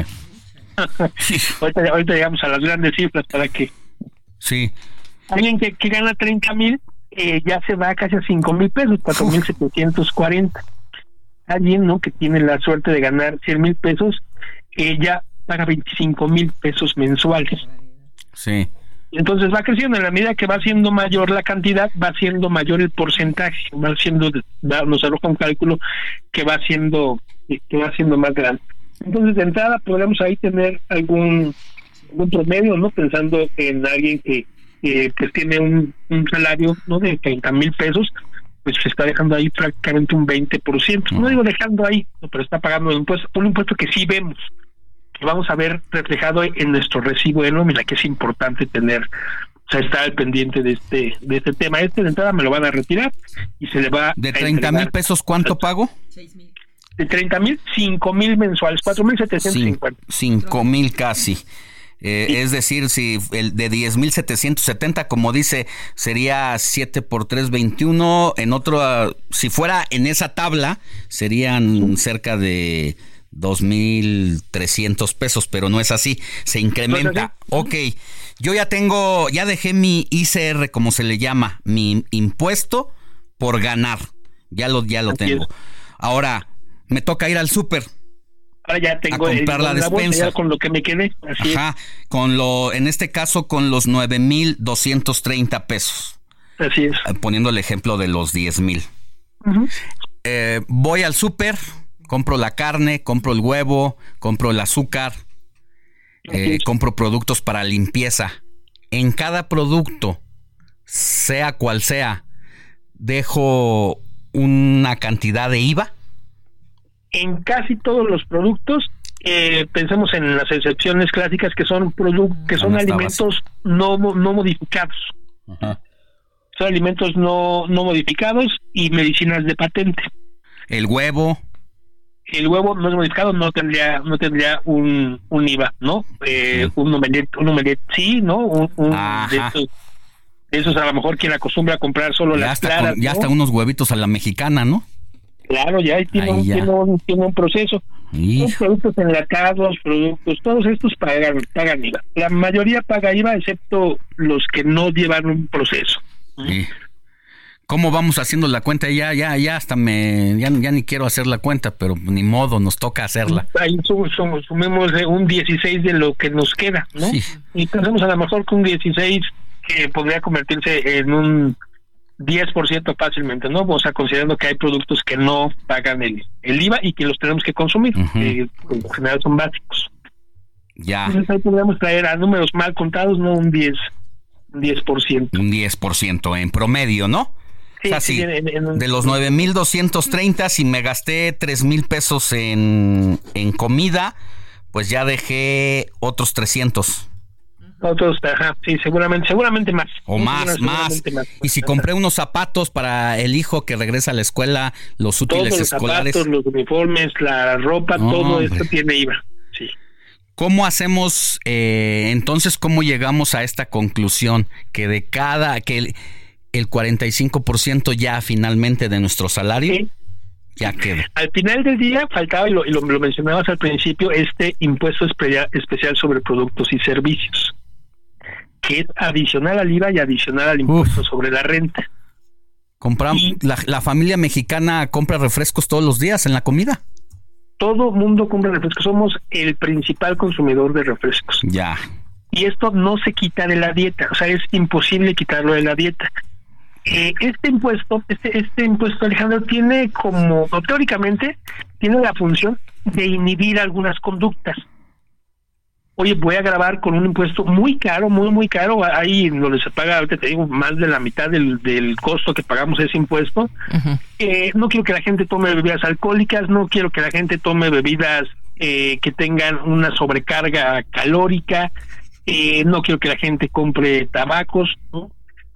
ahorita, ahorita llegamos a las grandes cifras para que... Sí. Alguien que, que gana treinta mil eh, ya se va casi a cinco mil pesos, cuatro mil setecientos cuarenta. Alguien, ¿no?, que tiene la suerte de ganar cien mil pesos, eh, ya paga veinticinco mil pesos mensuales. Sí. Entonces va creciendo, en la medida que va siendo mayor la cantidad, va siendo mayor el porcentaje, va siendo, va, nos arroja un cálculo que va siendo, que va siendo más grande. Entonces, de entrada, podríamos ahí tener algún, algún promedio, ¿no?, pensando en alguien que que pues tiene un, un salario, ¿no?, de treinta mil pesos, pues se está dejando ahí prácticamente un veinte por ciento. No digo dejando ahí, no, pero está pagando un impuesto, un impuesto que sí vemos, que vamos a ver reflejado en nuestro recibo de nómina, que es importante tener, o sea, estar al pendiente de este de este tema. Este de entrada me lo van a retirar y se le va de treinta mil pesos. ¿Cuánto pago? De treinta mil, cinco mil mensuales, cuatro mil setecientos cincuenta. Cinco mil casi. Eh, sí. Es decir, si el de diez mil setecientos setenta, como dice, sería siete por tres, veintiuno. En otro, si fuera en esa tabla, serían cerca de dos mil trescientos pesos, pero no es así, se incrementa. Ok, yo ya tengo, ya dejé mi I C R, como se le llama, mi impuesto por ganar. Ya lo, ya lo tengo. Ahora, me toca ir al súper. Ahora ya tengo a comprar el, la despensa. La bolsa, con lo que me quedé. Así Ajá, es. Con lo, en este caso, con los nueve mil doscientos treinta pesos. Así es. Poniendo el ejemplo de los diez mil. Uh-huh. Eh, voy al súper, compro la carne, compro el huevo, compro el azúcar, eh, compro productos para limpieza. En cada producto, sea cual sea, dejo una cantidad de I V A. En casi todos los productos, eh, pensemos en las excepciones clásicas que son productos, que son alimentos no no modificados. Ajá. Son alimentos no no modificados y medicinas de patente. El huevo. El huevo no es modificado, no tendría no tendría un, un I V A, ¿no? Eh, sí. Un omelette, un omelette sí, ¿no? Un, un de esos, de esos a lo mejor quien acostumbra a comprar solo ya las claras. Con, ya ¿no? hasta unos huevitos a la mexicana, ¿no? Claro, ya tiene, un, ya. tiene, un, tiene un proceso. Los productos enlatados, productos, todos estos pagan, pagan I V A. La mayoría paga I V A, excepto los que no llevan un proceso. Sí. ¿Cómo vamos haciendo la cuenta? Ya, ya, ya hasta me, ya, ya ni quiero hacer la cuenta, pero ni modo, nos toca hacerla. Ahí sum, sum, sumemos un dieciséis de lo que nos queda, ¿no? Sí. Y pensamos a lo mejor que un dieciséis que podría convertirse en un diez por ciento fácilmente, ¿no? O sea, considerando que hay productos que no pagan el, el I V A y que los tenemos que consumir, uh-huh. que en general son básicos. Ya. Entonces ahí podríamos traer a números mal contados, ¿no? Un diez, un diez por ciento. Un diez por ciento en promedio, ¿no? Sí, o sea, sí, sí, en, en, de los nueve mil doscientos treinta, si me gasté tres mil pesos en, en comida, pues ya dejé otros trescientos. Otros, ajá, sí, seguramente, seguramente más. O más, más. más. Y si compré unos zapatos para el hijo que regresa a la escuela, los útiles Todos los escolares. Zapatos, los uniformes, la ropa, no, todo hombre. Esto tiene I V A, sí. ¿Cómo hacemos, eh, entonces, cómo llegamos a esta conclusión? Que de cada, que el, el cuarenta y cinco por ciento ya finalmente de nuestro salario sí. ya queda. Al final del día faltaba, y lo, y lo, lo mencionabas al principio, este impuesto especial sobre productos y servicios, que es adicional al I V A y adicional al impuesto Uf. sobre la renta. Compramos, y, la, la familia mexicana compra refrescos todos los días en la comida. Todo mundo compra refrescos, somos el principal consumidor de refrescos. Ya. Y esto no se quita de la dieta, o sea, es imposible quitarlo de la dieta. Eh, este impuesto, este, este impuesto, Alejandro, tiene como, o teóricamente, tiene la función de inhibir algunas conductas. Oye, voy a grabar con un impuesto muy caro, muy, muy caro, ahí donde se paga, ahorita te digo, más de la mitad del, del costo que pagamos ese impuesto. Uh-huh. Eh, no quiero que la gente tome bebidas alcohólicas, no quiero que la gente tome bebidas eh, que tengan una sobrecarga calórica, eh, no quiero que la gente compre tabacos, ¿no?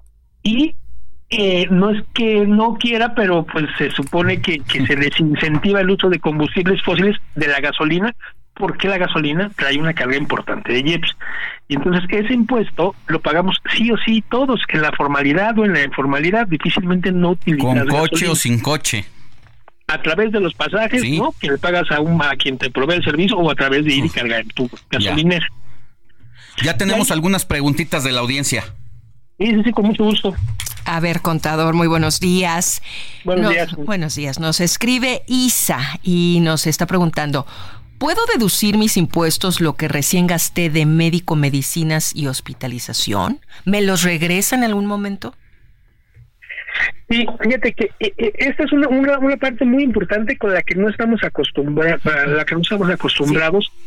Y eh, no es que no quiera, pero pues se supone que, que se desincentiva el uso de combustibles fósiles, de la gasolina, porque la gasolina trae una carga importante de I E P S. Y entonces ese impuesto lo pagamos sí o sí todos, que en la formalidad o en la informalidad difícilmente no utilizas con coche gasolina. O sin coche. A través de los pasajes, sí. ¿no? Que le pagas a, un, a quien te provee el servicio o a través de ir y cargar tu gasolinera. Ya, ya tenemos ¿Ya? algunas preguntitas de la audiencia. Sí, sí, sí, con mucho gusto. A ver, contador, muy buenos días. Buenos nos, días. Buenos días. Nos escribe Isa y nos está preguntando, ¿puedo deducir mis impuestos lo que recién gasté de médico, medicinas y hospitalización? ¿Me los regresa en algún momento? Sí, fíjate que eh, esta es una, una, una parte muy importante con la que no estamos acostumbrados, a la que no estamos acostumbrados. Sí.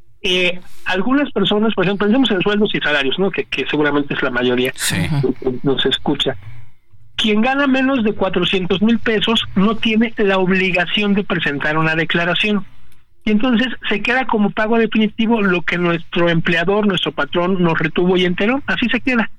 Eh, algunas personas, por ejemplo, pensemos en sueldos y salarios, ¿no? Que, que seguramente es la mayoría sí. que nos escucha. Quien gana menos de cuatrocientos mil pesos no tiene la obligación de presentar una declaración. Y entonces se queda como pago definitivo lo que nuestro empleador, nuestro patrón nos retuvo y enteró, así se queda.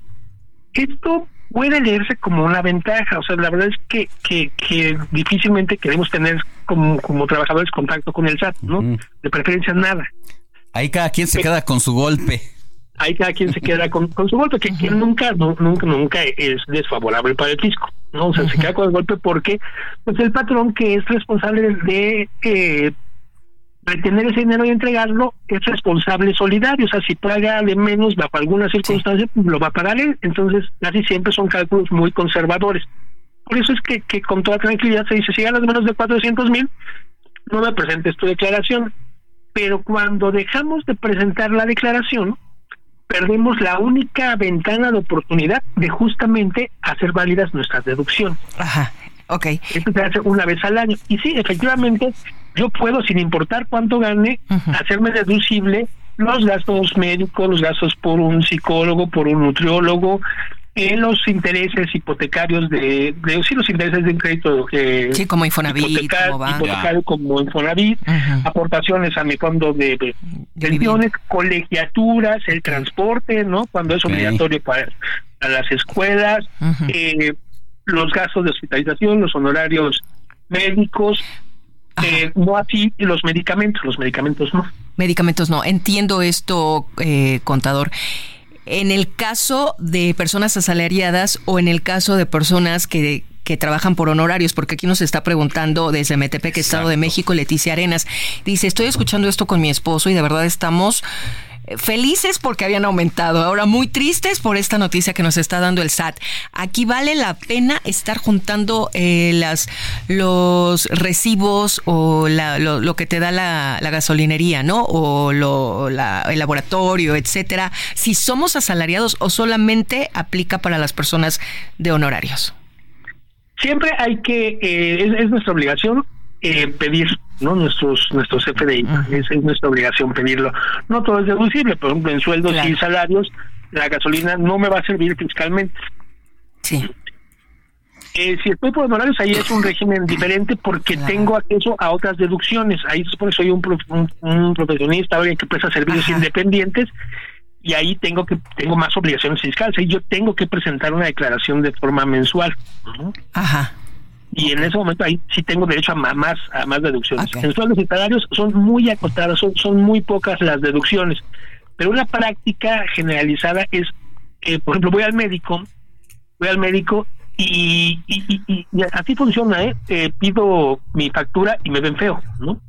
Esto puede leerse como una ventaja, o sea, la verdad es que que, que difícilmente queremos tener como, como trabajadores contacto con el S A T, ¿no? Uh-huh. De preferencia nada. Ahí cada quien se Pero, queda con su golpe. Ahí cada quien se queda con, con su golpe, que, uh-huh. que nunca, no, nunca, nunca es desfavorable para el fisco, ¿no? O sea, uh-huh. se queda con el golpe porque pues el patrón que es responsable de eh, retener ese dinero y entregarlo es responsable solidario, o sea, si paga de menos bajo alguna circunstancia, sí. pues lo va a pagar él. Entonces, casi siempre son cálculos muy conservadores. Por eso es que, que con toda tranquilidad se dice, si ganas menos de cuatrocientos mil, no me presentes tu declaración. Pero cuando dejamos de presentar la declaración, perdemos la única ventana de oportunidad de justamente hacer válidas nuestras deducciones. Ajá, ok. Esto se hace una vez al año. Y sí, efectivamente, yo puedo, sin importar cuánto gane, uh-huh. hacerme deducible los gastos médicos, los gastos por un psicólogo, por un nutriólogo, eh, los intereses hipotecarios de, de sí, los intereses de un crédito que sí, como Infonavit, como banco. hipotecario como Infonavit, uh-huh. aportaciones a mi fondo de, de pensiones, colegiaturas, el transporte, ¿no? Cuando es obligatorio okay. para, para las escuelas, uh-huh. eh, los gastos de hospitalización, los honorarios médicos. Eh, no así los medicamentos, los medicamentos no. Medicamentos no. Entiendo esto, eh, contador. En el caso de personas asalariadas o en el caso de personas que, que trabajan por honorarios, porque aquí nos está preguntando desde Metepec, Estado de México, Leticia Arenas. Dice, estoy escuchando esto con mi esposo y de verdad estamos felices porque habían aumentado, ahora muy tristes por esta noticia que nos está dando el S A T. Aquí vale la pena estar juntando eh, las los recibos o la, lo, lo que te da la, la gasolinería, ¿no? O lo, la, el laboratorio, etcétera. Si somos asalariados o solamente aplica para las personas de honorarios. Siempre hay que, eh, es, es nuestra obligación eh, pedir, ¿no? Nuestros nuestros F D I, uh-huh. es, es nuestra obligación pedirlo. No todo es deducible, por ejemplo, en sueldos claro. y salarios, la gasolina no me va a servir fiscalmente. Sí. Eh, si estoy por honorarios, ahí es un régimen diferente porque claro. tengo acceso a otras deducciones. Ahí se supone que soy un, prof, un, un profesionista, alguien que presta servicios Ajá. independientes, y ahí tengo que tengo más obligaciones fiscales. Ahí yo tengo que presentar una declaración de forma mensual. ¿no? Ajá. Y okay. en ese momento ahí sí tengo derecho a más a más deducciones. Okay. En sueldos y salarios son muy acotadas, son, son muy pocas las deducciones. Pero una práctica generalizada es, eh, por ejemplo, voy al médico, voy al médico y, y, y, y, y así funciona, ¿eh? eh, pido mi factura y me ven feo, ¿no?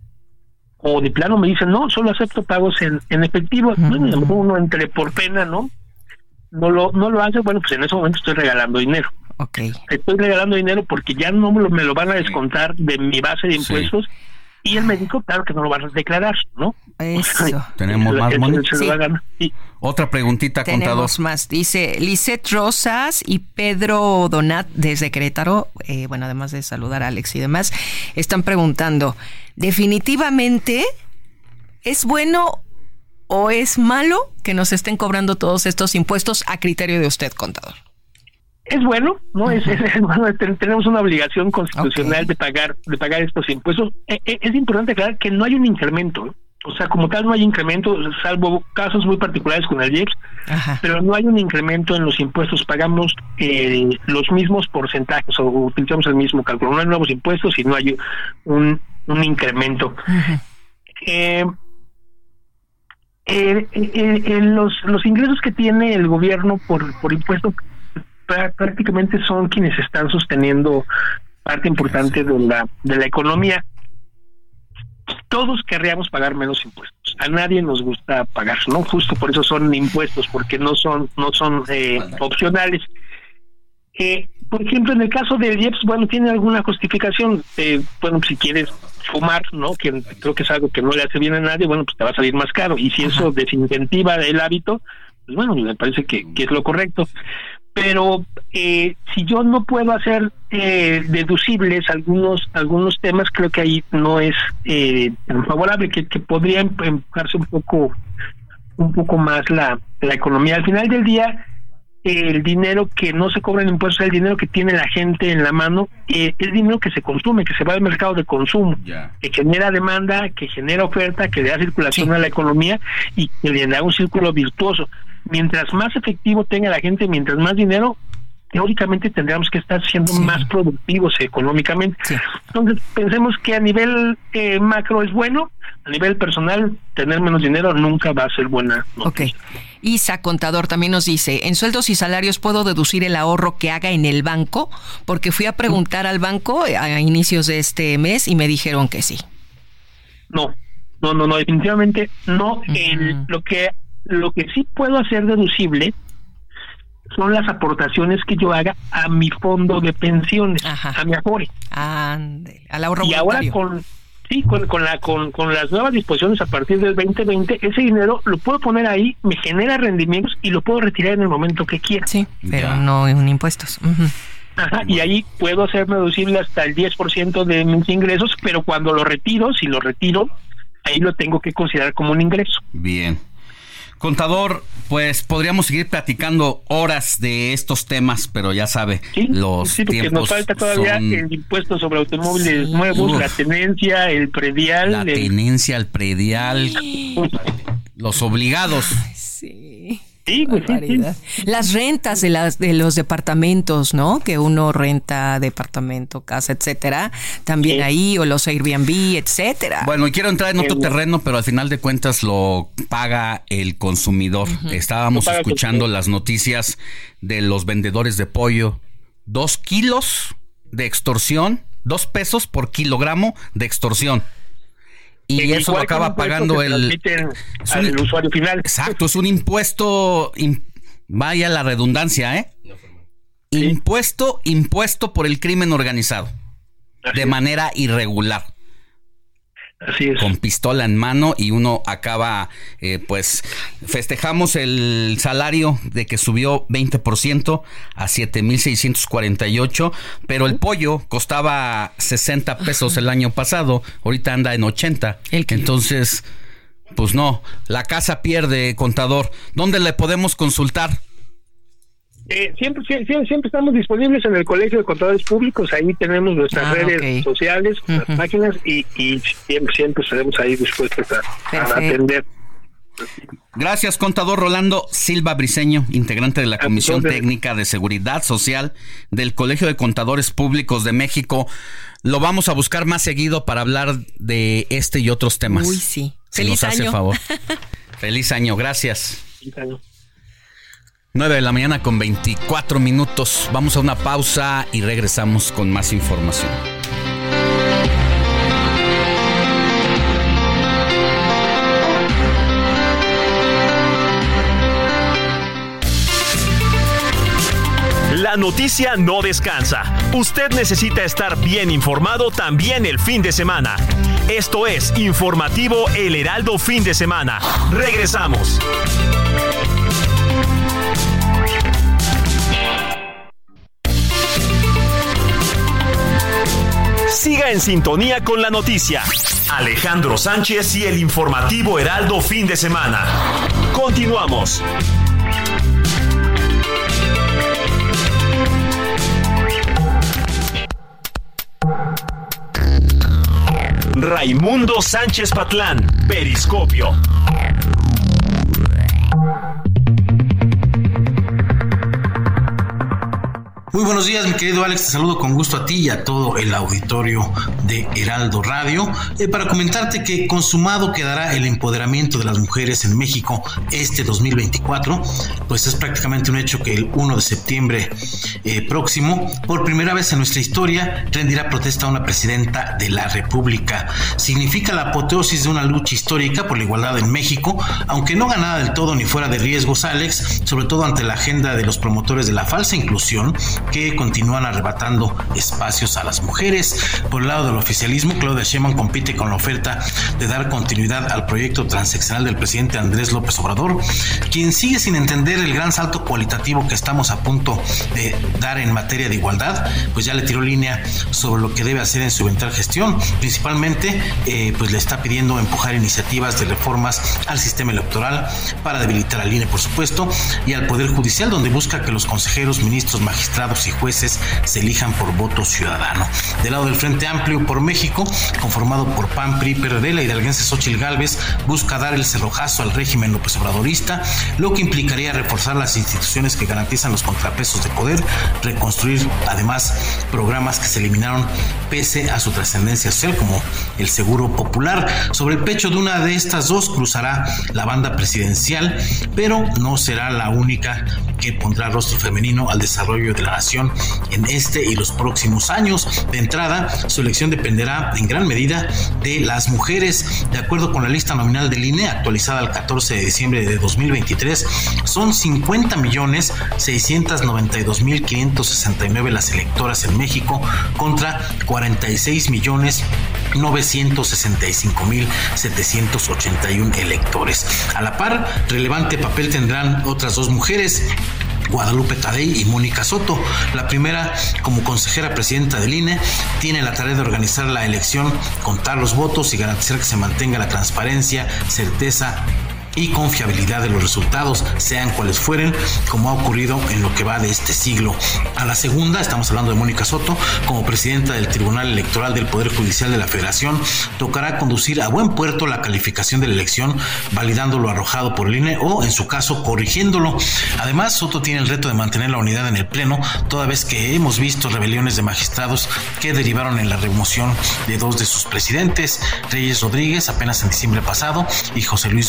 O de plano me dicen, no, solo acepto pagos en, en efectivo. Uh-huh. Bueno, uno entre por pena, ¿no? No lo, no lo hace, bueno, pues en ese momento estoy regalando dinero. Okay. Estoy regalando dinero porque ya no me lo, me lo van a descontar de mi base de impuestos sí. y el médico, claro que no lo van a declarar, ¿no? Eso. Tenemos más, Moni. Sí. Sí. Otra preguntita, Tenemos contador. más. Dice Lisette Rosas y Pedro Donat desde Querétaro, eh, bueno, además de saludar a Alex y demás, están preguntando, definitivamente, ¿es bueno o es malo que nos estén cobrando todos estos impuestos a criterio de usted, contador? Es bueno, ¿no? Uh-huh. es, es, es bueno, tenemos una obligación constitucional okay. de pagar de pagar estos impuestos. Es, es importante aclarar que no hay un incremento, o sea, como tal no hay incremento, salvo casos muy particulares con el I E P S, Ajá. pero no hay un incremento en los impuestos, pagamos eh, los mismos porcentajes o utilizamos el mismo cálculo, no hay nuevos impuestos y no hay un, un incremento. Uh-huh. Eh, eh, eh, eh, los, los ingresos que tiene el gobierno por, por impuestos prácticamente son quienes están sosteniendo parte importante de la de la economía. Todos querríamos pagar menos impuestos. A nadie nos gusta pagar, ¿no? Justo por eso son impuestos, porque no son no son eh, opcionales. Eh, por ejemplo, en el caso del I E P S, bueno, tiene alguna justificación. Eh, bueno, si quieres fumar, ¿no? Que creo que es algo que no le hace bien a nadie, bueno, pues te va a salir más caro. Y si Ajá. eso desincentiva el hábito, pues bueno, me parece que, que es lo correcto. Pero eh, si yo no puedo hacer eh, deducibles algunos algunos temas, creo que ahí no es eh, tan favorable, que, que podría empujarse un poco un poco más la, la economía. Al final del día, eh, el dinero que no se cobra en impuestos, el dinero que tiene la gente en la mano, eh, es dinero que se consume, que se va al mercado de consumo, yeah. que genera demanda, que genera oferta, que le da circulación sí. a la economía y que le da un círculo virtuoso. Mientras más efectivo tenga la gente, mientras más dinero, teóricamente tendríamos que estar siendo sí. más productivos económicamente. Sí. Entonces, pensemos que a nivel eh, macro es bueno, a nivel personal, tener menos dinero nunca va a ser buena noticia. Ok. Isa, contador, también nos dice, en sueldos y salarios puedo deducir el ahorro que haga en el banco, porque fui a preguntar al banco a inicios de este mes y me dijeron que sí. No, no, no, no, definitivamente no. Uh-huh. El, lo que Lo que sí puedo hacer deducible son las aportaciones que yo haga a mi fondo de pensiones, Ajá. a mi Afore. Ande, al ahorro y voluntario. Ahora con sí, con, con la con, con las nuevas disposiciones a partir del veinte veinte, ese dinero lo puedo poner ahí, me genera rendimientos y lo puedo retirar en el momento que quiera. Sí, pero ya. no en impuestos. Uh-huh. Ajá, y ahí puedo hacerme deducible hasta el diez por ciento de mis ingresos, pero cuando lo retiro, si lo retiro, ahí lo tengo que considerar como un ingreso. Bien. Contador, pues podríamos seguir platicando horas de estos temas, pero ya sabe, sí, los sí, porque tiempos nos falta todavía son... el impuesto sobre automóviles nuevos, Uf, la tenencia, el predial. La el... tenencia, el predial, los obligados. Ay, sí. Sí, pues sí, sí. Las rentas de las de los departamentos, ¿no? Que uno renta departamento, casa, etcétera. También sí. ahí, o los Airbnb, etcétera. Bueno, y quiero entrar en otro terreno, pero al final de cuentas lo paga el consumidor. Uh-huh. Estábamos escuchando las noticias de los vendedores de pollo. Dos kilos de extorsión, dos pesos por kilogramo de extorsión. Y el eso lo acaba pagando el, es un, el usuario final. Exacto, es un impuesto, in, vaya la redundancia, ¿eh? Sí. Impuesto, impuesto por el crimen organizado. Así de es. Manera irregular. Así es. Con pistola en mano, y uno acaba, eh, pues, festejamos el salario de que subió veinte por ciento a siete mil seiscientos cuarenta y ocho, pero el pollo costaba sesenta pesos el año pasado, ahorita anda en ochenta. Entonces, pues no, la casa pierde, contador. ¿Dónde le podemos consultar? Eh, siempre, siempre siempre estamos disponibles en el Colegio de Contadores Públicos. Ahí tenemos nuestras ah, redes okay. sociales, uh-huh. las páginas, y, y siempre siempre estaremos ahí dispuestos a, a atender. Gracias, contador Rolando Silva Briceño, integrante de la Comisión Técnica de Seguridad Social del Colegio de Contadores Públicos de México. Lo vamos a buscar más seguido para hablar de este y otros temas. Uy, sí. Si Feliz nos año. hace favor. Feliz año, gracias. Feliz año. nueve de la mañana con veinticuatro minutos. Vamos a una pausa y regresamos con más información. La noticia no descansa. Usted necesita estar bien informado también el fin de semana. Esto es Informativo El Heraldo Fin de Semana. Regresamos. Siga en sintonía con la noticia. Alejandro Sánchez y el Informativo Heraldo Fin de Semana. Continuamos. Raimundo Sánchez Patlán, Periscopio. Muy buenos días, mi querido Alex, te saludo con gusto a ti y a todo el auditorio de Heraldo Radio, eh, para comentarte que consumado quedará el empoderamiento de las mujeres en México este dos mil veinticuatro, pues es prácticamente un hecho que el primero de septiembre eh, próximo, por primera vez en nuestra historia, rendirá protesta a una presidenta de la República. Significa la apoteosis de una lucha histórica por la igualdad en México, aunque no ganada del todo ni fuera de riesgos, Alex, sobre todo ante la agenda de los promotores de la falsa inclusión, que continúan arrebatando espacios a las mujeres. Por el lado del oficialismo, Claudia Sheinbaum compite con la oferta de dar continuidad al proyecto transeccional del presidente Andrés López Obrador, quien sigue sin entender el gran salto cualitativo que estamos a punto de dar en materia de igualdad. Pues ya le tiró línea sobre lo que debe hacer en su eventual gestión. Principalmente, eh, pues le está pidiendo empujar iniciativas de reformas al sistema electoral para debilitar al I N E, por supuesto, y al Poder Judicial, donde busca que los consejeros, ministros, magistrados y jueces se elijan por voto ciudadano. Del lado del Frente Amplio por México, conformado por P A N, P R I, P R D, la hidalguense Xóchitl Gálvez busca dar el cerrojazo al régimen López Obradorista, lo que implicaría reforzar las instituciones que garantizan los contrapesos de poder, reconstruir además programas que se eliminaron pese a su trascendencia social, como el Seguro Popular. Sobre el pecho de una de estas dos cruzará la banda presidencial, pero no será la única que pondrá rostro femenino al desarrollo de la nación en este y los próximos años. De entrada, su elección dependerá en gran medida de las mujeres. De acuerdo con la lista nominal del I N E, actualizada el catorce de diciembre de dos mil veintitrés, son cincuenta millones seiscientos noventa y dos mil quinientos sesenta y nueve las electoras en México, contra cuarenta y seis millones novecientos sesenta y cinco mil setecientos ochenta y uno electores. A la par, relevante papel tendrán otras dos mujeres, Guadalupe Tadei y Mónica Soto. La primera, como consejera presidenta del I N E, tiene la tarea de organizar la elección, contar los votos y garantizar que se mantenga la transparencia, certeza y confiabilidad de los resultados, sean cuales fueren, como ha ocurrido en lo que va de este siglo. A la segunda, estamos hablando de Mónica Soto, como presidenta del Tribunal Electoral del Poder Judicial de la Federación, tocará conducir a buen puerto la calificación de la elección, validando lo arrojado por el I N E o, en su caso, corrigiéndolo. Además, Soto tiene el reto de mantener la unidad en el Pleno, toda vez que hemos visto rebeliones de magistrados que derivaron en la remoción de dos de sus presidentes, Reyes Rodríguez, apenas en diciembre pasado, y José Luis Vargas,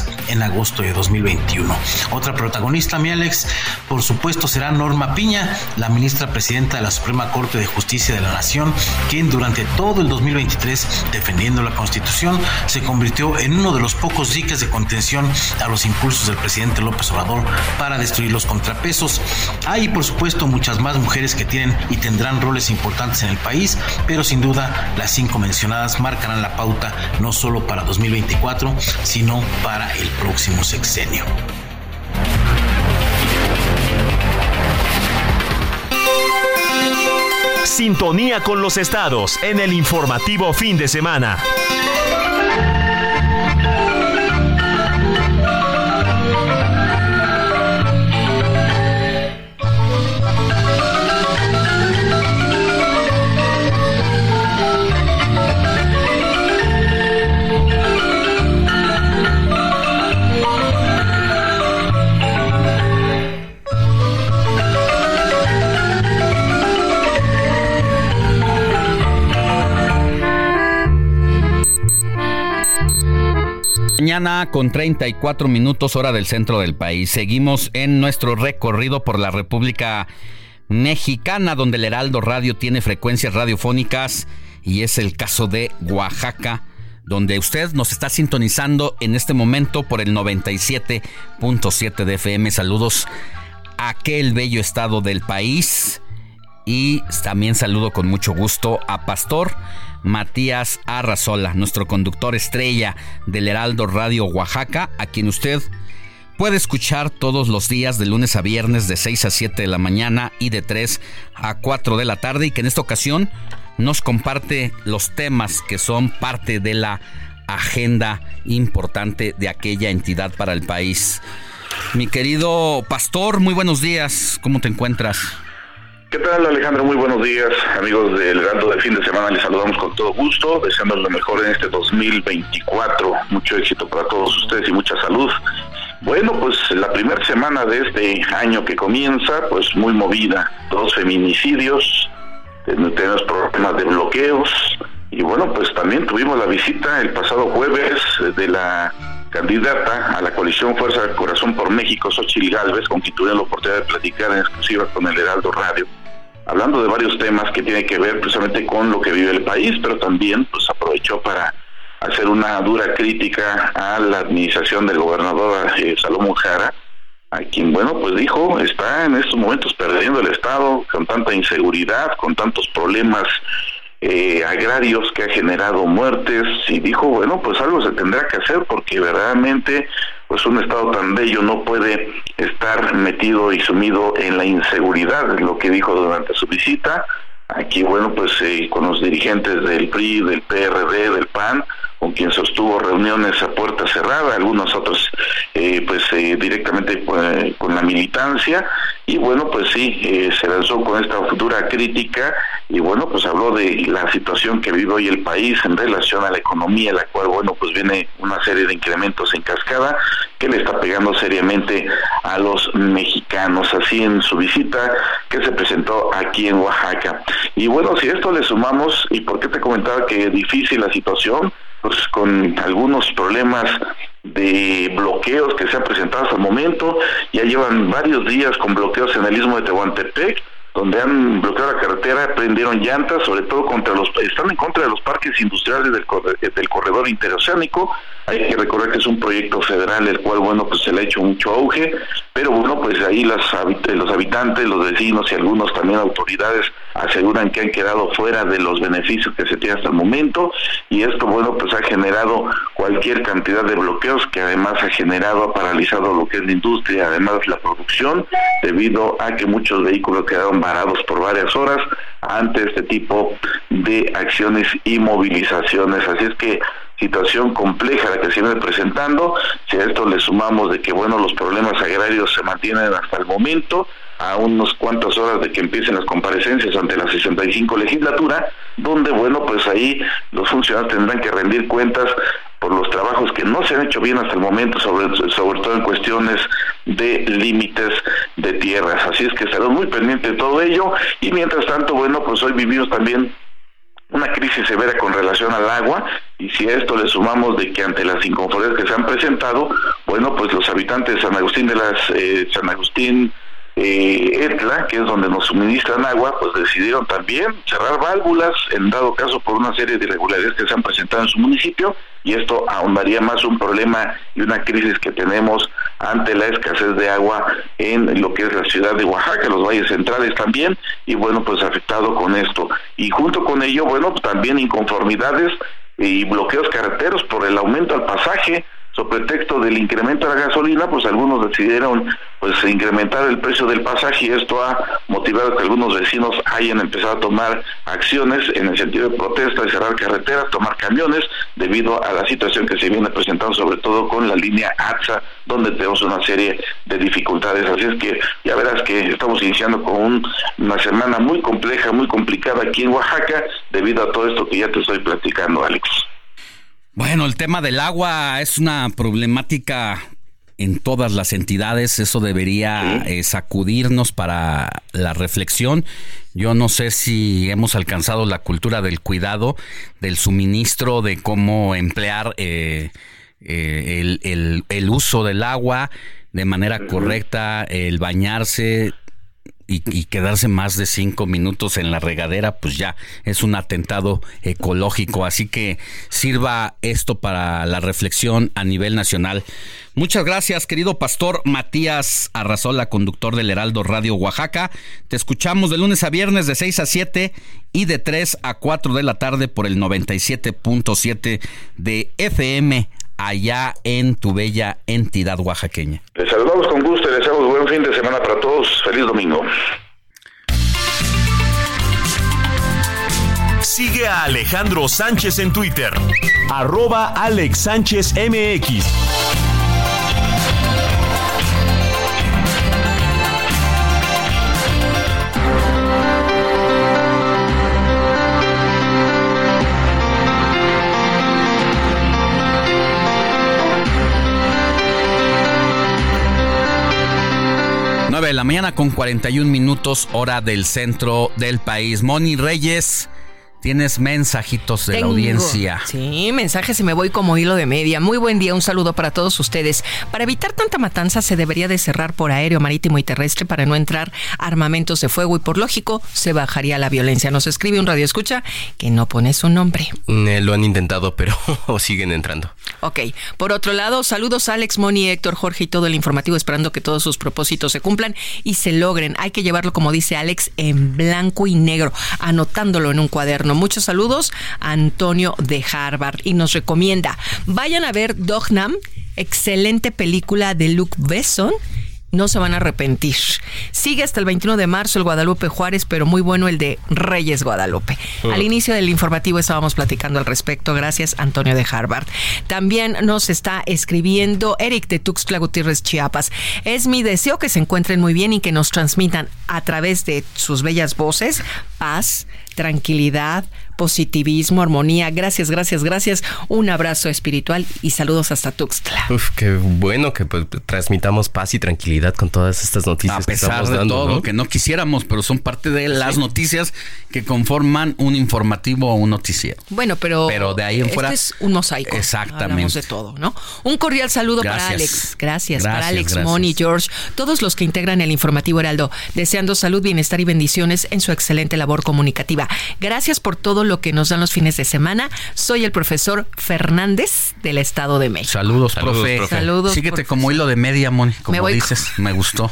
Texas en agosto de dos mil veintiuno. Otra protagonista, mi Alex, por supuesto será Norma Piña, la ministra presidenta de la Suprema Corte de Justicia de la Nación, quien durante todo el dos mil veintitrés, defendiendo la Constitución, se convirtió en uno de los pocos diques de contención a los impulsos del presidente López Obrador para destruir los contrapesos. Hay, por supuesto, muchas más mujeres que tienen y tendrán roles importantes en el país, pero sin duda las cinco mencionadas marcarán la pauta no solo para dos mil veinticuatro, sino para el próximo sexenio. Sintonía con los estados en el informativo fin de semana. Mañana con treinta y cuatro minutos hora del centro del país. Seguimos en nuestro recorrido por la República Mexicana, donde el Heraldo Radio tiene frecuencias radiofónicas y es el caso de Oaxaca, donde usted nos está sintonizando en este momento por el noventa y siete punto siete de F M. Saludos a aquel bello estado del país y también saludo con mucho gusto a Pastor Matías Arrazola, nuestro conductor estrella del Heraldo Radio Oaxaca, a quien usted puede escuchar todos los días de lunes a viernes de seis a siete de la mañana y de tres a cuatro de la tarde, y que en esta ocasión nos comparte los temas que son parte de la agenda importante de aquella entidad para el país. Mi querido Pastor, muy buenos días, ¿cómo te encuentras? ¿Qué tal, Alejandro? Muy buenos días, amigos del Heraldo del fin de semana. Les saludamos con todo gusto, deseándoles lo mejor en este dos mil veinticuatro. Mucho éxito para todos ustedes y mucha salud. Bueno, pues la primera semana de este año que comienza, pues muy movida. Dos feminicidios, tenemos problemas de bloqueos y bueno, pues también tuvimos la visita el pasado jueves de la candidata a la coalición Fuerza Corazón por México, Xóchitl Gálvez, con quien tuve la oportunidad de platicar en exclusiva con el Heraldo Radio, hablando de varios temas que tienen que ver precisamente con lo que vive el país, pero también pues aprovechó para hacer una dura crítica a la administración del gobernador eh, Salomón Jara, a quien, bueno, pues dijo, está en estos momentos perdiendo el Estado, con tanta inseguridad, con tantos problemas Eh, agrarios que ha generado muertes, y dijo, bueno, pues algo se tendrá que hacer porque verdaderamente pues un estado tan bello no puede estar metido y sumido en la inseguridad, es lo que dijo durante su visita. Aquí, bueno, pues eh, con los dirigentes del P R I, del P R D, del P A N, con quien sostuvo reuniones a puerta cerrada, algunos otros eh, pues eh, directamente eh, con la militancia, y bueno, pues sí, eh, se lanzó con esta futura crítica, y bueno, pues habló de la situación que vive hoy el país en relación a la economía, la cual, bueno, pues viene una serie de incrementos en cascada que le está pegando seriamente a los mexicanos, así en su visita que se presentó aquí en Oaxaca. Y bueno, si a esto le sumamos, y por qué te comentaba que es difícil la situación, pues con algunos problemas de bloqueos que se han presentado hasta el momento, ya llevan varios días con bloqueos en el istmo de Tehuantepec, donde han bloqueado la carretera, prendieron llantas, sobre todo contra los, están en contra de los parques industriales del, del corredor interoceánico. Hay que recordar que es un proyecto federal, el cual, bueno, pues se le ha hecho mucho auge, pero bueno, pues ahí las, los habitantes, los vecinos y algunos también autoridades aseguran que han quedado fuera de los beneficios que se tienen hasta el momento, y esto, bueno, pues ha generado cualquier cantidad de bloqueos que además ha generado, ha paralizado lo que es la industria, además la producción, debido a que muchos vehículos quedaron varados por varias horas ante este tipo de acciones y movilizaciones. Así es que situación compleja la que se viene presentando. Si a esto le sumamos de que, bueno, los problemas agrarios se mantienen hasta el momento, a unos cuantas horas de que empiecen las comparecencias ante la sesenta y cinco legislatura, donde, bueno, pues ahí los funcionarios tendrán que rendir cuentas por los trabajos que no se han hecho bien hasta el momento, sobre, sobre todo en cuestiones de límites de tierras. Así es que estaremos muy pendientes de todo ello, y mientras tanto, bueno, pues hoy vivimos también una crisis severa con relación al agua, y si a esto le sumamos de que ante las inconformidades que se han presentado, bueno, pues los habitantes de San Agustín de las eh, San Agustín eh, Etla, que es donde nos suministran agua, pues decidieron también cerrar válvulas en dado caso por una serie de irregularidades que se han presentado en su municipio, y esto ahondaría más un problema y una crisis que tenemos ante la escasez de agua en lo que es la ciudad de Oaxaca, los valles centrales también, y bueno, pues afectado con esto. Y junto con ello, bueno, pues también inconformidades y bloqueos carreteros por el aumento al pasaje, sobre pretexto del incremento de la gasolina, pues algunos decidieron pues incrementar el precio del pasaje, y esto ha motivado que algunos vecinos hayan empezado a tomar acciones en el sentido de protesta, de cerrar carreteras, tomar camiones, debido a la situación que se viene presentando, sobre todo con la línea A T S A, donde tenemos una serie de dificultades. Así es que ya verás que estamos iniciando con un, una semana muy compleja, muy complicada aquí en Oaxaca, debido a todo esto que ya te estoy platicando, Alex. Bueno, el tema del agua es una problemática en todas las entidades. Eso debería sí. eh, sacudirnos para la reflexión. Yo no sé si hemos alcanzado la cultura del cuidado, del suministro, de cómo emplear eh, eh, el, el, el uso del agua de manera uh-huh. correcta, el bañarse. Y, y quedarse más de cinco minutos en la regadera, pues ya es un atentado ecológico. Así que sirva esto para la reflexión a nivel nacional. Muchas gracias, querido pastor Matías Arrazola, conductor del Heraldo Radio Oaxaca. Te escuchamos de lunes a viernes de seis a siete y de tres a cuatro de la tarde por el noventa y siete punto siete de F M allá en tu bella entidad oaxaqueña. Les saludamos con gusto y les deseamos buen fin de semana para todos. Feliz domingo. Sigue a Alejandro Sánchez en Twitter, arroba Alex Sánchez M X. nueve de la mañana con cuarenta y un minutos, hora del centro del país. Moni Reyes, tienes mensajitos de Tengo. la audiencia. Sí, mensajes y me voy como hilo de media. Muy buen día, un saludo para todos ustedes. Para evitar tanta matanza se debería de cerrar por aéreo, marítimo y terrestre para no entrar armamentos de fuego y por lógico se bajaría la violencia. Nos escribe un radioescucha que no pone su nombre. Eh, lo han intentado, pero siguen entrando. Ok, por otro lado, saludos a Alex, Moni, Héctor, Jorge y todo el informativo, esperando que todos sus propósitos se cumplan y se logren. Hay que llevarlo, como dice Alex, en blanco y negro, anotándolo en un cuaderno. Muchos saludos a Antonio de Harvard y nos recomienda, vayan a ver Dognam, excelente película de Luc Besson. No se van a arrepentir. Sigue hasta el veintiuno de marzo el Guadalupe Juárez, pero muy bueno el de Reyes Guadalupe. Uh. Al inicio del informativo estábamos platicando al respecto. Gracias, Antonio de Harvard. También nos está escribiendo Eric de Tuxtla Gutiérrez, Chiapas. Es mi deseo que se encuentren muy bien y que nos transmitan a través de sus bellas voces paz, tranquilidad, positivismo, armonía. Gracias, gracias, gracias. Un abrazo espiritual y saludos hasta Tuxtla. Uf, qué bueno que pues, transmitamos paz y tranquilidad con todas estas noticias. A pesar que estamos de dando, todo, ¿no? que no quisiéramos, pero son parte de las sí. noticias que conforman un informativo o un noticiero. Bueno, pero, pero de ahí en fuera este es un mosaico. Exactamente. Hablamos de todo, ¿no? Un cordial saludo gracias. para Alex. Gracias, gracias para Alex, gracias. Moni, George, todos los que integran el informativo Heraldo, deseando salud, bienestar y bendiciones en su excelente labor comunicativa. Gracias por todo lo que nos dan los fines de semana. Soy el profesor Fernández del Estado de México. Saludos, Saludos profe. profe. Saludos, Síguete profesor. como hilo de media, Moni, como me voy dices. Con... Me gustó.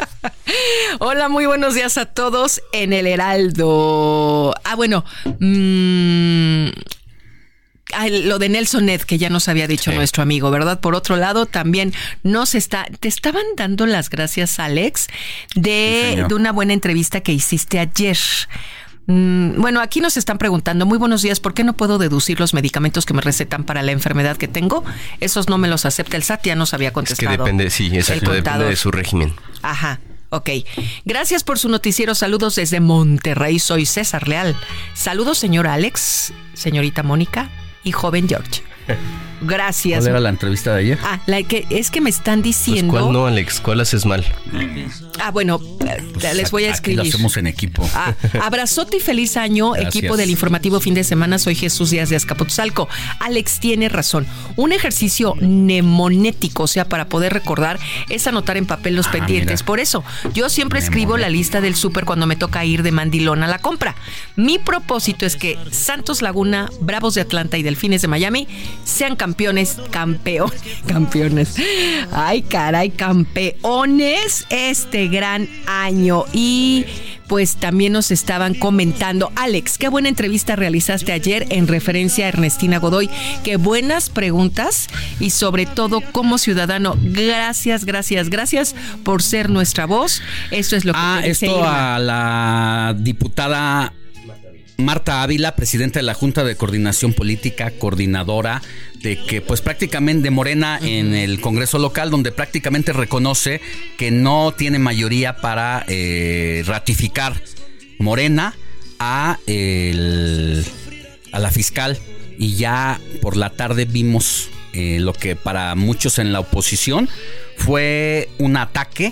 Hola, muy buenos días a todos en el Heraldo. Ah, bueno, mmm... Ay, lo de Nelson Ned, que ya nos había dicho sí. nuestro amigo, ¿verdad? Por otro lado, también nos está, te estaban dando las gracias, Alex, de, sí, de una buena entrevista que hiciste ayer. Mm, bueno, aquí nos están preguntando, muy buenos días, ¿por qué no puedo deducir los medicamentos que me recetan para la enfermedad que tengo? Esos no me los acepta el S A T, ya nos había contestado. Es que depende, sí, exacto, depende de su régimen. Ajá. Ok, gracias por su noticiero, saludos desde Monterrey, soy César Leal. Saludos, señor Alex, señorita Mónica y joven George. Gracias. ¿Cuál era la entrevista de ayer? Ah, la que es que me están diciendo. Pues ¿cuál no, Alex? ¿Cuál haces mal? Ah, bueno, les voy a escribir. Aquí lo hacemos en equipo. Ah, abrazote y feliz año, Gracias. Equipo del informativo fin de semana. Soy Jesús Díaz de Azcapotzalco. Alex tiene razón. Un ejercicio mnemonético, o sea, para poder recordar, es anotar en papel los ah, pendientes. Mira. Por eso, yo siempre escribo la lista del súper cuando me toca ir de mandilón a la compra. Mi propósito es que Santos Laguna, Bravos de Atlanta y Delfines de Miami sean campeones, campeones, campeones. Ay, caray, campeones este gran año. Y pues también nos estaban comentando, Alex, qué buena entrevista realizaste ayer en referencia a Ernestina Godoy. Qué buenas preguntas y sobre todo como ciudadano, gracias, gracias, gracias por ser nuestra voz. Esto es lo que Ah, esto Irma. A la diputada Marta Ávila, presidenta de la Junta de Coordinación Política, coordinadora de que pues prácticamente de Morena en el Congreso local, donde prácticamente reconoce que no tiene mayoría para eh, ratificar Morena a, el, a la fiscal, y ya por la tarde vimos eh, lo que para muchos en la oposición fue un ataque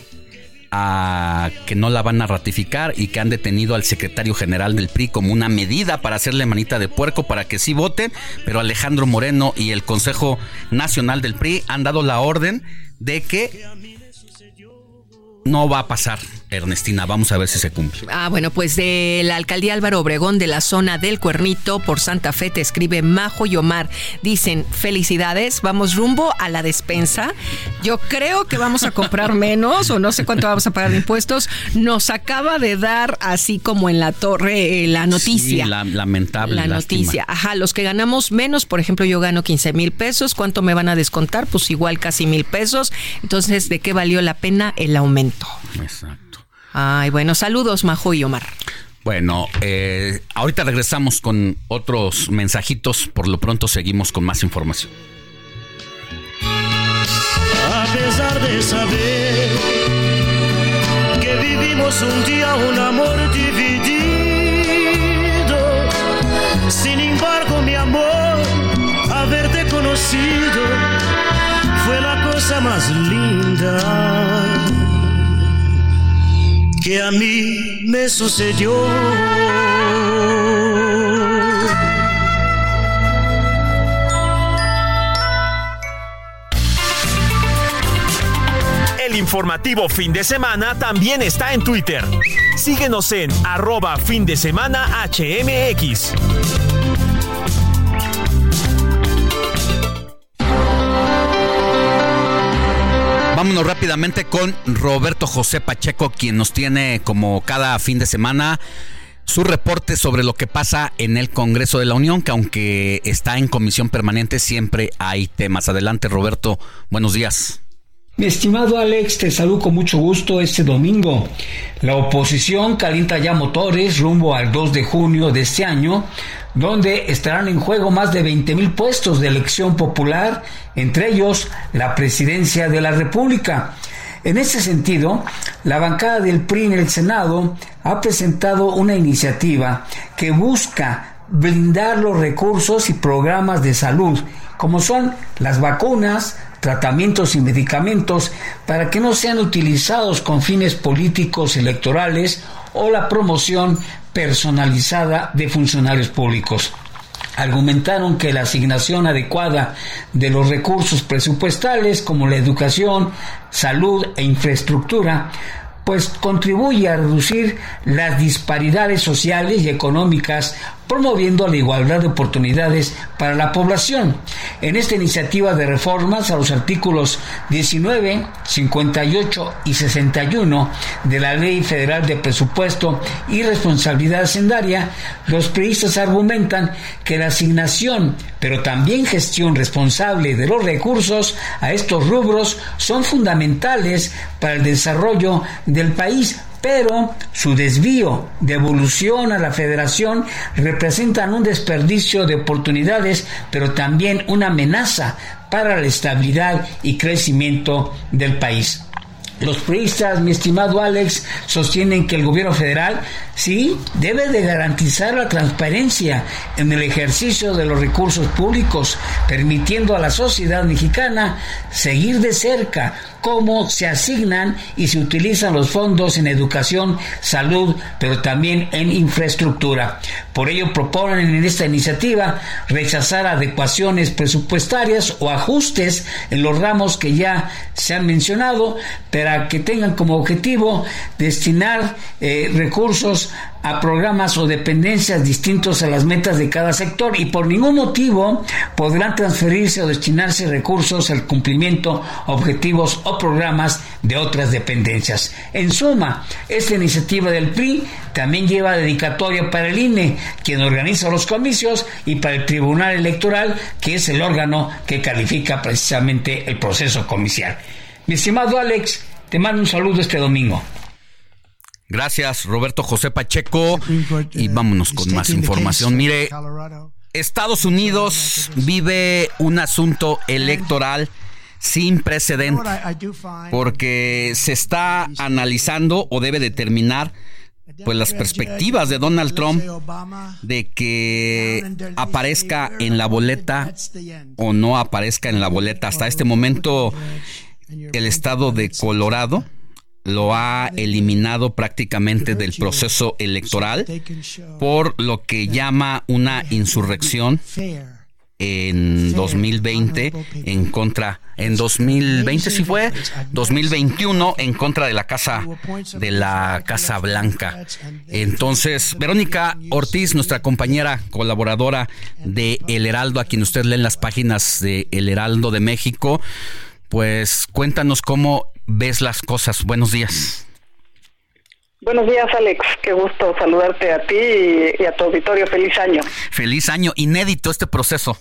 a que no la van a ratificar y que han detenido al secretario general del P R I como una medida para hacerle manita de puerco para que sí voten, pero Alejandro Moreno y el Consejo Nacional del P R I han dado la orden de que no va a pasar, Ernestina. Vamos a ver si se cumple. Ah, bueno, pues de la alcaldía Álvaro Obregón, de la zona del Cuernito, por Santa Fe, te escribe Majo y Omar. Dicen, felicidades, vamos rumbo a la despensa. Yo creo que vamos a comprar menos, o no sé cuánto vamos a pagar de impuestos. Nos acaba de dar, así como en la torre, eh, la noticia. Sí, la, lamentable. La lástima. noticia. Ajá, los que ganamos menos, por ejemplo, yo gano quince mil pesos. ¿Cuánto me van a descontar? Pues igual casi mil pesos. Entonces, ¿de qué valió la pena el aumento? Exacto. Ay, bueno, saludos, Majo y Omar. Bueno, eh, ahorita regresamos con otros mensajitos. Por lo pronto seguimos con más información. A pesar de saber que vivimos un día un amor dividido, sin embargo, mi amor, haberte conocido fue la cosa más linda que a mí me sucedió. El informativo fin de semana también está en Twitter. Síguenos en arroba fin de semana H M X. Vámonos rápidamente con Roberto José Pacheco, quien nos tiene como cada fin de semana su reporte sobre lo que pasa en el Congreso de la Unión, que aunque está en comisión permanente, siempre hay temas. Adelante, Roberto, buenos días. Mi estimado Alex, te saludo con mucho gusto este domingo. La oposición calienta ya motores rumbo al dos de junio de este año, donde estarán en juego más de veinte mil puestos de elección popular, entre ellos la presidencia de la República. En ese sentido, la bancada del P R I en el Senado ha presentado una iniciativa que busca blindar los recursos y programas de salud, como son las vacunas, tratamientos y medicamentos, para que no sean utilizados con fines políticos electorales o la promoción personalizada de funcionarios públicos. Argumentaron que la asignación adecuada de los recursos presupuestales, como la educación, salud e infraestructura, pues contribuye a reducir las disparidades sociales y económicas, promoviendo la igualdad de oportunidades para la población. En esta iniciativa de reformas a los artículos diecinueve, cincuenta y ocho y sesenta y uno de la Ley Federal de Presupuesto y Responsabilidad Hacendaria, los priistas argumentan que la asignación, pero también gestión responsable de los recursos a estos rubros son fundamentales para el desarrollo del país, pero su desvío, devolución a la federación, representan un desperdicio de oportunidades, pero también una amenaza para la estabilidad y crecimiento del país. Los priistas, mi estimado Alex, sostienen que el gobierno federal sí debe de garantizar la transparencia en el ejercicio de los recursos públicos, permitiendo a la sociedad mexicana seguir de cerca cómo se asignan y se utilizan los fondos en educación, salud, pero también en infraestructura. Por ello proponen en esta iniciativa rechazar adecuaciones presupuestarias o ajustes en los ramos que ya se han mencionado, para que tengan como objetivo destinar eh, recursos a programas o dependencias distintos a las metas de cada sector, y por ningún motivo podrán transferirse o destinarse recursos al cumplimiento, objetivos o programas de otras dependencias. En suma, esta iniciativa del P R I también lleva dedicatoria para el I N E, quien organiza los comicios, y para el Tribunal Electoral, que es el órgano que califica precisamente el proceso comicial. Mi estimado Alex, te mando un saludo este domingo. Gracias, Roberto José Pacheco, y vámonos con más información. Mire, Estados Unidos vive un asunto electoral sin precedente, porque se está analizando o debe determinar pues las perspectivas de Donald Trump de que aparezca en la boleta o no aparezca en la boleta. Hasta este momento, el estado de Colorado lo ha eliminado prácticamente del proceso electoral por lo que llama una insurrección en dos mil veinte en contra, en dos mil veinte sí fue, dos mil veintiuno en contra de la Casa de la Casa Blanca. Entonces, Verónica Ortiz, nuestra compañera colaboradora de El Heraldo, a quien usted lee en las páginas de El Heraldo de México, pues cuéntanos cómo ves las cosas. Buenos días. Buenos días, Alex. Qué gusto saludarte a ti y, y a tu auditorio. Feliz año. Feliz año. Inédito este proceso.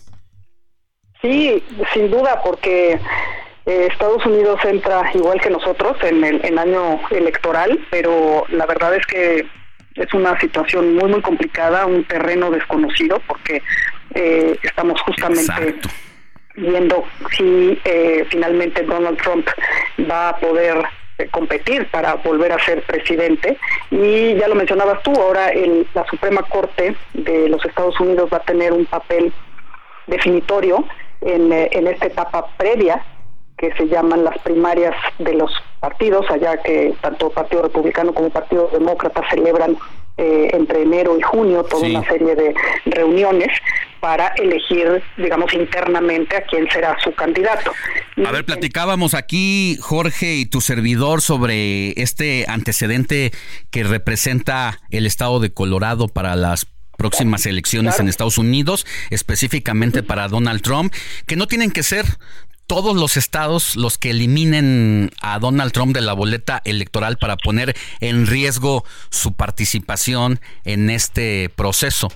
Sí, sin duda, porque eh, Estados Unidos entra igual que nosotros en el en año electoral, pero la verdad es que es una situación muy, muy complicada, un terreno desconocido, porque eh, estamos justamente Exacto. viendo si eh, finalmente Donald Trump va a poder competir para volver a ser presidente. Y ya lo mencionabas tú, ahora el, la Suprema Corte de los Estados Unidos va a tener un papel definitorio en, en esta etapa previa, que se llaman las primarias de los partidos, allá que tanto Partido Republicano como Partido Demócrata celebran eh, entre enero y junio toda sí. una serie de reuniones para elegir, digamos, internamente a quién será su candidato. A ver, platicábamos aquí, Jorge y tu servidor, sobre este antecedente que representa el estado de Colorado para las próximas elecciones claro. en Estados Unidos, específicamente para Donald Trump, que no tienen que ser todos los estados los que eliminen a Donald Trump de la boleta electoral para poner en riesgo su participación en este proceso,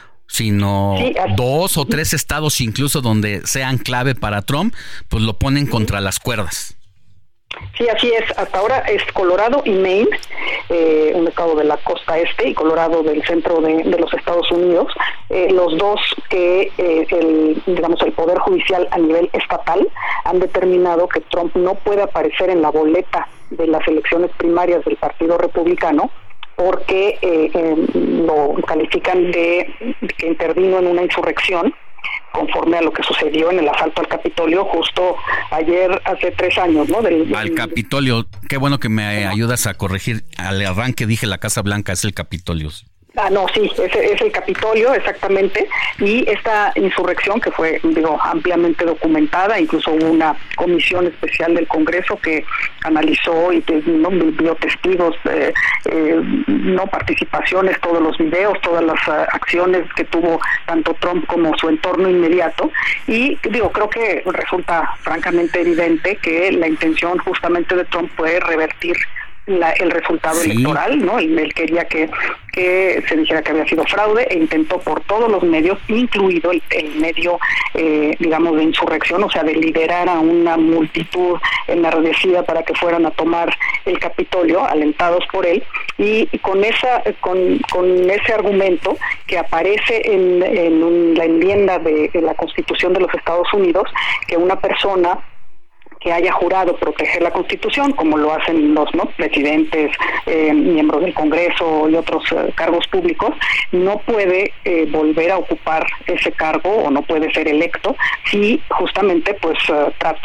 sino sí, dos o tres estados incluso donde sean clave para Trump, pues lo ponen contra las cuerdas. Sí, así es. Hasta ahora es Colorado y Maine, eh, un estado de la costa este, y Colorado del centro de, de los Estados Unidos, eh, los dos que eh, el, digamos el Poder Judicial a nivel estatal han determinado que Trump no puede aparecer en la boleta de las elecciones primarias del Partido Republicano, porque eh, eh, lo califican de, de que intervino en una insurrección, conforme a lo que sucedió en el asalto al Capitolio justo ayer, hace tres años, ¿no? Del, al Capitolio, qué bueno que me ayudas a corregir, al arranque dije la Casa Blanca, es el Capitolio. Ah, no, sí, es, es el Capitolio, exactamente, y esta insurrección que fue, digo, ampliamente documentada, incluso hubo una comisión especial del Congreso que analizó y que no vio testigos, eh, eh, no participaciones, todos los videos, todas las uh, acciones que tuvo tanto Trump como su entorno inmediato, y digo, creo que resulta francamente evidente que la intención justamente de Trump fue revertir La, el resultado sí. electoral, ¿no? Él, él quería que, que se dijera que había sido fraude e intentó por todos los medios, incluido el, el medio, eh, digamos, de insurrección, o sea, de liderar a una multitud enardecida para que fueran a tomar el Capitolio, alentados por él, y, y con esa con, con ese argumento que aparece en, en un, la enmienda de, de la Constitución de los Estados Unidos, que una persona que haya jurado proteger la Constitución, como lo hacen los no presidentes, eh, miembros del Congreso y otros eh, cargos públicos, no puede eh, volver a ocupar ese cargo o no puede ser electo si justamente pues uh, trató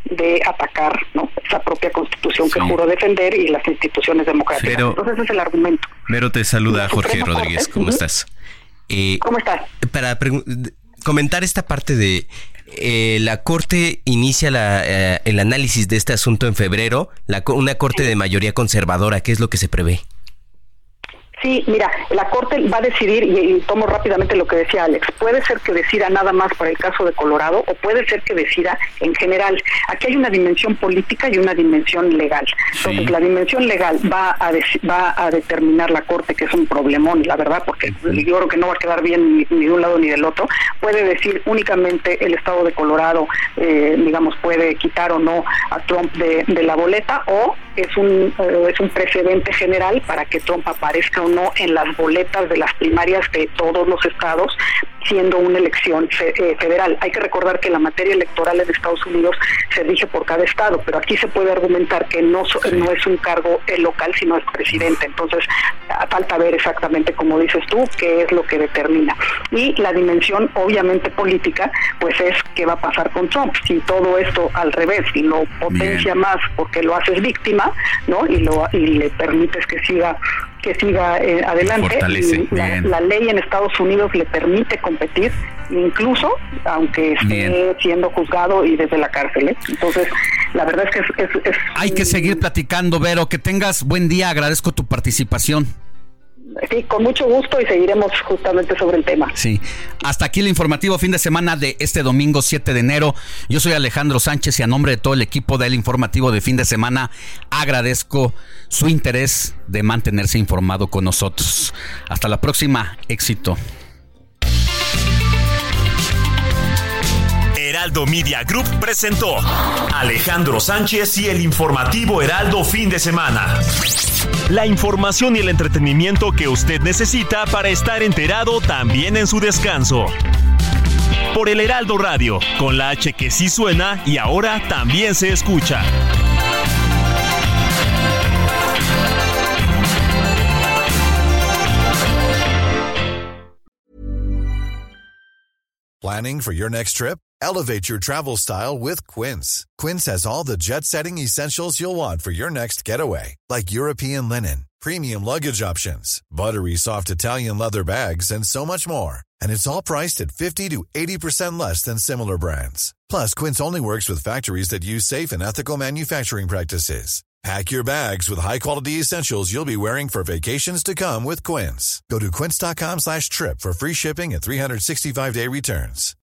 de atacar, ¿no?, esa propia Constitución que sí. juró defender y las instituciones democráticas. Pero, Entonces ese es el argumento. Pero te saluda Jorge Rodríguez, Corte, ¿cómo uh-huh. estás? Eh, ¿Cómo estás? Para pregu- comentar esta parte de eh, la Corte inicia la, eh, el análisis de este asunto en febrero, la, una Corte de mayoría conservadora, ¿qué es lo que se prevé? Sí, mira, la Corte va a decidir, y, y tomo rápidamente lo que decía Alex, puede ser que decida nada más para el caso de Colorado o puede ser que decida en general. Aquí hay una dimensión política y una dimensión legal. Entonces, sí. la dimensión legal va a dec- va a determinar la Corte, que es un problemón, la verdad, porque sí. yo creo que no va a quedar bien ni, ni de un lado ni del otro. Puede decir únicamente el estado de Colorado, eh, digamos, puede quitar o no a Trump de, de la boleta, o es un, eh, es un precedente general para que Trump aparezca o no en las boletas de las primarias de todos los estados, siendo una elección fe, eh, federal. Hay que recordar que la materia electoral en Estados Unidos se rige por cada estado, pero aquí se puede argumentar que no, sí. no es un cargo eh, local, sino es presidente. Entonces, falta ver exactamente, como dices tú, qué es lo que determina. Y la dimensión, obviamente, política, pues es qué va a pasar con Trump. Si todo esto al revés, si lo potencia Bien. más porque lo haces víctima, ¿no? Y, lo, y le permites que siga que siga eh, adelante. Y la, la ley en Estados Unidos le permite competir, incluso aunque esté Bien. siendo juzgado y desde la cárcel, ¿eh? Entonces, la verdad es que es, es, es hay que seguir platicando, Vero. Que tengas buen día, agradezco tu participación. Sí, con mucho gusto, y seguiremos justamente sobre el tema. Sí, hasta aquí el informativo fin de semana de este domingo siete de enero. Yo soy Alejandro Sánchez y a nombre de todo el equipo del informativo de fin de semana agradezco su interés de mantenerse informado con nosotros. Hasta la próxima, éxito. Heraldo Media Group presentó Alejandro Sánchez y el informativo Heraldo fin de semana. La información y el entretenimiento que usted necesita para estar enterado también en su descanso. Por el Heraldo Radio, con la H que sí suena y ahora también se escucha. Planning for your next trip? Elevate your travel style with Quince. Quince has all the jet-setting essentials you'll want for your next getaway, like European linen, premium luggage options, buttery soft Italian leather bags, and so much more. And it's all priced at fifty to eighty percent less than similar brands. Plus, Quince only works with factories that use safe and ethical manufacturing practices. Pack your bags with high-quality essentials you'll be wearing for vacations to come with Quince. Go to quince.com slash trip for free shipping and three sixty-five day returns.